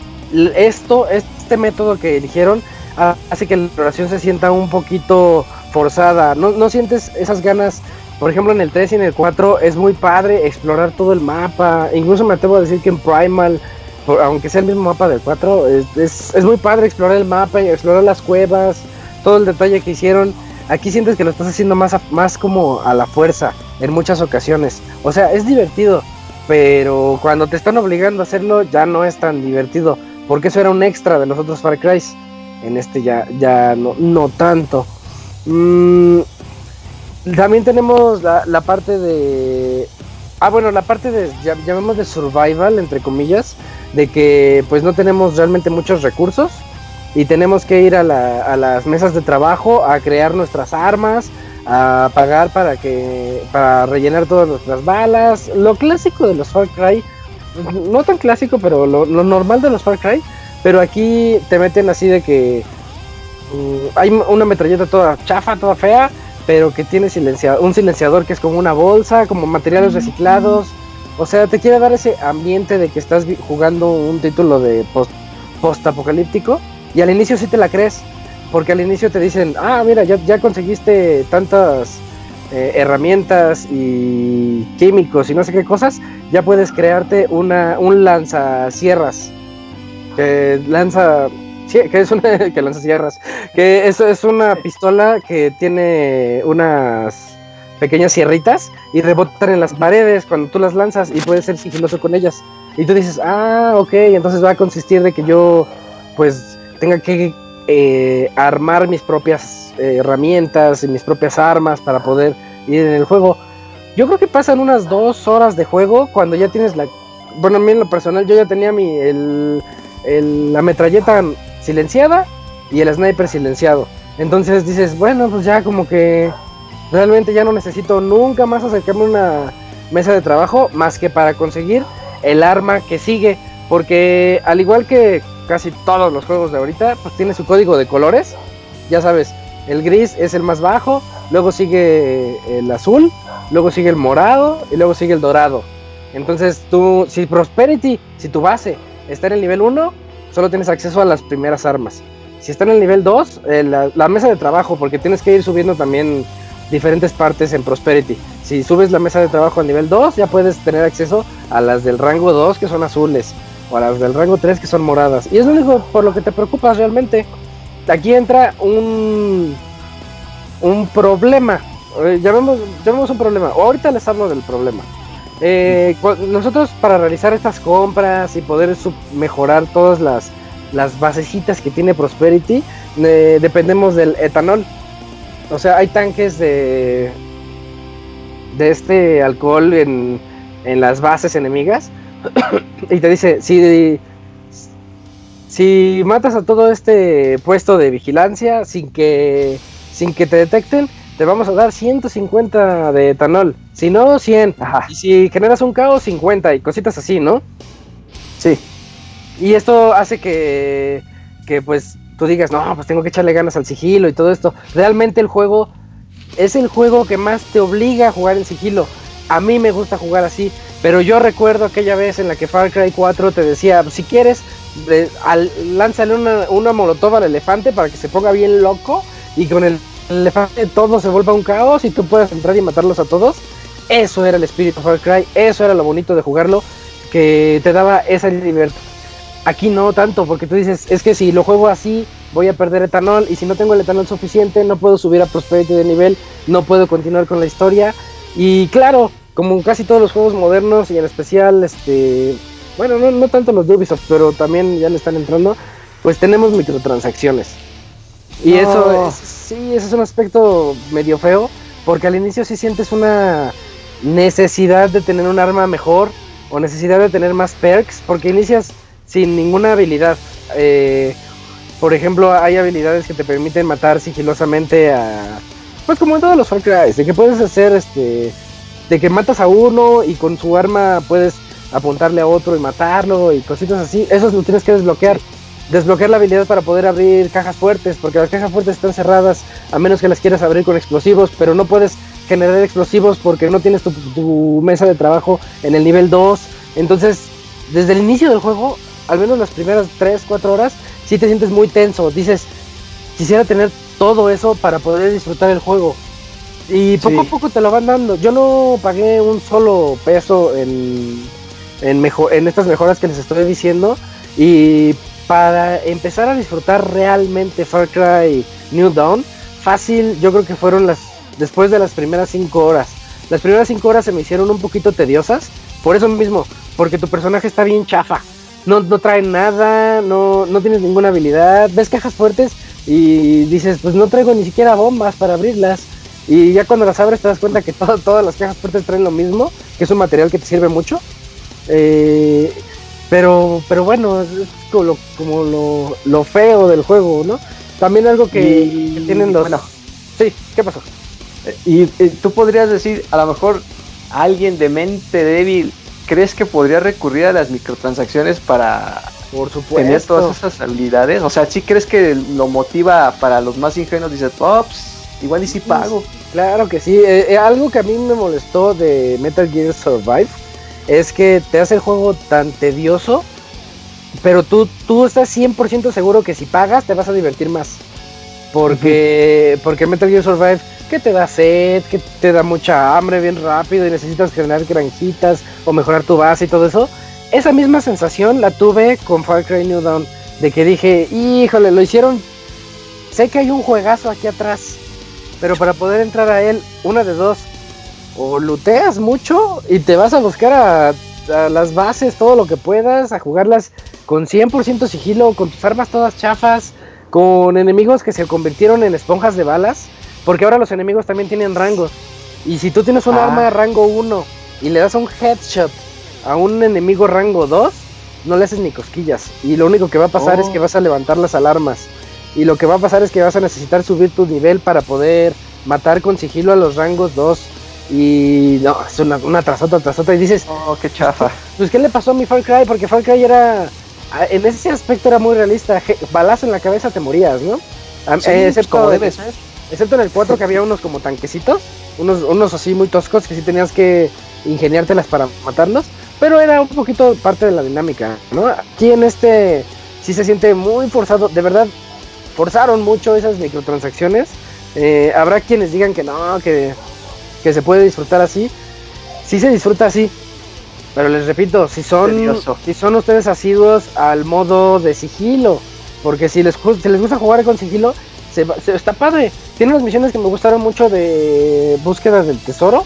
este método que eligieron hace que la exploración se sienta un poquito forzada. No sientes esas ganas. Por ejemplo, en el 3 y en el 4 es muy padre explorar todo el mapa. Incluso me atrevo a decir que en Primal, aunque sea el mismo mapa del 4, es muy padre explorar el mapa y explorar las cuevas, todo el detalle que hicieron. Aquí sientes que lo estás haciendo más como a la fuerza en muchas ocasiones. O sea, es divertido, pero cuando te están obligando a hacerlo ya no es tan divertido, porque eso era un extra de los otros Far Cry. En este ya no tanto. También tenemos la parte de... la parte de, llamemos de survival, entre comillas, de que pues no tenemos realmente muchos recursos y tenemos que ir a las mesas de trabajo a crear nuestras armas, a pagar para rellenar todas nuestras balas, lo clásico de los Far Cry, no tan clásico, pero lo normal de los Far Cry, pero aquí te meten así de que hay una metralleta toda chafa, toda fea, pero que tiene un silenciador que es como una bolsa, como materiales reciclados. O sea, te quiere dar ese ambiente de que estás jugando un título de post-apocalíptico, y al inicio sí te la crees, porque al inicio te dicen, mira, ya conseguiste tantas herramientas y químicos y no sé qué cosas, ya puedes crearte un lanzacierras que lanza... Sí, que lanza sierras. Que eso es una pistola que tiene unas pequeñas sierritas y rebotan en las paredes cuando tú las lanzas y puedes ser sigiloso con ellas. Y tú dices, ok, entonces va a consistir de que yo pues tenga que armar mis propias herramientas y mis propias armas para poder ir en el juego. Yo creo que pasan unas 2 horas de juego cuando ya tienes bueno, a mí en lo personal yo ya tenía la metralleta silenciada y el sniper silenciado. Entonces dices, bueno, pues ya como que realmente ya no necesito nunca más acercarme a una mesa de trabajo más que para conseguir el arma que sigue, porque al igual que casi todos los juegos de ahorita, pues tiene su código de colores. Ya sabes, el gris es el más bajo, luego sigue el azul, luego sigue el morado y luego sigue el dorado. Entonces tú, si tu base está en el nivel 1, solo tienes acceso a las primeras armas. Si está en el nivel 2, la mesa de trabajo, porque tienes que ir subiendo también diferentes partes en Prosperity. Si subes la mesa de trabajo al nivel 2, ya puedes tener acceso a las del rango 2 que son azules, o a las del rango 3 que son moradas. Y es lo único por lo que te preocupas realmente. Aquí entra un problema. Llamemos un problema. Ahorita les hablo del problema. Nosotros para realizar estas compras y poder mejorar todas las basecitas que tiene Prosperity, dependemos del etanol. O sea, hay tanques de este alcohol en las bases enemigas y te dice, si matas a todo este puesto de vigilancia sin que te detecten, te vamos a dar 150 de etanol. Si no, 100. Ajá. Y si generas un caos, 50 y cositas así, ¿no? Sí. Y esto hace que pues tú digas, no, pues tengo que echarle ganas al sigilo y todo esto. Realmente el juego es el juego que más te obliga a jugar en sigilo. A mí me gusta jugar así, pero yo recuerdo aquella vez en la que Far Cry 4 te decía, si quieres, lánzale una molotov al elefante para que se ponga bien loco y con el elefante todo se vuelva un caos y tú puedas entrar y matarlos a todos. Eso era el espíritu de Far Cry, eso era lo bonito de jugarlo, que te daba esa libertad. Aquí no tanto, porque tú dices, es que si lo juego así, voy a perder etanol, y si no tengo el etanol suficiente, no puedo subir a Prosperity de nivel, no puedo continuar con la historia. Y claro, como casi todos los juegos modernos, y en especial, bueno, no tanto los de Ubisoft, pero también ya le están entrando, pues tenemos microtransacciones. Y eso es un aspecto medio feo, porque al inicio sí sientes una necesidad de tener un arma mejor, o necesidad de tener más perks, porque inicias sin ninguna habilidad. Por ejemplo, hay habilidades que te permiten matar sigilosamente a... Pues como en todos los Far Cry, de que puedes hacer, de que matas a uno y con su arma puedes apuntarle a otro y matarlo y cositas así. Eso lo tienes que desbloquear. Desbloquear la habilidad para poder abrir cajas fuertes, porque las cajas fuertes están cerradas a menos que las quieras abrir con explosivos, pero no puedes generar explosivos porque no tienes tu mesa de trabajo en el nivel 2. Entonces, desde el inicio del juego, al menos las primeras 3-4 horas, sí te sientes muy tenso. Dices, quisiera tener todo eso para poder disfrutar el juego. Y poco a poco te lo van dando. Yo no pagué un solo peso en estas mejoras que les estoy diciendo. Y para empezar a disfrutar realmente Far Cry New Dawn, fácil, yo creo que fueron después de las primeras 5 horas. Las primeras 5 horas se me hicieron un poquito tediosas, por eso mismo, porque tu personaje está bien chafa. No trae nada, no tienes ninguna habilidad, ves cajas fuertes y dices, pues no traigo ni siquiera bombas para abrirlas. Y ya cuando las abres te das cuenta que todas las cajas fuertes traen lo mismo, que es un material que te sirve mucho. Pero bueno, es como lo feo del juego, ¿no? También algo que tienen los... Bueno, sí, ¿qué pasó? Y tú podrías decir, a lo mejor alguien de mente débil, ¿crees que podría recurrir a las microtransacciones para tener todas esas habilidades? O sea, ¿sí crees que lo motiva para los más ingenuos? Dices, pues, igual y sí pago. Claro que sí. Algo que a mí me molestó de Metal Gear Survive es que te hace el juego tan tedioso, pero tú estás 100% seguro que si pagas te vas a divertir más. Porque Metal Gear Survive, que te da sed, que te da mucha hambre bien rápido y necesitas generar granjitas o mejorar tu base y todo eso. Esa misma sensación la tuve con Far Cry New Dawn, de que dije, híjole, lo hicieron. Sé que hay un juegazo aquí atrás, pero para poder entrar a él, una de dos: o looteas mucho y te vas a buscar a las bases todo lo que puedas, a jugarlas con 100% sigilo, con tus armas todas chafas, con enemigos que se convirtieron en esponjas de balas, porque ahora los enemigos también tienen rangos. Y si tú tienes un arma de rango 1 y le das un headshot a un enemigo rango 2, no le haces ni cosquillas. Y lo único que va a pasar es que vas a levantar las alarmas. Y lo que va a pasar es que vas a necesitar subir tu nivel para poder matar con sigilo a los rangos 2. Y no, es una tras otra y dices, qué chafa. Pues ¿qué le pasó a mi Far Cry? Porque Far Cry era, en ese aspecto era muy realista. Balazo en la cabeza te morías, ¿no? Sí, excepto en el 4, que había unos como tanquecitos, unos así muy toscos que sí tenías que ingeniártelas para matarlos, pero era un poquito parte de la dinámica, ¿no? Aquí en sí se siente muy forzado, de verdad forzaron mucho esas microtransacciones. Habrá quienes digan que no, que se puede disfrutar así. Sí se disfruta así, pero les repito, si son ustedes asiduos al modo de sigilo, porque si les gusta jugar con sigilo, está padre. Tiene unas misiones que me gustaron mucho de búsqueda del tesoro,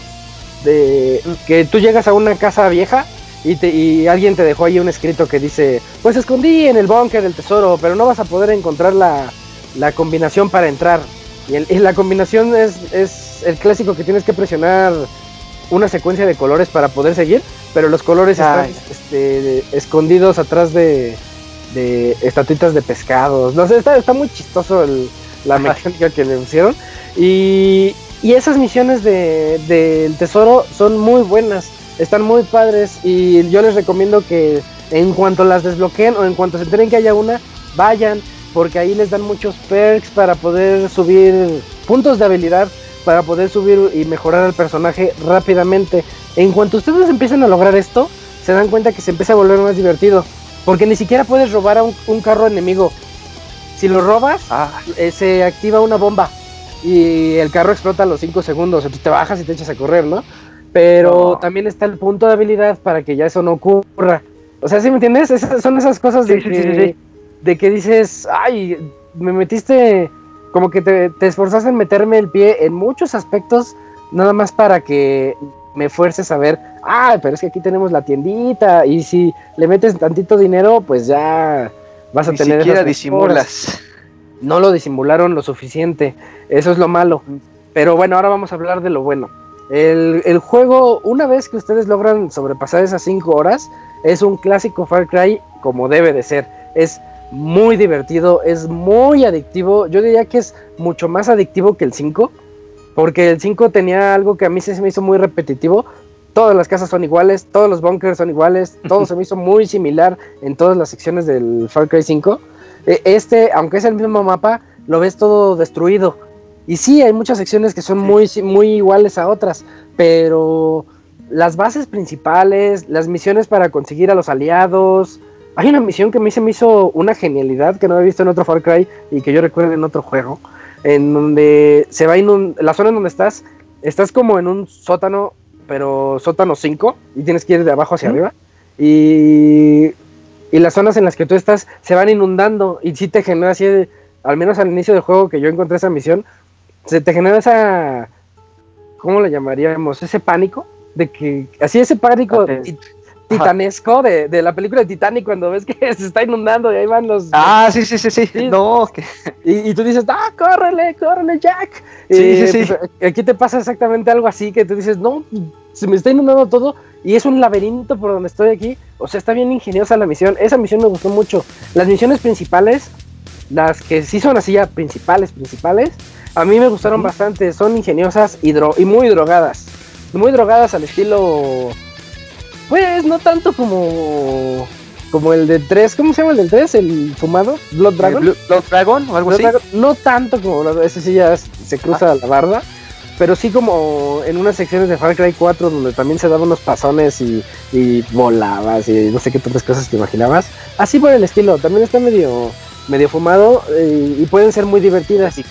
de que tú llegas a una casa vieja y alguien te dejó ahí un escrito que dice, pues escondí en el búnker del tesoro, pero no vas a poder encontrar la combinación para entrar. Y la combinación es el clásico que tienes que presionar una secuencia de colores para poder seguir, pero los colores están escondidos atrás de estatuitas de pescados. No sé, está muy chistoso la mecánica que le pusieron. Y esas misiones del tesoro son muy buenas, están muy padres, y yo les recomiendo que en cuanto las desbloqueen o en cuanto se enteren que haya una, vayan porque ahí les dan muchos perks para poder subir puntos de habilidad, para poder subir y mejorar al personaje rápidamente. En cuanto ustedes empiecen a lograr esto, se dan cuenta que se empieza a volver más divertido, porque ni siquiera puedes robar a un carro enemigo. Si lo robas, se activa una bomba y el carro explota a los 5 segundos, entonces te bajas y te echas a correr, ¿no? Pero también está el punto de habilidad para que ya eso no ocurra. O sea, ¿sí me entiendes? Son esas cosas de que dices, ay, me metiste, como que te esforzaste en meterme el pie en muchos aspectos, nada más para que me fuerces a ver, pero es que aquí tenemos la tiendita, y si le metes tantito dinero, pues ya vas a tener... Ni siquiera disimulas. No lo disimularon lo suficiente, eso es lo malo. Pero bueno, ahora vamos a hablar de lo bueno. El juego, una vez que ustedes logran sobrepasar esas 5 horas, es un clásico Far Cry como debe de ser. Es muy divertido, es muy adictivo. Yo diría que es mucho más adictivo que el 5, porque el 5 tenía algo que a mí se me hizo muy repetitivo. Todas las casas son iguales, todos los bunkers son iguales, todo se me hizo muy similar en todas las secciones del Far Cry 5. Aunque es el mismo mapa, lo ves todo destruido. Y sí, hay muchas secciones que son muy iguales a otras, pero las bases principales, las misiones para conseguir a los aliados... Hay una misión que a mí se me hizo una genialidad que no había visto en otro Far Cry y que yo recuerdo en otro juego, en donde se va la zona en donde estás como en un sótano, pero sótano 5, y tienes que ir de abajo hacia arriba, y las zonas en las que tú estás se van inundando, y sí te genera así, al menos al inicio del juego que yo encontré esa misión, se te genera esa, ¿cómo le llamaríamos? Ese pánico, de que, así ese pánico titanesco de la película de Titanic, cuando ves que se está inundando y ahí van los... Sí. No, que... y tú dices, córrele, Jack. Sí. Pues, aquí te pasa exactamente algo así, que tú dices, no, se me está inundando todo y es un laberinto por donde estoy aquí. O sea, está bien ingeniosa la misión. Esa misión me gustó mucho. Las misiones principales, las que sí son así ya principales, a mí me gustaron bastante. Son ingeniosas y muy drogadas. Muy drogadas al estilo... Pues no tanto como el de 3, ¿cómo se llama el del 3? ¿El fumado? ¿Blood Dragon? ¿Blood Dragon o algo así? Dragon, no tanto como ese sí ya se cruza la barda, pero sí como en unas secciones de Far Cry 4 donde también se daban unos pasones y volabas y no sé qué otras cosas te imaginabas. Así por el estilo, también está medio fumado y pueden ser muy divertidas.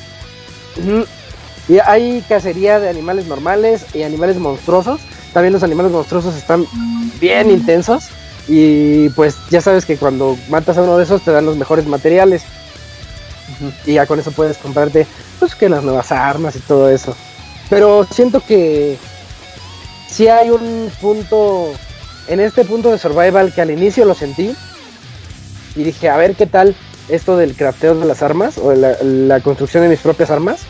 Y hay cacería de animales normales y animales monstruosos. También los animales monstruosos están bien intensos. Y pues ya sabes que cuando matas a uno de esos te dan los mejores materiales. Y ya con eso puedes comprarte pues que las nuevas armas y todo eso. Pero siento que sí hay un punto, en este punto de survival, que al inicio lo sentí. Y dije, a ver qué tal esto del crafteo de las armas o la construcción de mis propias armas.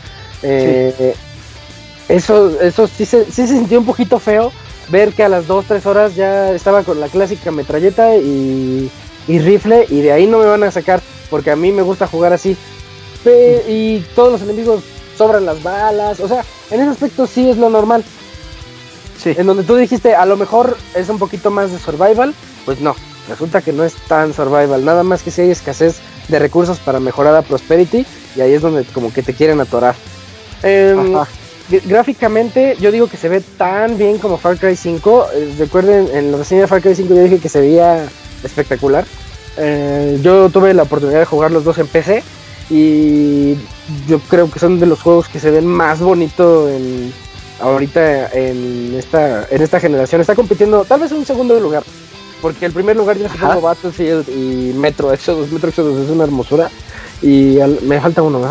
Eso sí se sintió un poquito feo, ver que a las 2-3 horas ya estaba con la clásica metralleta y rifle, y de ahí no me van a sacar, porque a mí me gusta jugar así. Y todos los enemigos sobran las balas, o sea, en ese aspecto sí es lo normal. En donde tú dijiste, a lo mejor es un poquito más de survival, pues no, resulta que no es tan survival, nada más que si hay escasez de recursos para mejorar a Prosperity, y ahí es donde como que te quieren atorar. Gráficamente yo digo que se ve tan bien como Far Cry 5. Recuerden, en la reseña de Far Cry 5 yo dije que se veía espectacular. Yo tuve la oportunidad de jugar los dos en PC y yo creo que son de los juegos que se ven más bonito ahorita en esta generación. Está compitiendo tal vez en un segundo lugar, porque el primer lugar ya se puso Battlefield y Metro Exodus. Metro Exodus es una hermosura. Y me falta uno.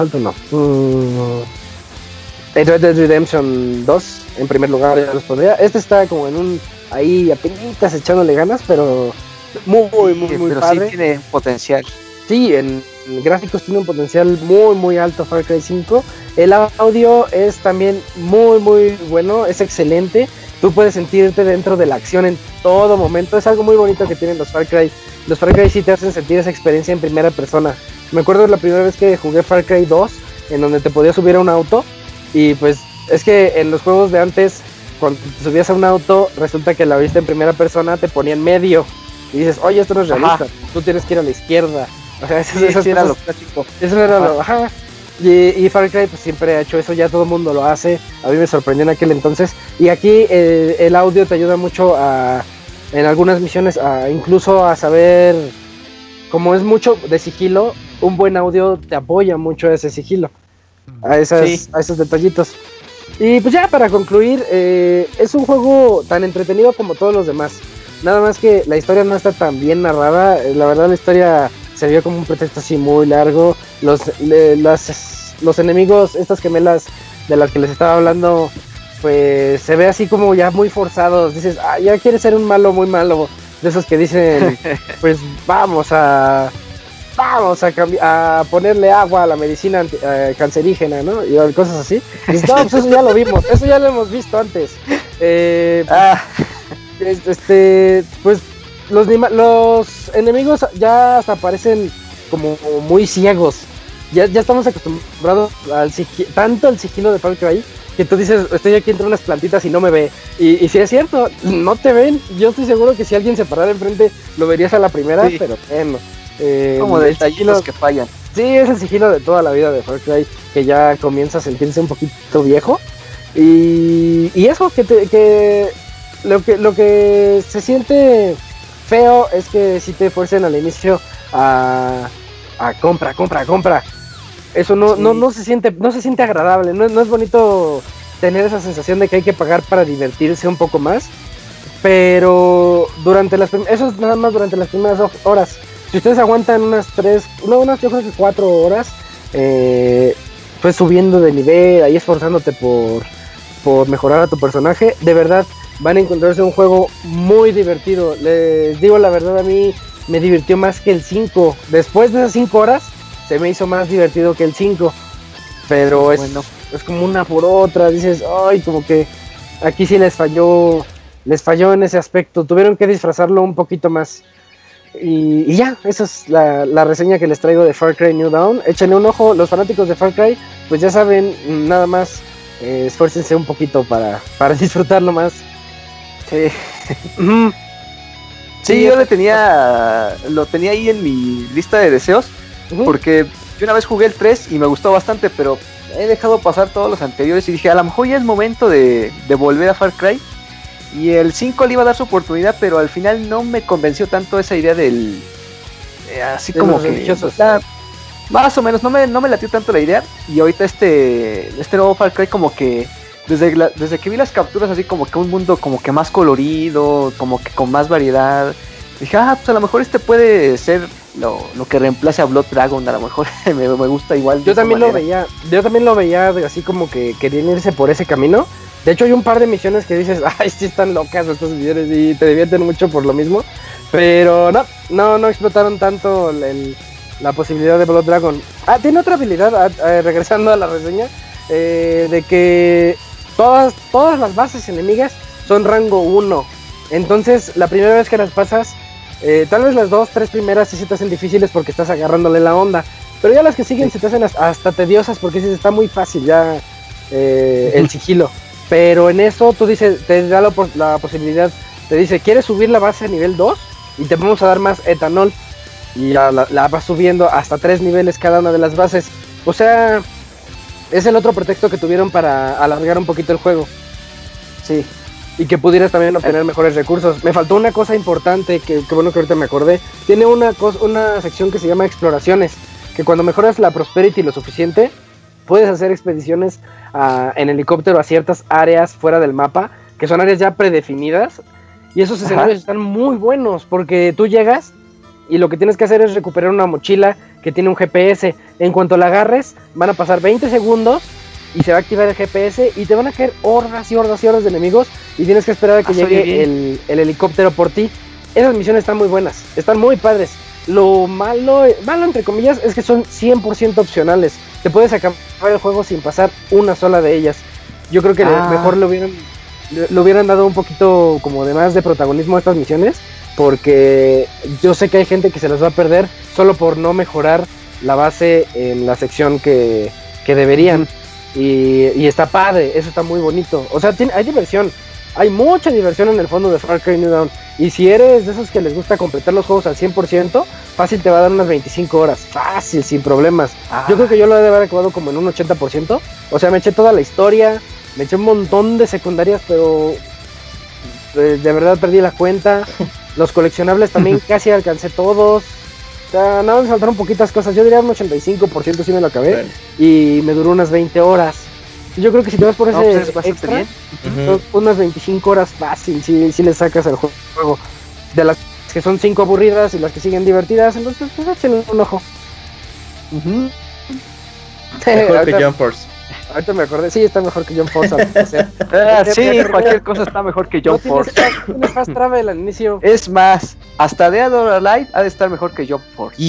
Red Dead Redemption 2 en primer lugar ya los pondría. Este está como ahí apenas echándole ganas, pero muy pero padre. Sí tiene potencial. Sí, en gráficos tiene un potencial muy alto Far Cry 5. El audio es también muy bueno, es excelente. Tú puedes sentirte dentro de la acción en todo momento. Es algo muy bonito que tienen los Far Cry. Los Far Cry sí te hacen sentir esa experiencia en primera persona. Me acuerdo la primera vez que jugué Far Cry 2, en donde te podías subir a un auto. Y pues es que en los juegos de antes, cuando te subías a un auto, resulta que la vista en primera persona te ponía en medio. Y dices, oye, esto no es realista, tú tienes que ir a la izquierda. O sea, sí, era lo clásico. Eso era lo, ajá. Y Far Cry pues siempre ha hecho eso, ya todo el mundo lo hace. A mí me sorprendió en aquel entonces. Y aquí el audio te ayuda mucho en algunas misiones, incluso a saber, como es mucho de sigilo, un buen audio te apoya mucho a ese sigilo, a esos detallitos. Y pues ya para concluir, es un juego tan entretenido como todos los demás. Nada más que la historia no está tan bien narrada. La verdad la historia se vio como un pretexto así muy largo. Los enemigos, estas gemelas de las que les estaba hablando, pues se ve así como ya muy forzados. Dices, ya quiere ser un malo muy malo. De esos que dicen, pues vamos a ponerle agua a la medicina cancerígena, ¿no? Y cosas así. Dices, no, pues eso ya lo vimos, eso ya lo hemos visto antes. Pues los enemigos ya hasta parecen como muy ciegos. Ya estamos acostumbrados tanto al sigilo de Far Cry que tú dices, estoy aquí entre unas plantitas y no me ve. Y si es cierto, no te ven. Yo estoy seguro que si alguien se parara enfrente lo verías a la primera, pero bueno. Como detallitos que fallan. Sí, es el sigilo de toda la vida de Far Cry, que ya comienza a sentirse un poquito viejo. Y eso, lo que se siente feo es que si te fuercen al inicio a compra. Eso no se siente agradable, no es bonito tener esa sensación de que hay que pagar para divertirse un poco más. Pero eso es nada más durante las primeras horas. Si ustedes aguantan yo creo que 4 horas, pues subiendo de nivel, ahí esforzándote por mejorar a tu personaje, de verdad van a encontrarse un juego muy divertido. Les digo la verdad, a mí me divirtió más que el 5. Después de esas 5 horas, se me hizo más divertido que el 5. Pero es como una por otra. Dices, ay, como que aquí sí les falló en ese aspecto. Tuvieron que disfrazarlo un poquito más. Y ya, esa es la reseña que les traigo de Far Cry New Dawn. Échenle un ojo, los fanáticos de Far Cry, pues ya saben, nada más esfuércense un poquito para disfrutarlo más. Sí. Sí, yo lo tenía ahí en mi lista de deseos, porque yo una vez jugué el 3 y me gustó bastante, pero he dejado pasar todos los anteriores y dije, a lo mejor ya es momento de volver a Far Cry. Y el 5 le iba a dar su oportunidad, pero al final no me convenció tanto esa idea del... así de como que... Más o menos, no me latió tanto la idea. Y ahorita este nuevo Far Cry como que... Desde que vi las capturas, así como que un mundo como que más colorido, como que con más variedad. Dije, pues a lo mejor este puede ser lo que reemplace a Blood Dragon. A lo mejor me gusta igual. Yo también lo veía así como que querían irse por ese camino. De hecho hay un par de misiones que dices, ay, sí están locas estas misiones y te divierten mucho por lo mismo. Pero no explotaron tanto la posibilidad de Blood Dragon. Tiene otra habilidad, regresando a la reseña, de que todas las bases enemigas son rango 1. Entonces la primera vez que las pasas, tal vez las 2-3 primeras sí se te hacen difíciles porque estás agarrándole la onda. Pero ya las que siguen se te hacen hasta tediosas porque dices, está muy fácil ya el sigilo. Pero en eso tú dices, te da la posibilidad, te dice, ¿quieres subir la base a nivel 2? Y te vamos a dar más etanol. Y la vas subiendo hasta 3 niveles cada una de las bases. O sea, es el otro pretexto que tuvieron para alargar un poquito el juego. Sí. Y que pudieras también obtener mejores recursos. Me faltó una cosa importante, que bueno que ahorita me acordé. Tiene una sección que se llama exploraciones. Que cuando mejoras la Prosperity lo suficiente, puedes hacer expediciones en helicóptero a ciertas áreas fuera del mapa, que son áreas ya predefinidas. Y esos escenarios están muy buenos, porque tú llegas y lo que tienes que hacer es recuperar una mochila que tiene un GPS. En cuanto la agarres, van a pasar 20 segundos y se va a activar el GPS y te van a caer horas y horas y horas de enemigos y tienes que esperar a que llegue el helicóptero por ti. Esas misiones están muy buenas, están muy padres. Lo malo entre comillas es que son 100% opcionales. Te puedes acabar el juego sin pasar una sola de ellas. Yo creo que mejor le hubieran dado un poquito como de más de protagonismo a estas misiones, porque yo sé que hay gente que se las va a perder solo por no mejorar la base en la sección que deberían. Y está padre, eso está muy bonito. O sea, hay diversión, hay mucha diversión en el fondo de Far Cry New Dawn. Y si eres de esos que les gusta completar los juegos al 100%, fácil te va a dar unas 25 horas, fácil, sin problemas. Yo creo que yo lo he de haber acabado como en un 80%. O sea, me eché toda la historia, me eché un montón de secundarias, pero de verdad perdí la cuenta. Los coleccionables también casi alcancé todos. O sea, nada, me faltaron poquitas cosas. Yo diría un 85% sí me lo acabé. Bueno. Y me duró unas 20 horas. Yo creo que si te vas por ese pues extra, bien. Unas 25 horas fácil, si le sacas al juego. De las que son 5 aburridas y las que siguen divertidas, entonces pues échenle un ojo. Mejor que Jump Force. Ahorita me acordé, sí, está mejor que Jump Force. Sí, cualquier cosa está mejor que Jump Force. Tienes fast travel al inicio. Es más, hasta Dead or Alive ha de estar mejor que Jump Force.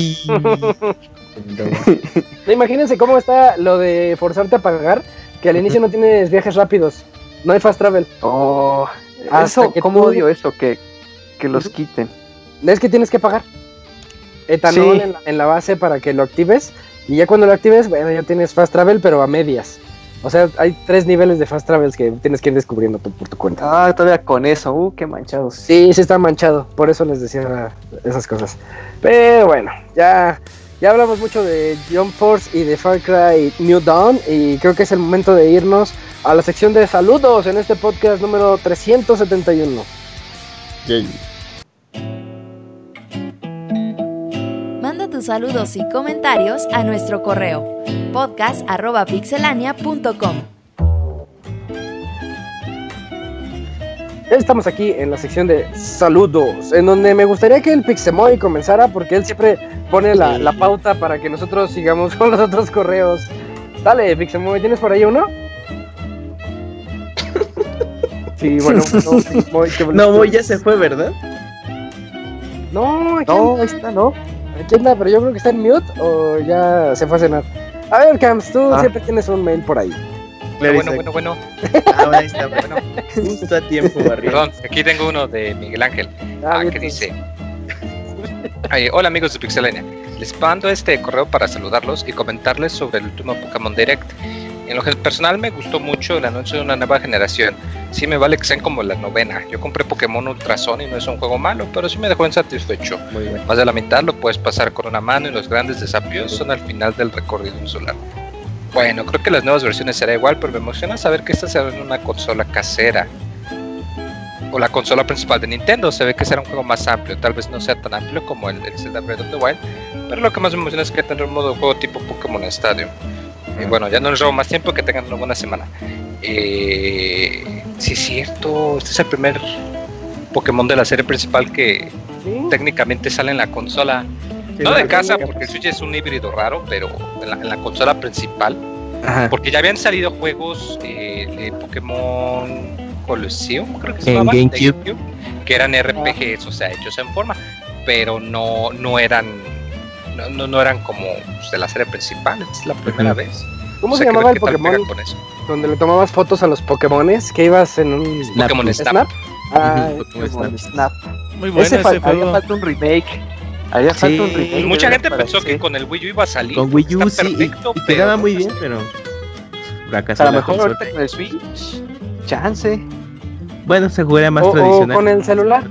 Imagínense cómo está lo de forzarte a pagar, que al inicio no tienes viajes rápidos, no hay fast travel. Oh, eso, ¿cómo odio eso? Que los quiten. Es que tienes que pagar etanol sí. en la base para que lo actives. Y ya cuando lo actives, bueno, ya tienes fast travel, pero a medias. O sea, hay 3 niveles de fast travels que tienes que ir descubriendo por tu cuenta. Ah, todavía con eso, qué manchados. Sí, está manchado, por eso les decía esas cosas. Pero bueno, ya hablamos mucho de Jump Force y de Far Cry New Dawn. Y creo que es el momento de irnos a la sección de saludos en este podcast número 371. Yay. Manda tus saludos y comentarios a nuestro correo podcast@pixelania.com. Estamos aquí en la sección de saludos, en donde me gustaría que el Pixemoy comenzara, porque él siempre pone la pauta para que nosotros sigamos con los otros correos. Dale, Pixemoy, ¿tienes por ahí uno? Sí, bueno, no, Moy ya se fue, ¿verdad? No, ahí está, ¿no? Aquí anda, pero yo creo que está en mute o ya se fue a cenar. A ver, Camps, tú siempre tienes un mail por ahí. Bueno. Ahí está, bueno. Justo a tiempo, Barrio. Perdón, aquí tengo uno de Miguel Ángel. Que dice: hola amigos de Pixelania. Les mando este correo para saludarlos y comentarles sobre el último Pokémon Direct. En lo personal me gustó mucho el anuncio de una nueva generación. Sí me vale que sean como la 9ª. Yo compré Pokémon Ultra Sun y no es un juego malo, pero sí me dejó insatisfecho. Muy bien. Más de la mitad lo puedes pasar con una mano y los grandes desafíos son al final del recorrido insular. Bueno, creo que las nuevas versiones será igual, pero me emociona saber que esta será en una consola casera. O la consola principal de Nintendo. Se ve que será un juego más amplio. Tal vez no sea tan amplio como el Zelda Breath of the Wild, pero lo que más me emociona es que tendrá un modo de juego tipo Pokémon Stadium. Y bueno, ya no les robo más tiempo, que tengan una buena semana. Sí, es cierto, este es el primer Pokémon de la serie principal que técnicamente sale en la consola. Sí, no de casa, porque el Switch es un híbrido raro, pero en la consola principal. Ajá. Porque ya habían salido juegos de Pokémon Colosseum, creo que se llamaban, GameCube, que eran RPGs, o sea, hechos en forma, pero no eran como de la serie principal. Es la primera vez. ¿Cómo se llamaba el Pokémon donde le tomabas fotos a los Pokémones? Que ibas en un Pokémon Snap. Pokémon Snap. Muy bueno ese juego. Haría falta un remake. Mucha gente pensó que con el Wii U iba a salir. Con Wii U sí, perfecto, y quedaba muy bien, pero fracasó. A lo mejor ahorita con el Switch, chance. Bueno, se jugaría más tradicional. O con el celular.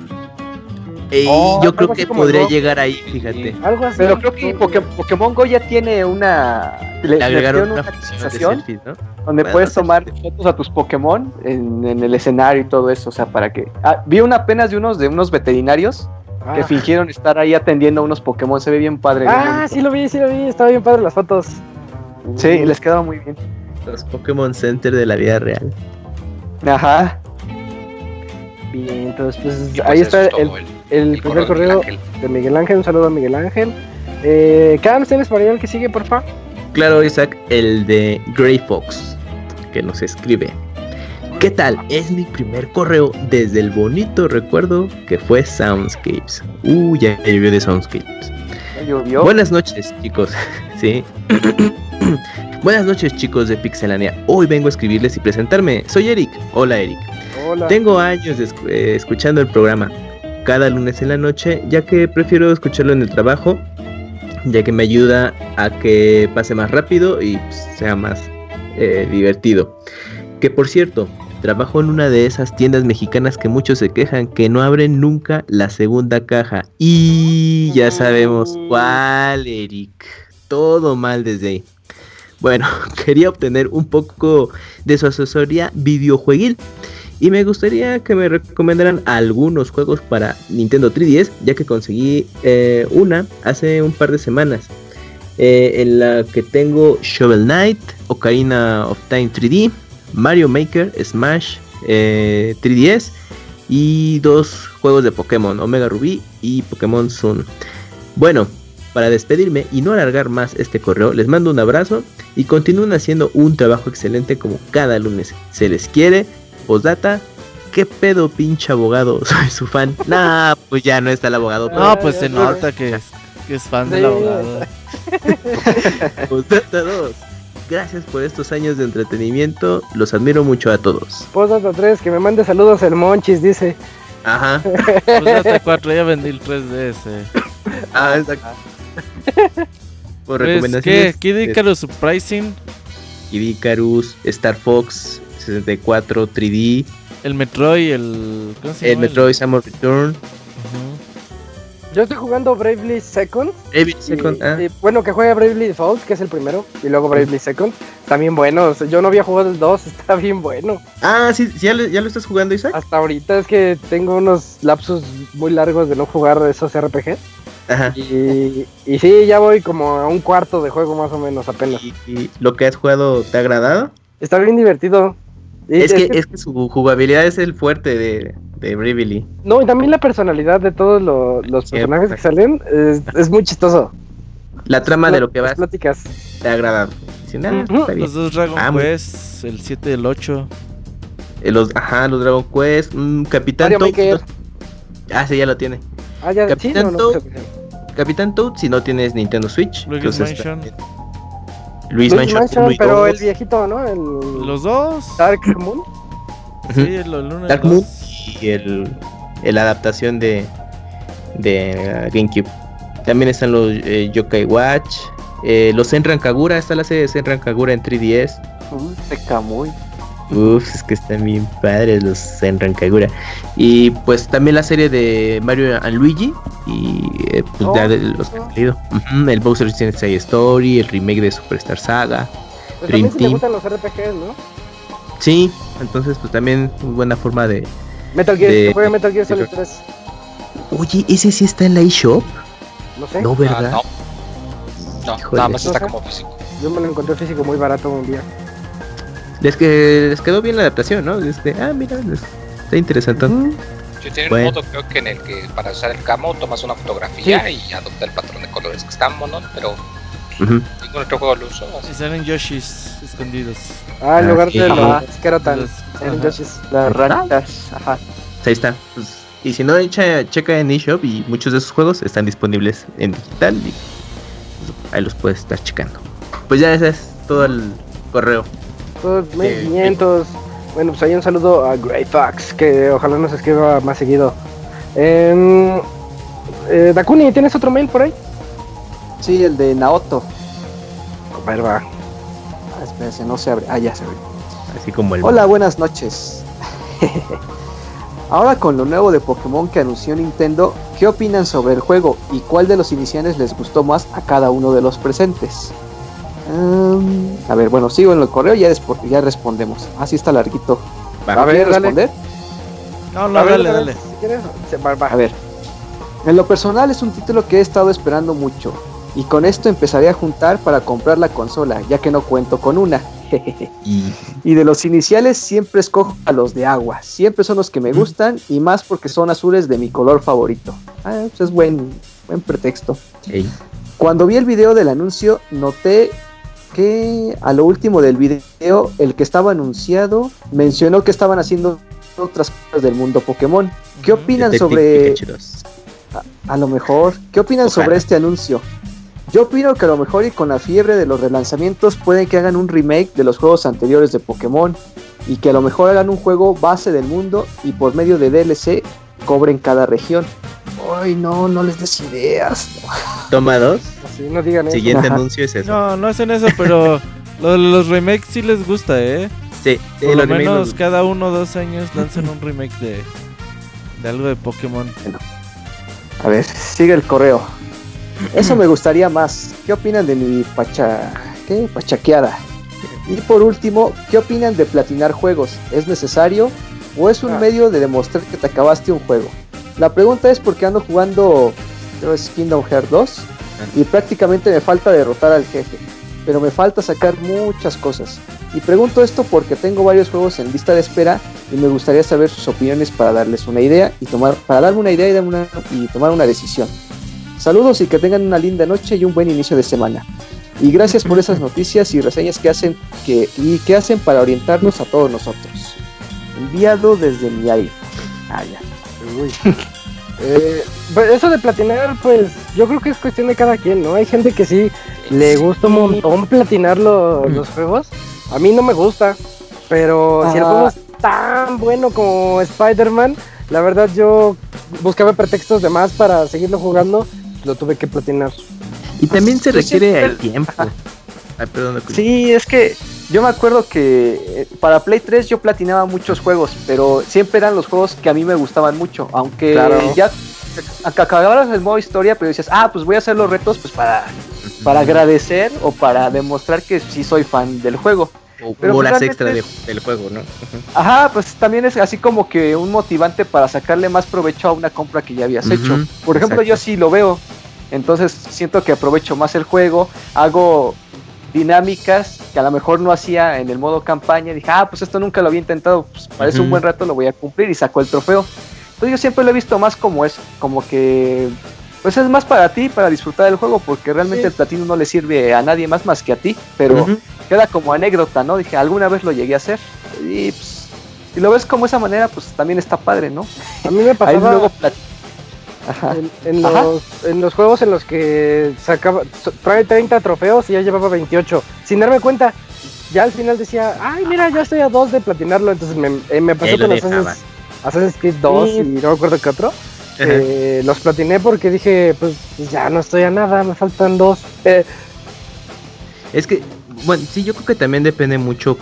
Yo creo que podría llegar ahí, fíjate. Algo así. Pero creo que Pokémon Go ya tiene una actualización, ¿no? Donde puedes tomar fotos a tus Pokémon en el escenario y todo eso, o sea, para que... vi una apenas de unos veterinarios que fingieron estar ahí atendiendo a unos Pokémon, se ve bien padre. Sí lo vi, estaba bien padre las fotos. Sí, les quedaba muy bien. Los Pokémon Center de la vida real. Ajá. Bien, entonces pues ahí está el primer correo de Miguel Ángel. Un saludo a Miguel Ángel. Cam, ¿tienes por ahí el que sigue, por favor? Claro, Isaac, el de Grey Fox, que nos escribe: ¿qué tal? Es mi primer correo desde el bonito recuerdo que fue Soundscapes. Ya llovió de Soundscapes. ¿Llovió? Buenas noches, chicos. Sí. Buenas noches, chicos de Pixelania. Hoy vengo a escribirles y presentarme. Soy Eric. Hola, Eric. Hola. Tengo años escuchando el programa cada lunes en la noche, ya que prefiero escucharlo en el trabajo, ya que me ayuda a que pase más rápido y sea más divertido. Que por cierto, trabajo en una de esas tiendas mexicanas que muchos se quejan que no abren nunca la segunda caja. Y ya sabemos cuál, Eric. Todo mal desde ahí. Bueno, quería obtener un poco de su asesoría videojueguil. Y me gustaría que me recomendaran algunos juegos para Nintendo 3DS, ya que conseguí una hace un par de semanas. En la que tengo Shovel Knight, Ocarina of Time 3D, Mario Maker, Smash 3DS y 2 juegos de Pokémon, Omega Ruby y Pokémon Sun. Bueno, para despedirme y no alargar más este correo, les mando un abrazo y continúen haciendo un trabajo excelente como cada lunes. Se les quiere. Postdata, ¿qué pedo, pinche abogado? Soy su fan. Nah, pues ya no está el abogado. No, pues se nota que es fan del abogado. Postdata 2. Gracias por estos años de entretenimiento. Los admiro mucho a todos. Postdata 3, que me mande saludos el Monchis, dice. Ajá. Postdata 4, ya vendí el 3DS. Ah, exacto. Por Pues, recomendaciones. ¿Kid Icarus Surprising? Kid Icarus, Star Fox 64 3D. El Metroid, ¿cómo se llama? El Metroid Samus Return. Yo estoy jugando Bravely Second. Bravely Second, y, bueno, que juegue Bravely Default, que es el primero, y luego Bravely Second. Está bien bueno. O sea, yo no había jugado el 2, está bien bueno. Ah, sí, ¿ya lo estás jugando, Isaac? Hasta ahorita es que tengo unos lapsos muy largos de no jugar esos RPG. Ajá. Y sí, ya voy como a un cuarto de juego más o menos apenas. ¿Y lo que has jugado te ha agradado? Está bien divertido. Y Es que su jugabilidad es el fuerte de Bravely. No, y también la personalidad de todos los personajes que salen es muy chistoso. La trama de lo que vas pláticas te ha agradado. Dicen, está bien. Los dos Dragon Quest, el 7 y el 8. Los Dragon Quest, Capitán Mario Maker. Toad. Ah, sí, ya lo tiene. Ah, ya, Capitán sí, Toad. Capitán Toad, si no tienes Nintendo Switch. Luigi's Mansion. Luigi's Mansion, pero el viejito, ¿no? Los dos. Dark Moon. Sí, el 1 Dark Moon y la adaptación de GameCube. También están los Yokai Watch, los Senran Kagura, está la serie de Senran Kagura en 3DS. Kamui. Uf, es que están bien padres los Senran Kagura. Y pues también la serie de Mario and Luigi y pues ya de los que han salido. El Bowser Inside Story, el remake de Superstar Saga, Pues Dream también si Team. le gustan los RPGs, ¿no? Sí, entonces pues también muy buena forma de... Metal Gear, que juegue Metal Gear Solid 3. Oye, ¿ese sí está en la eShop? No sé. No, ¿verdad? No, Híjole. nada más No está sé. como físico. Yo me lo encontré físico muy barato un día. Les quedó bien la adaptación, ¿no? Mira, está interesante. Yo tiene Bueno. un modo, creo que en el que para usar el camo tomas una fotografía y adopta el patrón de colores que está mono, pero ningún otro juego lo uso. Y salen Yoshis escondidos. En lugar sí. de Ajá. los Kerotan. Ajá. Yoshis. Las ratas. Ajá. Ahí está. Pues, y si no, checa en eShop y muchos de esos juegos están disponibles en digital y pues, ahí los puedes estar checando. Pues ya ese es todo el correo. Todos 1500. Bueno, pues ahí un saludo a Grey Fox, que ojalá nos escriba más seguido. Dakuni, ¿tienes otro mail por ahí? Sí, el de Naoto. A ver, va. Espérense, no se abre. Ya se abre. Así como el... Hola, buenas noches. Ahora con lo nuevo de Pokémon que anunció Nintendo, ¿qué opinan sobre el juego y cuál de los iniciales les gustó más a cada uno de los presentes? A ver, bueno, sigo en el correo y ya respondemos. Así está larguito. Va. A ver, ¿Quieres dale. responder? No, A ver, dale. Si quieres, va. A ver. En lo personal es un título que he estado esperando mucho. Y con esto empezaré a juntar para comprar la consola, ya que no cuento con una. Y de los iniciales siempre escojo a los de agua. Siempre son los que me gustan y más porque son azules de mi color favorito. Pues es buen pretexto. Ey. Cuando vi el video del anuncio, noté que a lo último del video, el que estaba anunciado mencionó que estaban haciendo otras cosas del mundo Pokémon. ¿Qué opinan sobre... A lo mejor, ¿qué opinan Ojalá. sobre este anuncio? Yo opino que a lo mejor y con la fiebre de los relanzamientos pueden que hagan un remake de los juegos anteriores de Pokémon y que a lo mejor hagan un juego base del mundo y por medio de DLC cobren cada región. Ay, no les des ideas. Toma 2. Así no digan eso. Siguiente Ajá. anuncio es eso. No hacen eso, pero lo de los remakes sí les gusta, ¿eh? Sí, por lo menos cada 1 o 2 años lanzan un remake de algo de Pokémon. Bueno. A ver, sigue el correo. Eso me gustaría más. ¿Qué opinan de mi pachaqueada? Y por último, ¿qué opinan de platinar juegos? ¿Es necesario o es un medio de demostrar que te acabaste un juego? La pregunta es porque ando jugando, creo es Kingdom Hearts 2 y prácticamente me falta derrotar al jefe, pero me falta sacar muchas cosas. Y pregunto esto porque tengo varios juegos en lista de espera y me gustaría saber sus opiniones para darles una idea y tomar una decisión. Saludos y que tengan una linda noche y un buen inicio de semana. Y gracias por esas noticias y reseñas que hacen para orientarnos a todos nosotros. Enviado desde mi iPhone. Pues eso de platinar, pues yo creo que es cuestión de cada quien, ¿no? Hay gente que sí le gusta un montón platinar los juegos. A mí no me gusta, pero si el juego es tan bueno como Spider-Man, la verdad yo buscaba pretextos de más para seguirlo jugando, lo tuve que platinar. Y también se requiere el tiempo. Ay, perdón, sí, es que yo me acuerdo que para Play 3 yo platinaba muchos juegos, pero siempre eran los juegos que a mí me gustaban mucho, aunque ya acabaras el modo historia, pero dices, pues voy a hacer los retos pues para agradecer o para demostrar que sí soy fan del juego. Pero horas extra del juego, ¿no? Ajá, pues también es así como que un motivante para sacarle más provecho a una compra que ya habías hecho. Por ejemplo, yo sí lo veo. Entonces siento que aprovecho más el juego, hago dinámicas que a lo mejor no hacía en el modo campaña. Dije, pues esto nunca lo había intentado, pues parece un buen rato, lo voy a cumplir y saco el trofeo. Entonces yo siempre lo he visto más como eso, como que pues es más para ti, para disfrutar del juego, porque realmente el platino no le sirve a nadie más que a ti, pero queda como anécdota, ¿no? Dije, alguna vez lo llegué a hacer y pues si lo ves como esa manera, pues también está padre, ¿no? A mí me pasaba luego en los juegos en los que sacaba, trae 30 trofeos y ya llevaba 28, sin darme cuenta, ya al final decía, mira, ya estoy a 2 de platinarlo, entonces me pasó con Assassin's Creed 2 y no recuerdo qué otro. Los platiné porque dije, pues ya no estoy a nada, me faltan 2. Es que, bueno, sí, yo creo que también depende mucho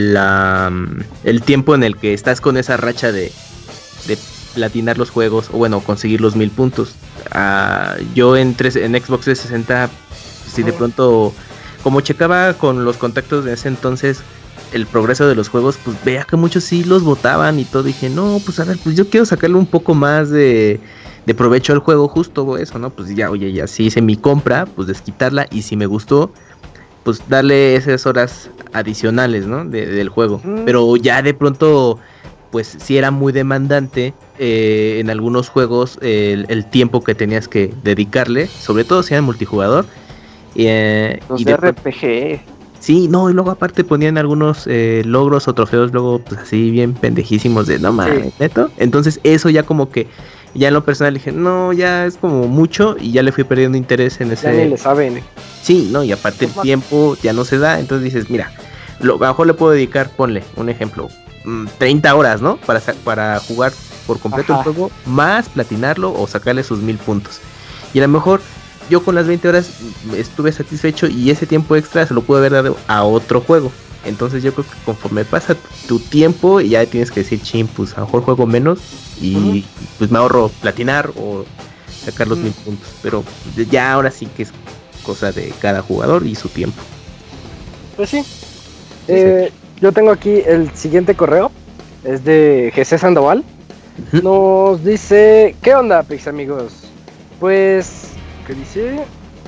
el tiempo en el que estás con esa racha de platinar los juegos, o bueno, conseguir los 1000 puntos. Yo en Xbox 360, si de pronto, como checaba con los contactos de ese entonces el progreso de los juegos, pues veía que muchos sí los votaban y todo, dije, no, pues a ver, pues yo quiero sacarle un poco más de provecho al juego, justo eso, ¿no? Pues ya, oye, ya sí hice mi compra, pues desquitarla, y si me gustó, pues darle esas horas adicionales, ¿no? Del juego. Pero ya de pronto, pues sí era muy demandante en algunos juegos el tiempo que tenías que dedicarle, sobre todo si era multijugador. Los de RPG. Sí, no, y luego aparte ponían algunos logros o trofeos luego pues así bien pendejísimos de no mames, neto. Entonces eso ya como que, ya en lo personal dije, no, ya es como mucho, y ya le fui perdiendo interés en ese. Ya ni le saben. Sí, no, y aparte el tiempo ya no se da, entonces dices, mira, a lo mejor le puedo dedicar, ponle un ejemplo, 30 horas, ¿no? Para jugar por completo el juego, más platinarlo o sacarle sus 1000 puntos. Y a lo mejor yo con las 20 horas estuve satisfecho y ese tiempo extra se lo pude haber dado a otro juego. Entonces yo creo que conforme pasa tu tiempo, ya tienes que decir, pues a lo mejor juego menos y pues me ahorro platinar o sacar los 1000 puntos. Pero ya ahora sí que es cosa de cada jugador y su tiempo. Pues sí. Yo tengo aquí el siguiente correo. Es de GC Sandoval. Nos dice, ¿qué onda, Pix amigos? Pues, ¿qué dice?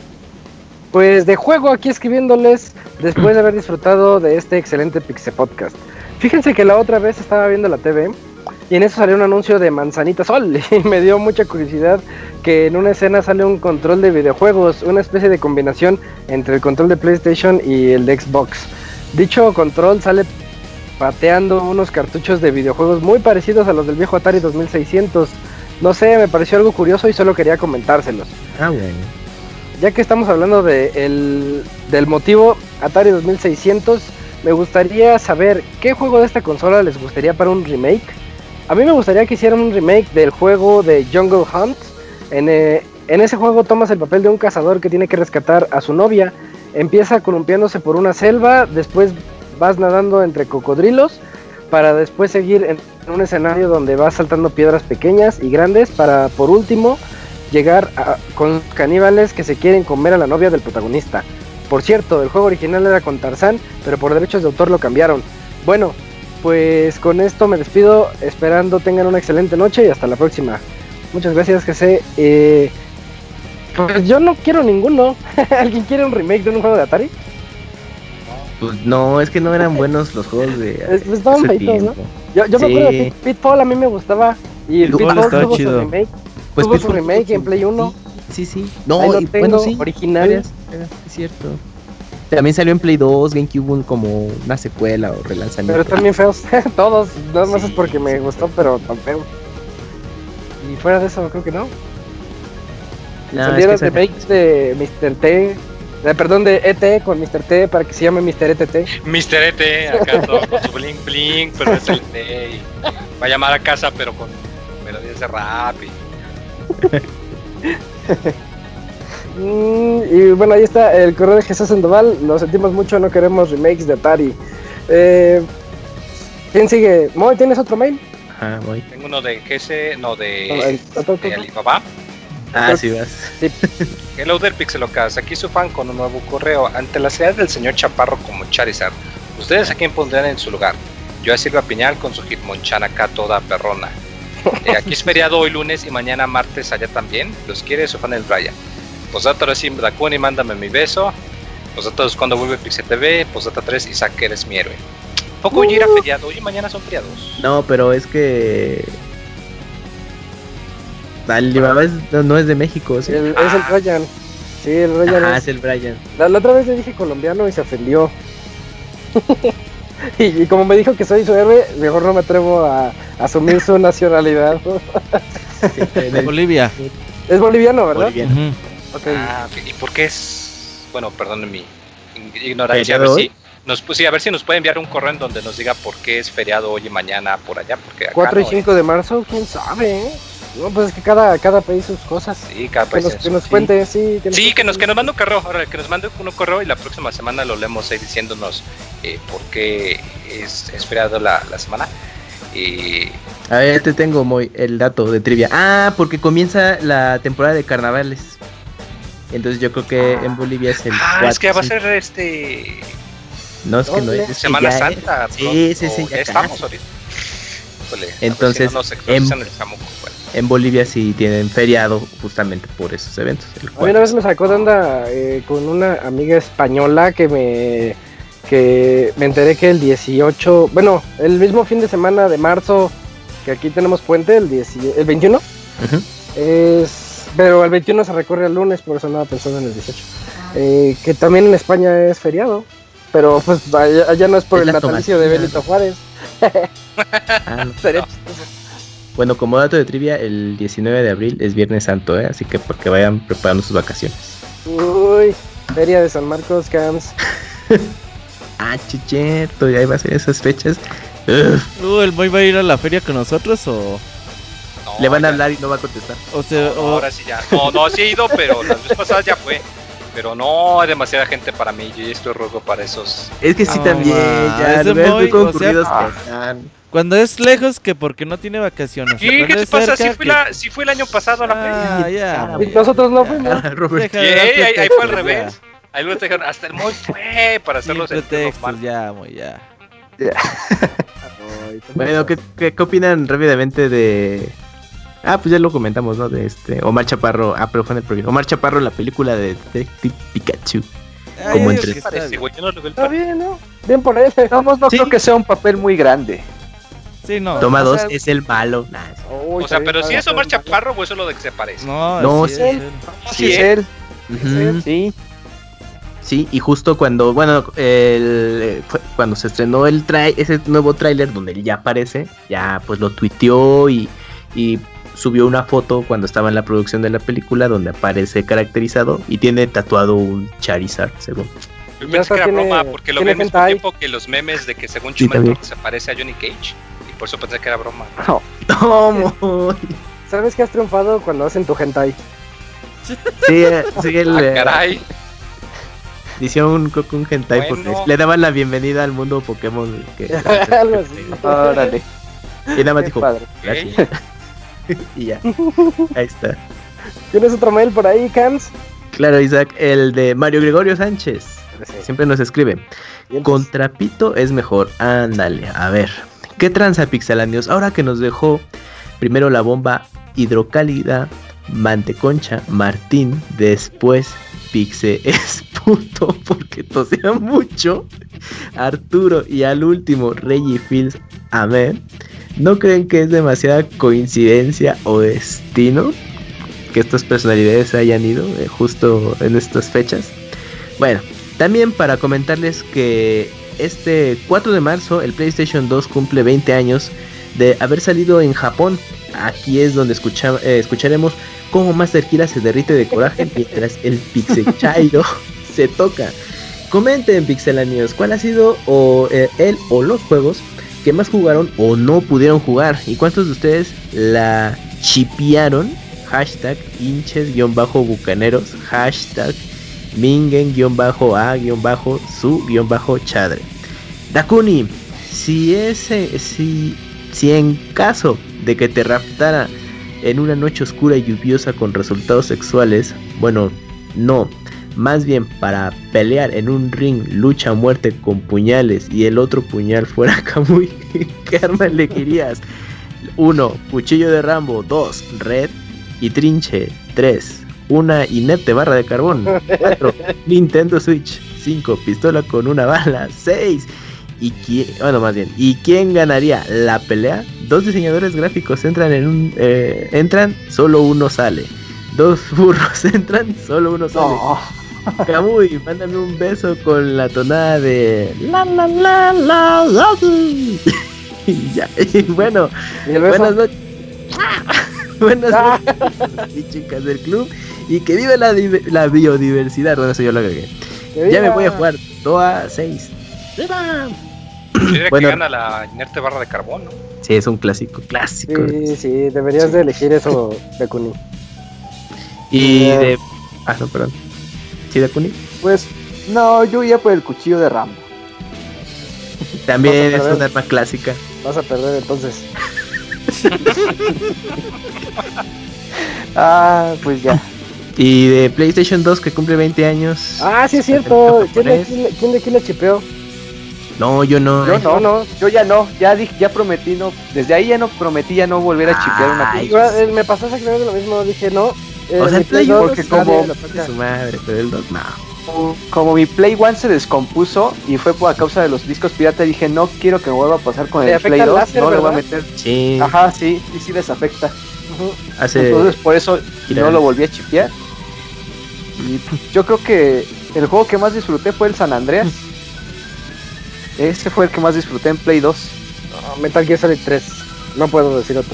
Pues de juego aquí escribiéndoles después de haber disfrutado de este excelente Pixel Podcast. Fíjense que la otra vez estaba viendo la TV y en eso salió un anuncio de Manzanita Sol y me dio mucha curiosidad que en una escena sale un control de videojuegos, una especie de combinación entre el control de PlayStation y el de Xbox. Dicho control sale pateando unos cartuchos de videojuegos muy parecidos a los del viejo Atari 2600. No sé, me pareció algo curioso y solo quería comentárselos. Bueno. Ya que estamos hablando del motivo Atari 2600, me gustaría saber qué juego de esta consola les gustaría para un remake. A mí me gustaría que hicieran un remake del juego de Jungle Hunt. En ese juego tomas el papel de un cazador que tiene que rescatar a su novia. Empieza columpiándose por una selva, después vas nadando entre cocodrilos para después seguir en un escenario donde vas saltando piedras pequeñas y grandes para por último llegar con caníbales que se quieren comer a la novia del protagonista. Por cierto, el juego original era con Tarzán, pero por derechos de autor lo cambiaron. Bueno, pues con esto me despido, esperando tengan una excelente noche y hasta la próxima. Muchas gracias, GC. Pues yo no quiero ninguno. ¿Alguien quiere un remake de un juego de Atari? Pues no, es que no eran buenos los juegos de estaban feitos, ¿no? Yo me acuerdo de Pitfall, a mí me gustaba. Y el Pitfall tuvo su remake. Pues tuvo su remake en Play 1. Sí. No, ahí lo tengo, bueno, sí. original. Es cierto. También salió en Play 2, GameCube como una secuela o relanzamiento. Pero están bien feos. Todos. Nada más es porque me gustó, pero tan feo. Y fuera de eso, creo que no. Salieron remakes de Mr. T. Perdón, de ET con Mr. T para que se llame Mr. ETT. Mr. ET, acá todo con su bling bling, pero es el T. Y va a llamar a casa, pero con melodías de rap. Y bueno, ahí está el correo de Jesús Sandoval. Lo sentimos mucho, no queremos remakes de Atari. ¿Quién sigue? Moy, ¿tienes otro mail? Ajá, Moy. Tengo uno de GS, no, de Alibaba. Ah, sí, vas. Sí. Hello there, Pixelocast. Aquí su fan con un nuevo correo. Ante la salida del señor Chaparro como Charizard, ¿ustedes a quién pondrían en su lugar? Yo a Silvia Piñal con su Hitmonchan acá toda perrona. Aquí es feriado hoy lunes y mañana martes allá también. Los quiere su fan el Brian. Posdata ahora sí, Dakuni, mándame mi beso. Posdata 2, cuando vuelve Pixel TV. Posdata 3, Isaac, eres mi héroe. Poco hoy era feriado, hoy y mañana son feriados. No, pero es que Alibaba no es de México, ¿sí? Es el Brian. Sí, el Brian. Es el Brian. La otra vez le dije colombiano y se ofendió. y como me dijo que soy su héroe, mejor no me atrevo a asumir su nacionalidad. De Bolivia. Es boliviano, ¿verdad? Boliviano. Okay. ¿Y por qué es? Bueno, perdón mi ignorancia. A ver si nos puede enviar un correo en donde nos diga por qué es feriado hoy y mañana por allá. Porque acá 4 y 5 de marzo, quién sabe, ¿eh? No, pues es que cada país sus cosas. Sí, cada país. Que nos cuente, sí. Que nos mande un correo. Ahora, que nos mande un correo y la próxima semana lo leemos ahí diciéndonos por qué es feriado la semana. A ver, te tengo el dato de trivia. Porque comienza la temporada de carnavales. Entonces yo creo que en Bolivia es el 4, es que va a ser No, es que no es Semana Santa. Sí, ya estamos ahorita. Entonces, en Bolivia sí tienen feriado justamente por esos eventos. A mí una vez me sacó de onda con una amiga española que me enteré que el 18, bueno, el mismo fin de semana de marzo que aquí tenemos puente, el 21, pero el 21 se recorre el lunes, por eso andaba pensando en el 18. Que también en España es feriado, pero pues allá no es por el natalicio de Benito Juárez. No. Bueno, como dato de trivia, el 19 de abril es Viernes Santo, así que para que vayan preparando sus vacaciones. Uy, Feria de San Marcos, Camps. Chicierto, ya iba a ser esas fechas. ¿El Boy va a ir a la feria con nosotros o...? No, le van a hablar y no va a contestar. Ahora sí ya. No, sí he ido, pero las veces pasadas ya fue. Pero no, hay demasiada gente para mí. Yo ya estoy ruego para esos. Es que sí, también. Ya, es muy concurridos que están. Cuando es lejos, que porque no tiene vacaciones. ¿Qué te pasa? Si fue el año pasado a la feria. Y nosotros no fuimos. Ahí fue al revés. Ahí lo dejaron. Hasta el Moy fue para hacerlo pretextos, ya. Bueno, ¿qué opinan rápidamente de...? Pues ya lo comentamos, ¿no? De Omar Chaparro. Pero fue en el programa. Omar Chaparro en la película de Detective Pikachu. Como entre... Está bien, ¿no? Bien por él. No creo que sea un papel muy grande. Sí, no. Toma 2, es el malo. O sea, pero si es Omar Chaparro o eso es lo de que se parece. No, sí es él. Sí es él. Sí. Sí, y justo cuando, cuando se estrenó ese nuevo tráiler donde él ya aparece, ya pues lo tuiteó y subió una foto cuando estaba en la producción de la película donde aparece caracterizado y tiene tatuado un Charizard, según. Yo pensé que era broma porque lo vi al mismo tiempo que los memes de que según Chumetro se parece a Johnny Cage y por eso pensé que era broma. No. ¿Sabes que has triunfado cuando hacen tu hentai? Sí, caray. Hicieron un hentai porque le daban la bienvenida al mundo Pokémon. Algo así. Órale. Y nada más dijo, padre. gracias. Y ya, ahí está. ¿Tienes otro mail por ahí, Cams? Claro, Isaac, el de Mario Gregorio Sánchez. Siempre nos escribe. Con trapito es mejor. Ándale, a ver. ¿Qué tranza, pixelanios? Ahora que nos dejó primero la bomba hidrocálida, Manteconcha, Martín, después Pixe es puto porque tosía mucho, Arturo y al último Reggie Fields, amén. ¿No creen que es demasiada coincidencia o destino que estas personalidades se hayan ido justo en estas fechas? Bueno, también para comentarles que este 4 de marzo el PlayStation 2 cumple 20 años de haber salido en Japón. Aquí es donde escucharemos cómo Master Kira se derrite de coraje mientras el Pixel Chairo se toca. Comenten, pixelanios, cuál ha sido el o los juegos que más jugaron o no pudieron jugar y cuántos de ustedes la chipearon. Hashtag hinches-bucaneros, hashtag mingen-a-su-chadre. Dakuni, si en caso de que te raptara en una noche oscura y lluviosa con resultados sexuales, bueno, no, más bien para pelear en un ring lucha a muerte con puñales y el otro puñal fuera Kamui, ¿qué arma elegirías? 1. Cuchillo de Rambo. 2. Red y trinche. 3. Una inepte barra de carbón. 4. Nintendo Switch. 5. Pistola con una bala. 6. ¿Y quién ganaría la pelea? 2 diseñadores gráficos entran, solo uno sale. 2 burros entran, solo uno sale. Kamui, mándame un beso con la tonada de la la la la la. Y ya, y bueno, buenas noches. Buenas noches, y chicas del club. Y que viva la biodiversidad. Bueno, eso yo lo agregué. Ya me voy a jugar Doa 6. ¡Viva! Bueno, que gana la inerte barra de carbón, ¿no? Sí, es un clásico. Sí, deberías de elegir eso, Dakuni. Y de... Ah, no, perdón. ¿Sí, Dakuni? Pues, no, yo iría por el cuchillo de Rambo. También es una arma clásica. Vas a perder entonces. Pues ya. Y de PlayStation 2 que cumple 20 años. Ah, sí es cierto. ¿Quién de aquí le chipeó? No, yo no. Yo ya no. Ya prometí no. Desde ahí ya no prometí ya no volver a chipear una película. Me pasó exactamente lo mismo. Dije no. O sea, el Play 2 porque como su madre, pero el 2 no. Como mi Play 1 se descompuso y fue por a causa de los discos pirata, dije no quiero que me vuelva a pasar con el Play 2, láser, no ¿verdad? Lo voy a meter. Sí. Ajá, sí les afecta. Entonces por eso no lo volví a chipear. Y yo creo que el juego que más disfruté fue el San Andreas. Ese fue el que más disfruté en Play 2. Metal Gear Solid 3. No puedo decir otro.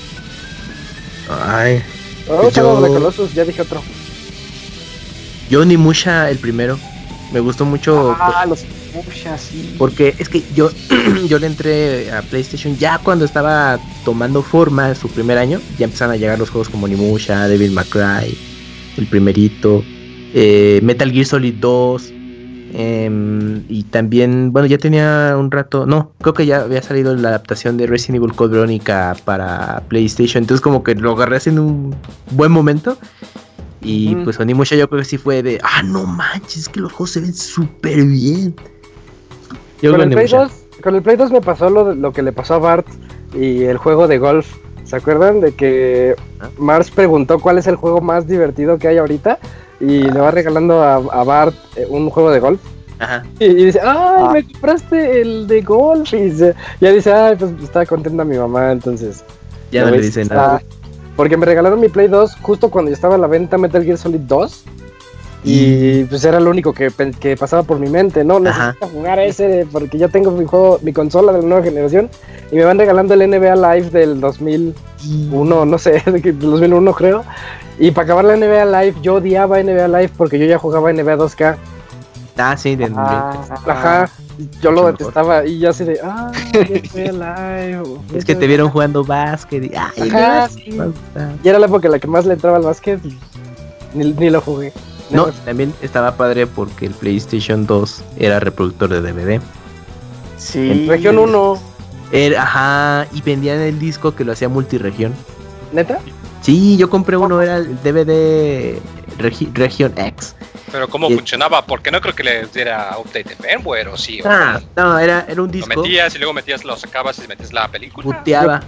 Ay. Shadow of the Colossus, ya dije otro. Yo Onimusha el primero. Me gustó mucho. Los Onimusha, sí. Porque es que yo le entré a PlayStation ya cuando estaba tomando forma su primer año. Ya empezaron a llegar los juegos como Onimusha, Devil May Cry, el primerito, Metal Gear Solid 2. Y también, bueno, ya tenía un rato. No, creo que ya había salido la adaptación de Resident Evil Code Veronica para PlayStation. Entonces como que lo agarré en un buen momento. Y pues Onimusha yo creo que sí fue de no manches, es que los juegos se ven súper bien. Con el Play 2 me pasó lo que le pasó a Bart y el juego de golf. ¿Se acuerdan de que Mars preguntó cuál es el juego más divertido que hay ahorita? Y le va regalando a Bart un juego de golf. Ajá. Y dice, me compraste el de golf. Y ya dice, pues estaba contenta mi mamá, entonces. Ya no le dice nada. Porque me regalaron mi Play 2 justo cuando ya estaba a la venta Metal Gear Solid 2. Y pues era lo único que pasaba por mi mente, ¿no? Necesito jugar ese porque ya tengo mi consola de la nueva generación. Y me van regalando el NBA Live del 2001, no sé, del 2001 creo. Y para acabar la NBA Live, yo odiaba NBA Live porque yo ya jugaba NBA 2K. Sí, de yo lo detestaba y yo así de, NBA Live. Es que te vieron jugando básquet. Y era la época en la que más le entraba al básquet. Ni lo jugué. No, también estaba padre porque el PlayStation 2 era reproductor de DVD. Sí. Región 1. Ajá, y vendían el disco que lo hacía multiregión. ¿Neta? Sí, yo compré uno, era el DVD Region X. Pero ¿cómo funcionaba? Porque no creo que le diera update de firmware, ¿o sí? No, era un disco. Lo metías y luego lo sacabas y metías la película. Puteaba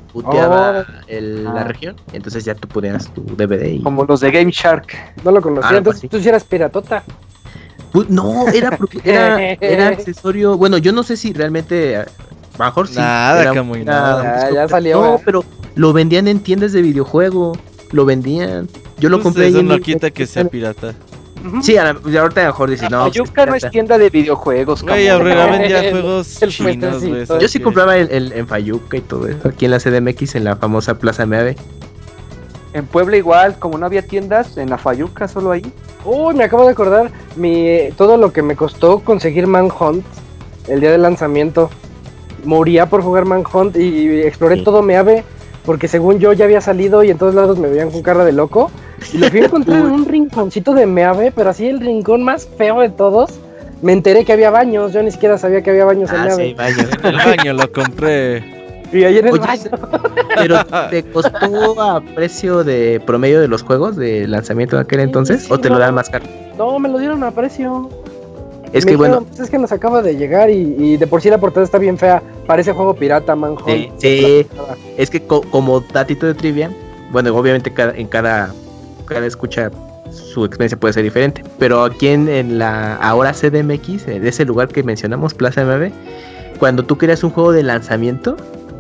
la región, entonces ya tú ponías tu DVD. Como los de Game Shark. No lo conocía, entonces tú sí eras piratota. No, era accesorio. Bueno, yo no sé si realmente, a lo mejor sí. Nada, nada. Ya salió. No, pero lo vendían en tiendas de videojuego. Lo vendían. Yo lo compré. Eso no quita que sea pirata. Sí, ahorita a lo mejor dices, no. Fayuca no es tienda de videojuegos. Güey, Aurrera vendía juegos chinos, güey. Yo sí compraba en Fayuca y todo eso. Aquí en la CDMX, en la famosa Plaza Meave. En Puebla igual, como no había tiendas, en la Fayuca, solo ahí. Uy, me acabo de acordar todo lo que me costó conseguir Manhunt el día del lanzamiento. Moría por jugar Manhunt y exploré todo Meave porque según yo ya había salido y en todos lados me veían con cara de loco. Y lo fui a encontrar en un rinconcito de Meave, pero así el rincón más feo de todos. Me enteré que había baños, yo ni siquiera sabía que había baños en Meave. Sí, baños. En el baño lo compré. Y ahí en el baño. ¿Pero te costó a precio de promedio de los juegos de lanzamiento de aquel entonces? ¿O te lo dan más caro? No, me lo dieron a precio. Es que bueno, pues es que nos acaba de llegar y de por sí la portada está bien fea. Parece juego pirata, Manhunt. Sí. Es que como datito de trivia, bueno, obviamente cada escucha su experiencia puede ser diferente, pero aquí en la ahora CDMX, en ese lugar que mencionamos, Plaza MB, cuando tú querías un juego de lanzamiento,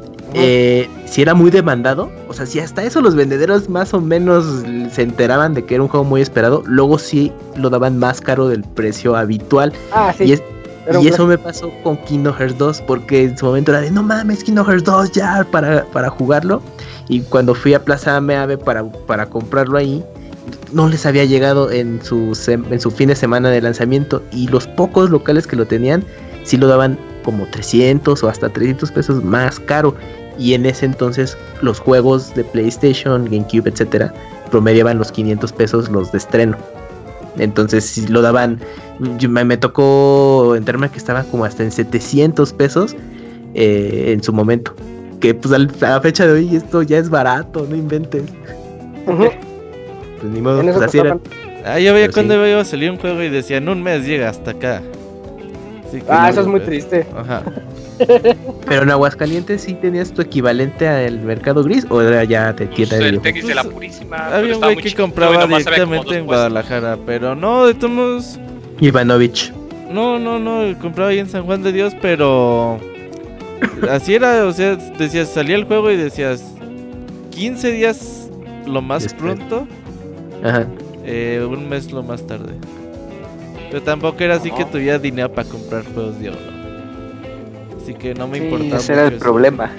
si era muy demandado, o sea, si hasta eso los vendedores más o menos se enteraban de que era un juego muy esperado, luego sí lo daban más caro del precio habitual. Sí. Y eso me pasó con Kingdom Hearts 2, porque en su momento era de no mames, Kingdom Hearts 2 ya para jugarlo. Y cuando fui a Plaza Meave para comprarlo ahí, no les había llegado en su fin de semana de lanzamiento. Y los pocos locales que lo tenían, sí lo daban como 300 o hasta 300 pesos más caro. Y en ese entonces los juegos de PlayStation, GameCube, etcétera, promediaban los 500 pesos los de estreno. Entonces si lo daban, me tocó enterarme que estaba como hasta en 700 pesos en su momento. Que pues a la fecha de hoy esto ya es barato, no inventes. Pues ni modo, pues así era. Yo veía cuando iba a salir un juego y decía en un mes llega hasta acá. Eso es muy triste. Ajá. Pero en Aguascalientes sí tenías tu equivalente al mercado gris o era ya de tienda de el Tequis de la Purísima. Había un güey que compraba directamente en Guadalajara, pero no, de todos modos. Ivanovich. No, compraba ahí en San Juan de Dios, pero así era, o sea, decías, salía el juego y decías 15 días lo más pronto. Ajá. Un mes lo más tarde. Pero tampoco era así que tuviera dinero para comprar juegos de oro. Así que no me importaba. Ese era el problema.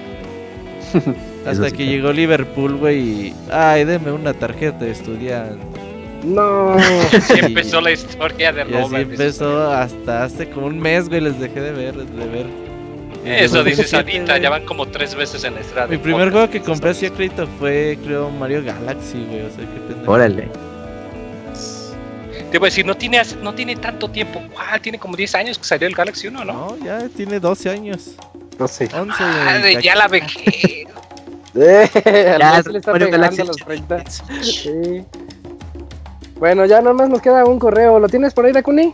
Hasta que llegó Liverpool, güey, y deme una tarjeta de estudiante. No. Así empezó la historia de Robert. Y así empezó hasta hace como un mes, güey, les dejé de ver. Eso dices ahorita, ya van como 3 veces en la estrada. Mi primer juego que compré así a crédito fue, creo, Mario Galaxy, güey, o sea, qué pendejo. Órale. Te voy a decir, no tiene tanto tiempo. Tiene como 10 años que salió el Galaxy 1, ¿no? No, ya tiene 12 años. 12. 11. Ya la vejé. Ya se le está pegando a los 30. Sí. Bueno, ya nomás nos queda un correo. ¿Lo tienes por ahí, Dakuni?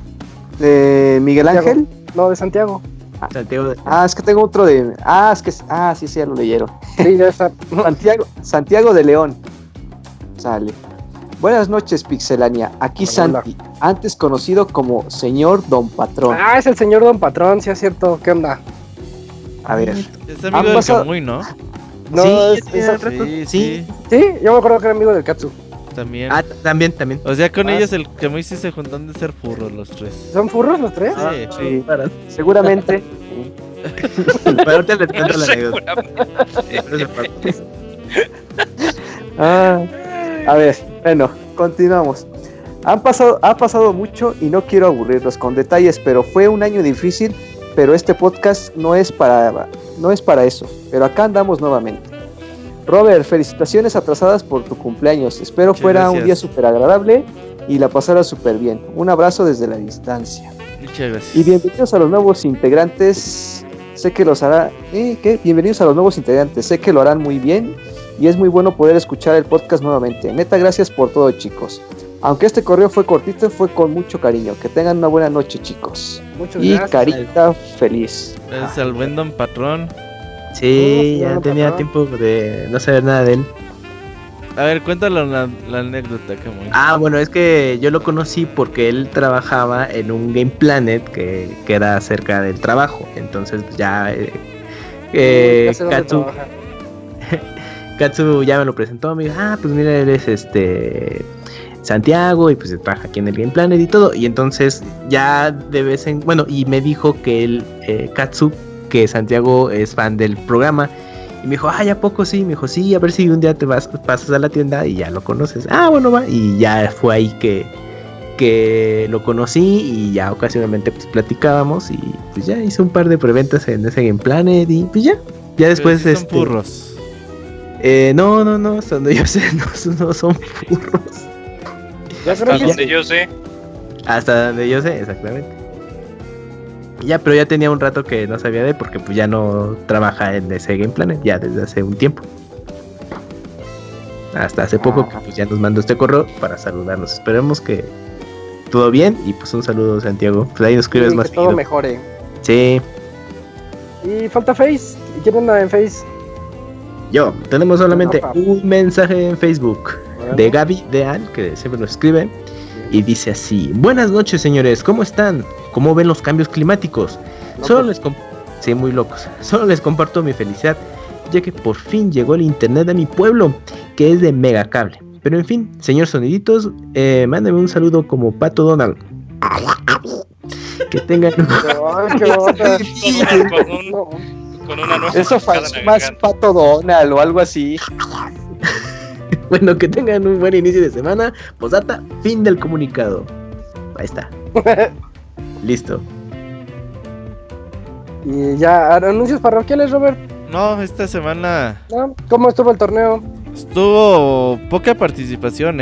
¿De Miguel Ángel? No, de Santiago. Santiago. Es que tengo otro de... sí, ya lo leyeron. Sí, ya está. Santiago de León. Sale. Buenas noches, Pixelania. Aquí Santi, antes conocido como Señor Don Patrón. Es el Señor Don Patrón, sí es cierto. ¿Qué onda? A ver. Es amigo del Kamui, ¿no? No, sí. Sí, yo me acuerdo que era amigo del Katsu. También. También. O sea, con ellos el Kamui sí se juntan de ser furros los tres. ¿Son furros los tres? Sí. Seguramente. Pero ahorita les cuento la anécdota. A ver, bueno, continuamos. Ha pasado mucho y no quiero aburrirlos con detalles, pero fue un año difícil, pero este podcast no es para eso, pero acá andamos nuevamente. Robert, felicitaciones atrasadas por tu cumpleaños, espero fuera un día súper agradable y la pasara súper bien. Un abrazo desde la distancia. Muchas gracias. Y bienvenidos a los nuevos integrantes. Sé que los hará. Bienvenidos a los nuevos integrantes. Sé que lo harán muy bien. Y es muy bueno poder escuchar el podcast nuevamente. Neta, gracias por todo, chicos. Aunque este correo fue cortito, fue con mucho cariño. Que tengan una buena noche, chicos. Muchas y gracias. carita feliz. Es al buen don patrón. Sí, Oh, ya bueno, tenía patrón. tiempo de no saber nada de él. A ver, cuéntale la anécdota, Camuy. Bueno, es que yo lo conocí porque él trabajaba en un Game Planet que queda cerca del trabajo. Entonces ya Ya sé dónde Katsu, trabaja. Katsu ya me lo presentó, me dijo, pues mira, él es Santiago y pues trabaja aquí en el Game Planet y todo. Y entonces ya de vez en y me dijo que él, Katsu, que Santiago es fan del programa. Y me dijo, ¿a poco sí? Me dijo, sí, a ver si un día te pasas a la tienda y ya lo conoces. Bueno, va. Y ya fue ahí que lo conocí y ya ocasionalmente pues platicábamos y pues ya hice un par de preventas en ese Game Planet y pues ya después Pero sí son purros. no, hasta donde yo sé, no son furros. Ya creo Hasta que donde sí. yo sé. Hasta donde yo sé, exactamente. Ya, pero ya tenía un rato que no sabía de porque pues ya no trabaja en ese Game Planet, ya desde hace un tiempo. Hasta hace poco que pues ya nos mandó este correo para saludarnos. Esperemos que todo bien y pues un saludo, Santiago. Pues ahí nos escribes Sí, más que todo seguido. mejore. Sí. Y falta Face. ¿Quién anda en Face? Yo, tenemos solamente Rafa. un mensaje en Facebook Bueno. de Gaby Deal, que siempre nos escribe, y dice así: buenas noches, señores, ¿cómo están? ¿Cómo ven los cambios climáticos? Sí, muy locos. Solo les comparto mi felicidad, ya que por fin llegó el internet de mi pueblo, que es de megacable. Pero en fin, señor Soniditos, mándame un saludo como Pato Donald. Que tengan Ay, qué onda. Con una nueva Eso fue en la más garganta. Pato Donald o algo así. Bueno, que tengan un buen inicio de semana. Posdata, fin del comunicado. Ahí está. Listo. Y ya, anuncios parroquiales, Robert. No, esta semana ¿No? ¿Cómo estuvo el torneo? estuvo poca participación,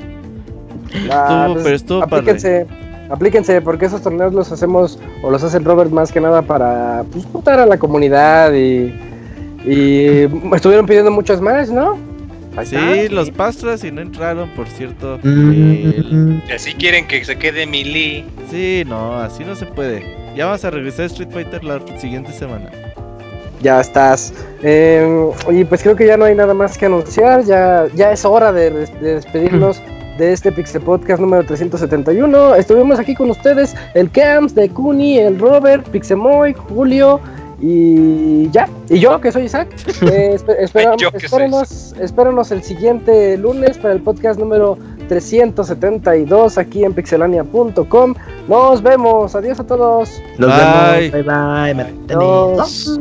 Pero estuvo aplíquense, porque esos torneos los hacemos, o los hace el Robert más que nada para pues, juntar a la comunidad y estuvieron pidiendo muchos más, ¿no? Ahí Sí, está. los Pastras y no entraron, por cierto. Y así quieren que se quede Melee. Sí, no, así no se puede. Ya vamos a regresar a Street Fighter la siguiente semana. Ya estás. Y pues creo que ya no hay nada más que anunciar. Ya es hora de despedirnos de este Pixel Podcast número 371. Estuvimos aquí con ustedes el Camps, de Kuni, el Robert, Pixemoy, Julio y ya. Y yo, que soy Isaac. Yo, que soy Espéranos el siguiente lunes para el podcast número 372 aquí en pixelania.com. Nos vemos. Adiós a todos. Nos Bye. vemos. Bye bye. Matane. Adiós.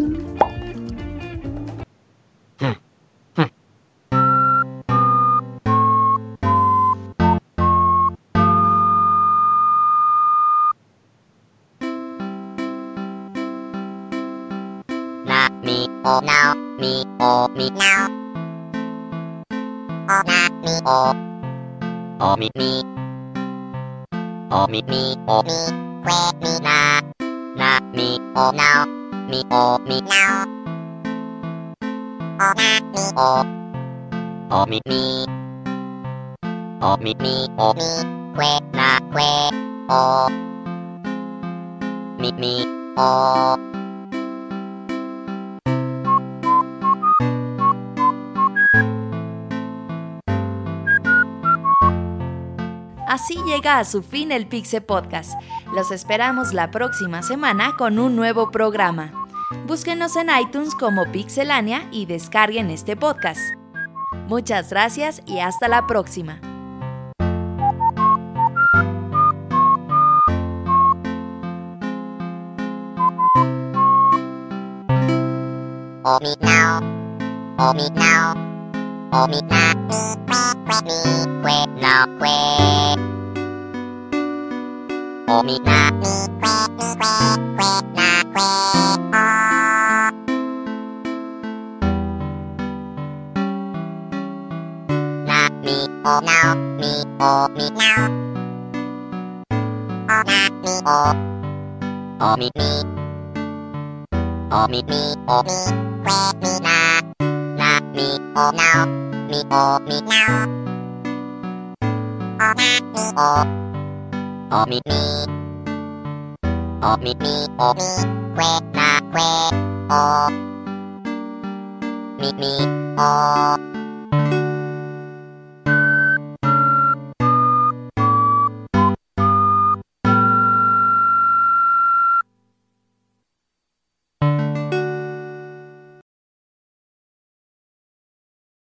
Na mi o now, mi o mi now. O na mi o mi mi. O mi o mi, que mi na. Na mi o now, mi o mi now. O na mi o mi mi. O mi o mi, que na que o. Mi o. Así llega a su fin el Pixel Podcast. Los esperamos la próxima semana con un nuevo programa. Búsquenos en iTunes como Pixelania y descarguen este podcast. Muchas gracias y hasta la próxima. O mi now, o mi now, o mi na mi, que now que. O mi na mi, que na que. Na mi o now mi o mi now. O na mi o. O mi mi. O mi mi o mi. Que mi na. Na mi o now. Mi o mi now. O na mi o. O mi mi. O mi mi o mi. Que na que o. Mi mi o.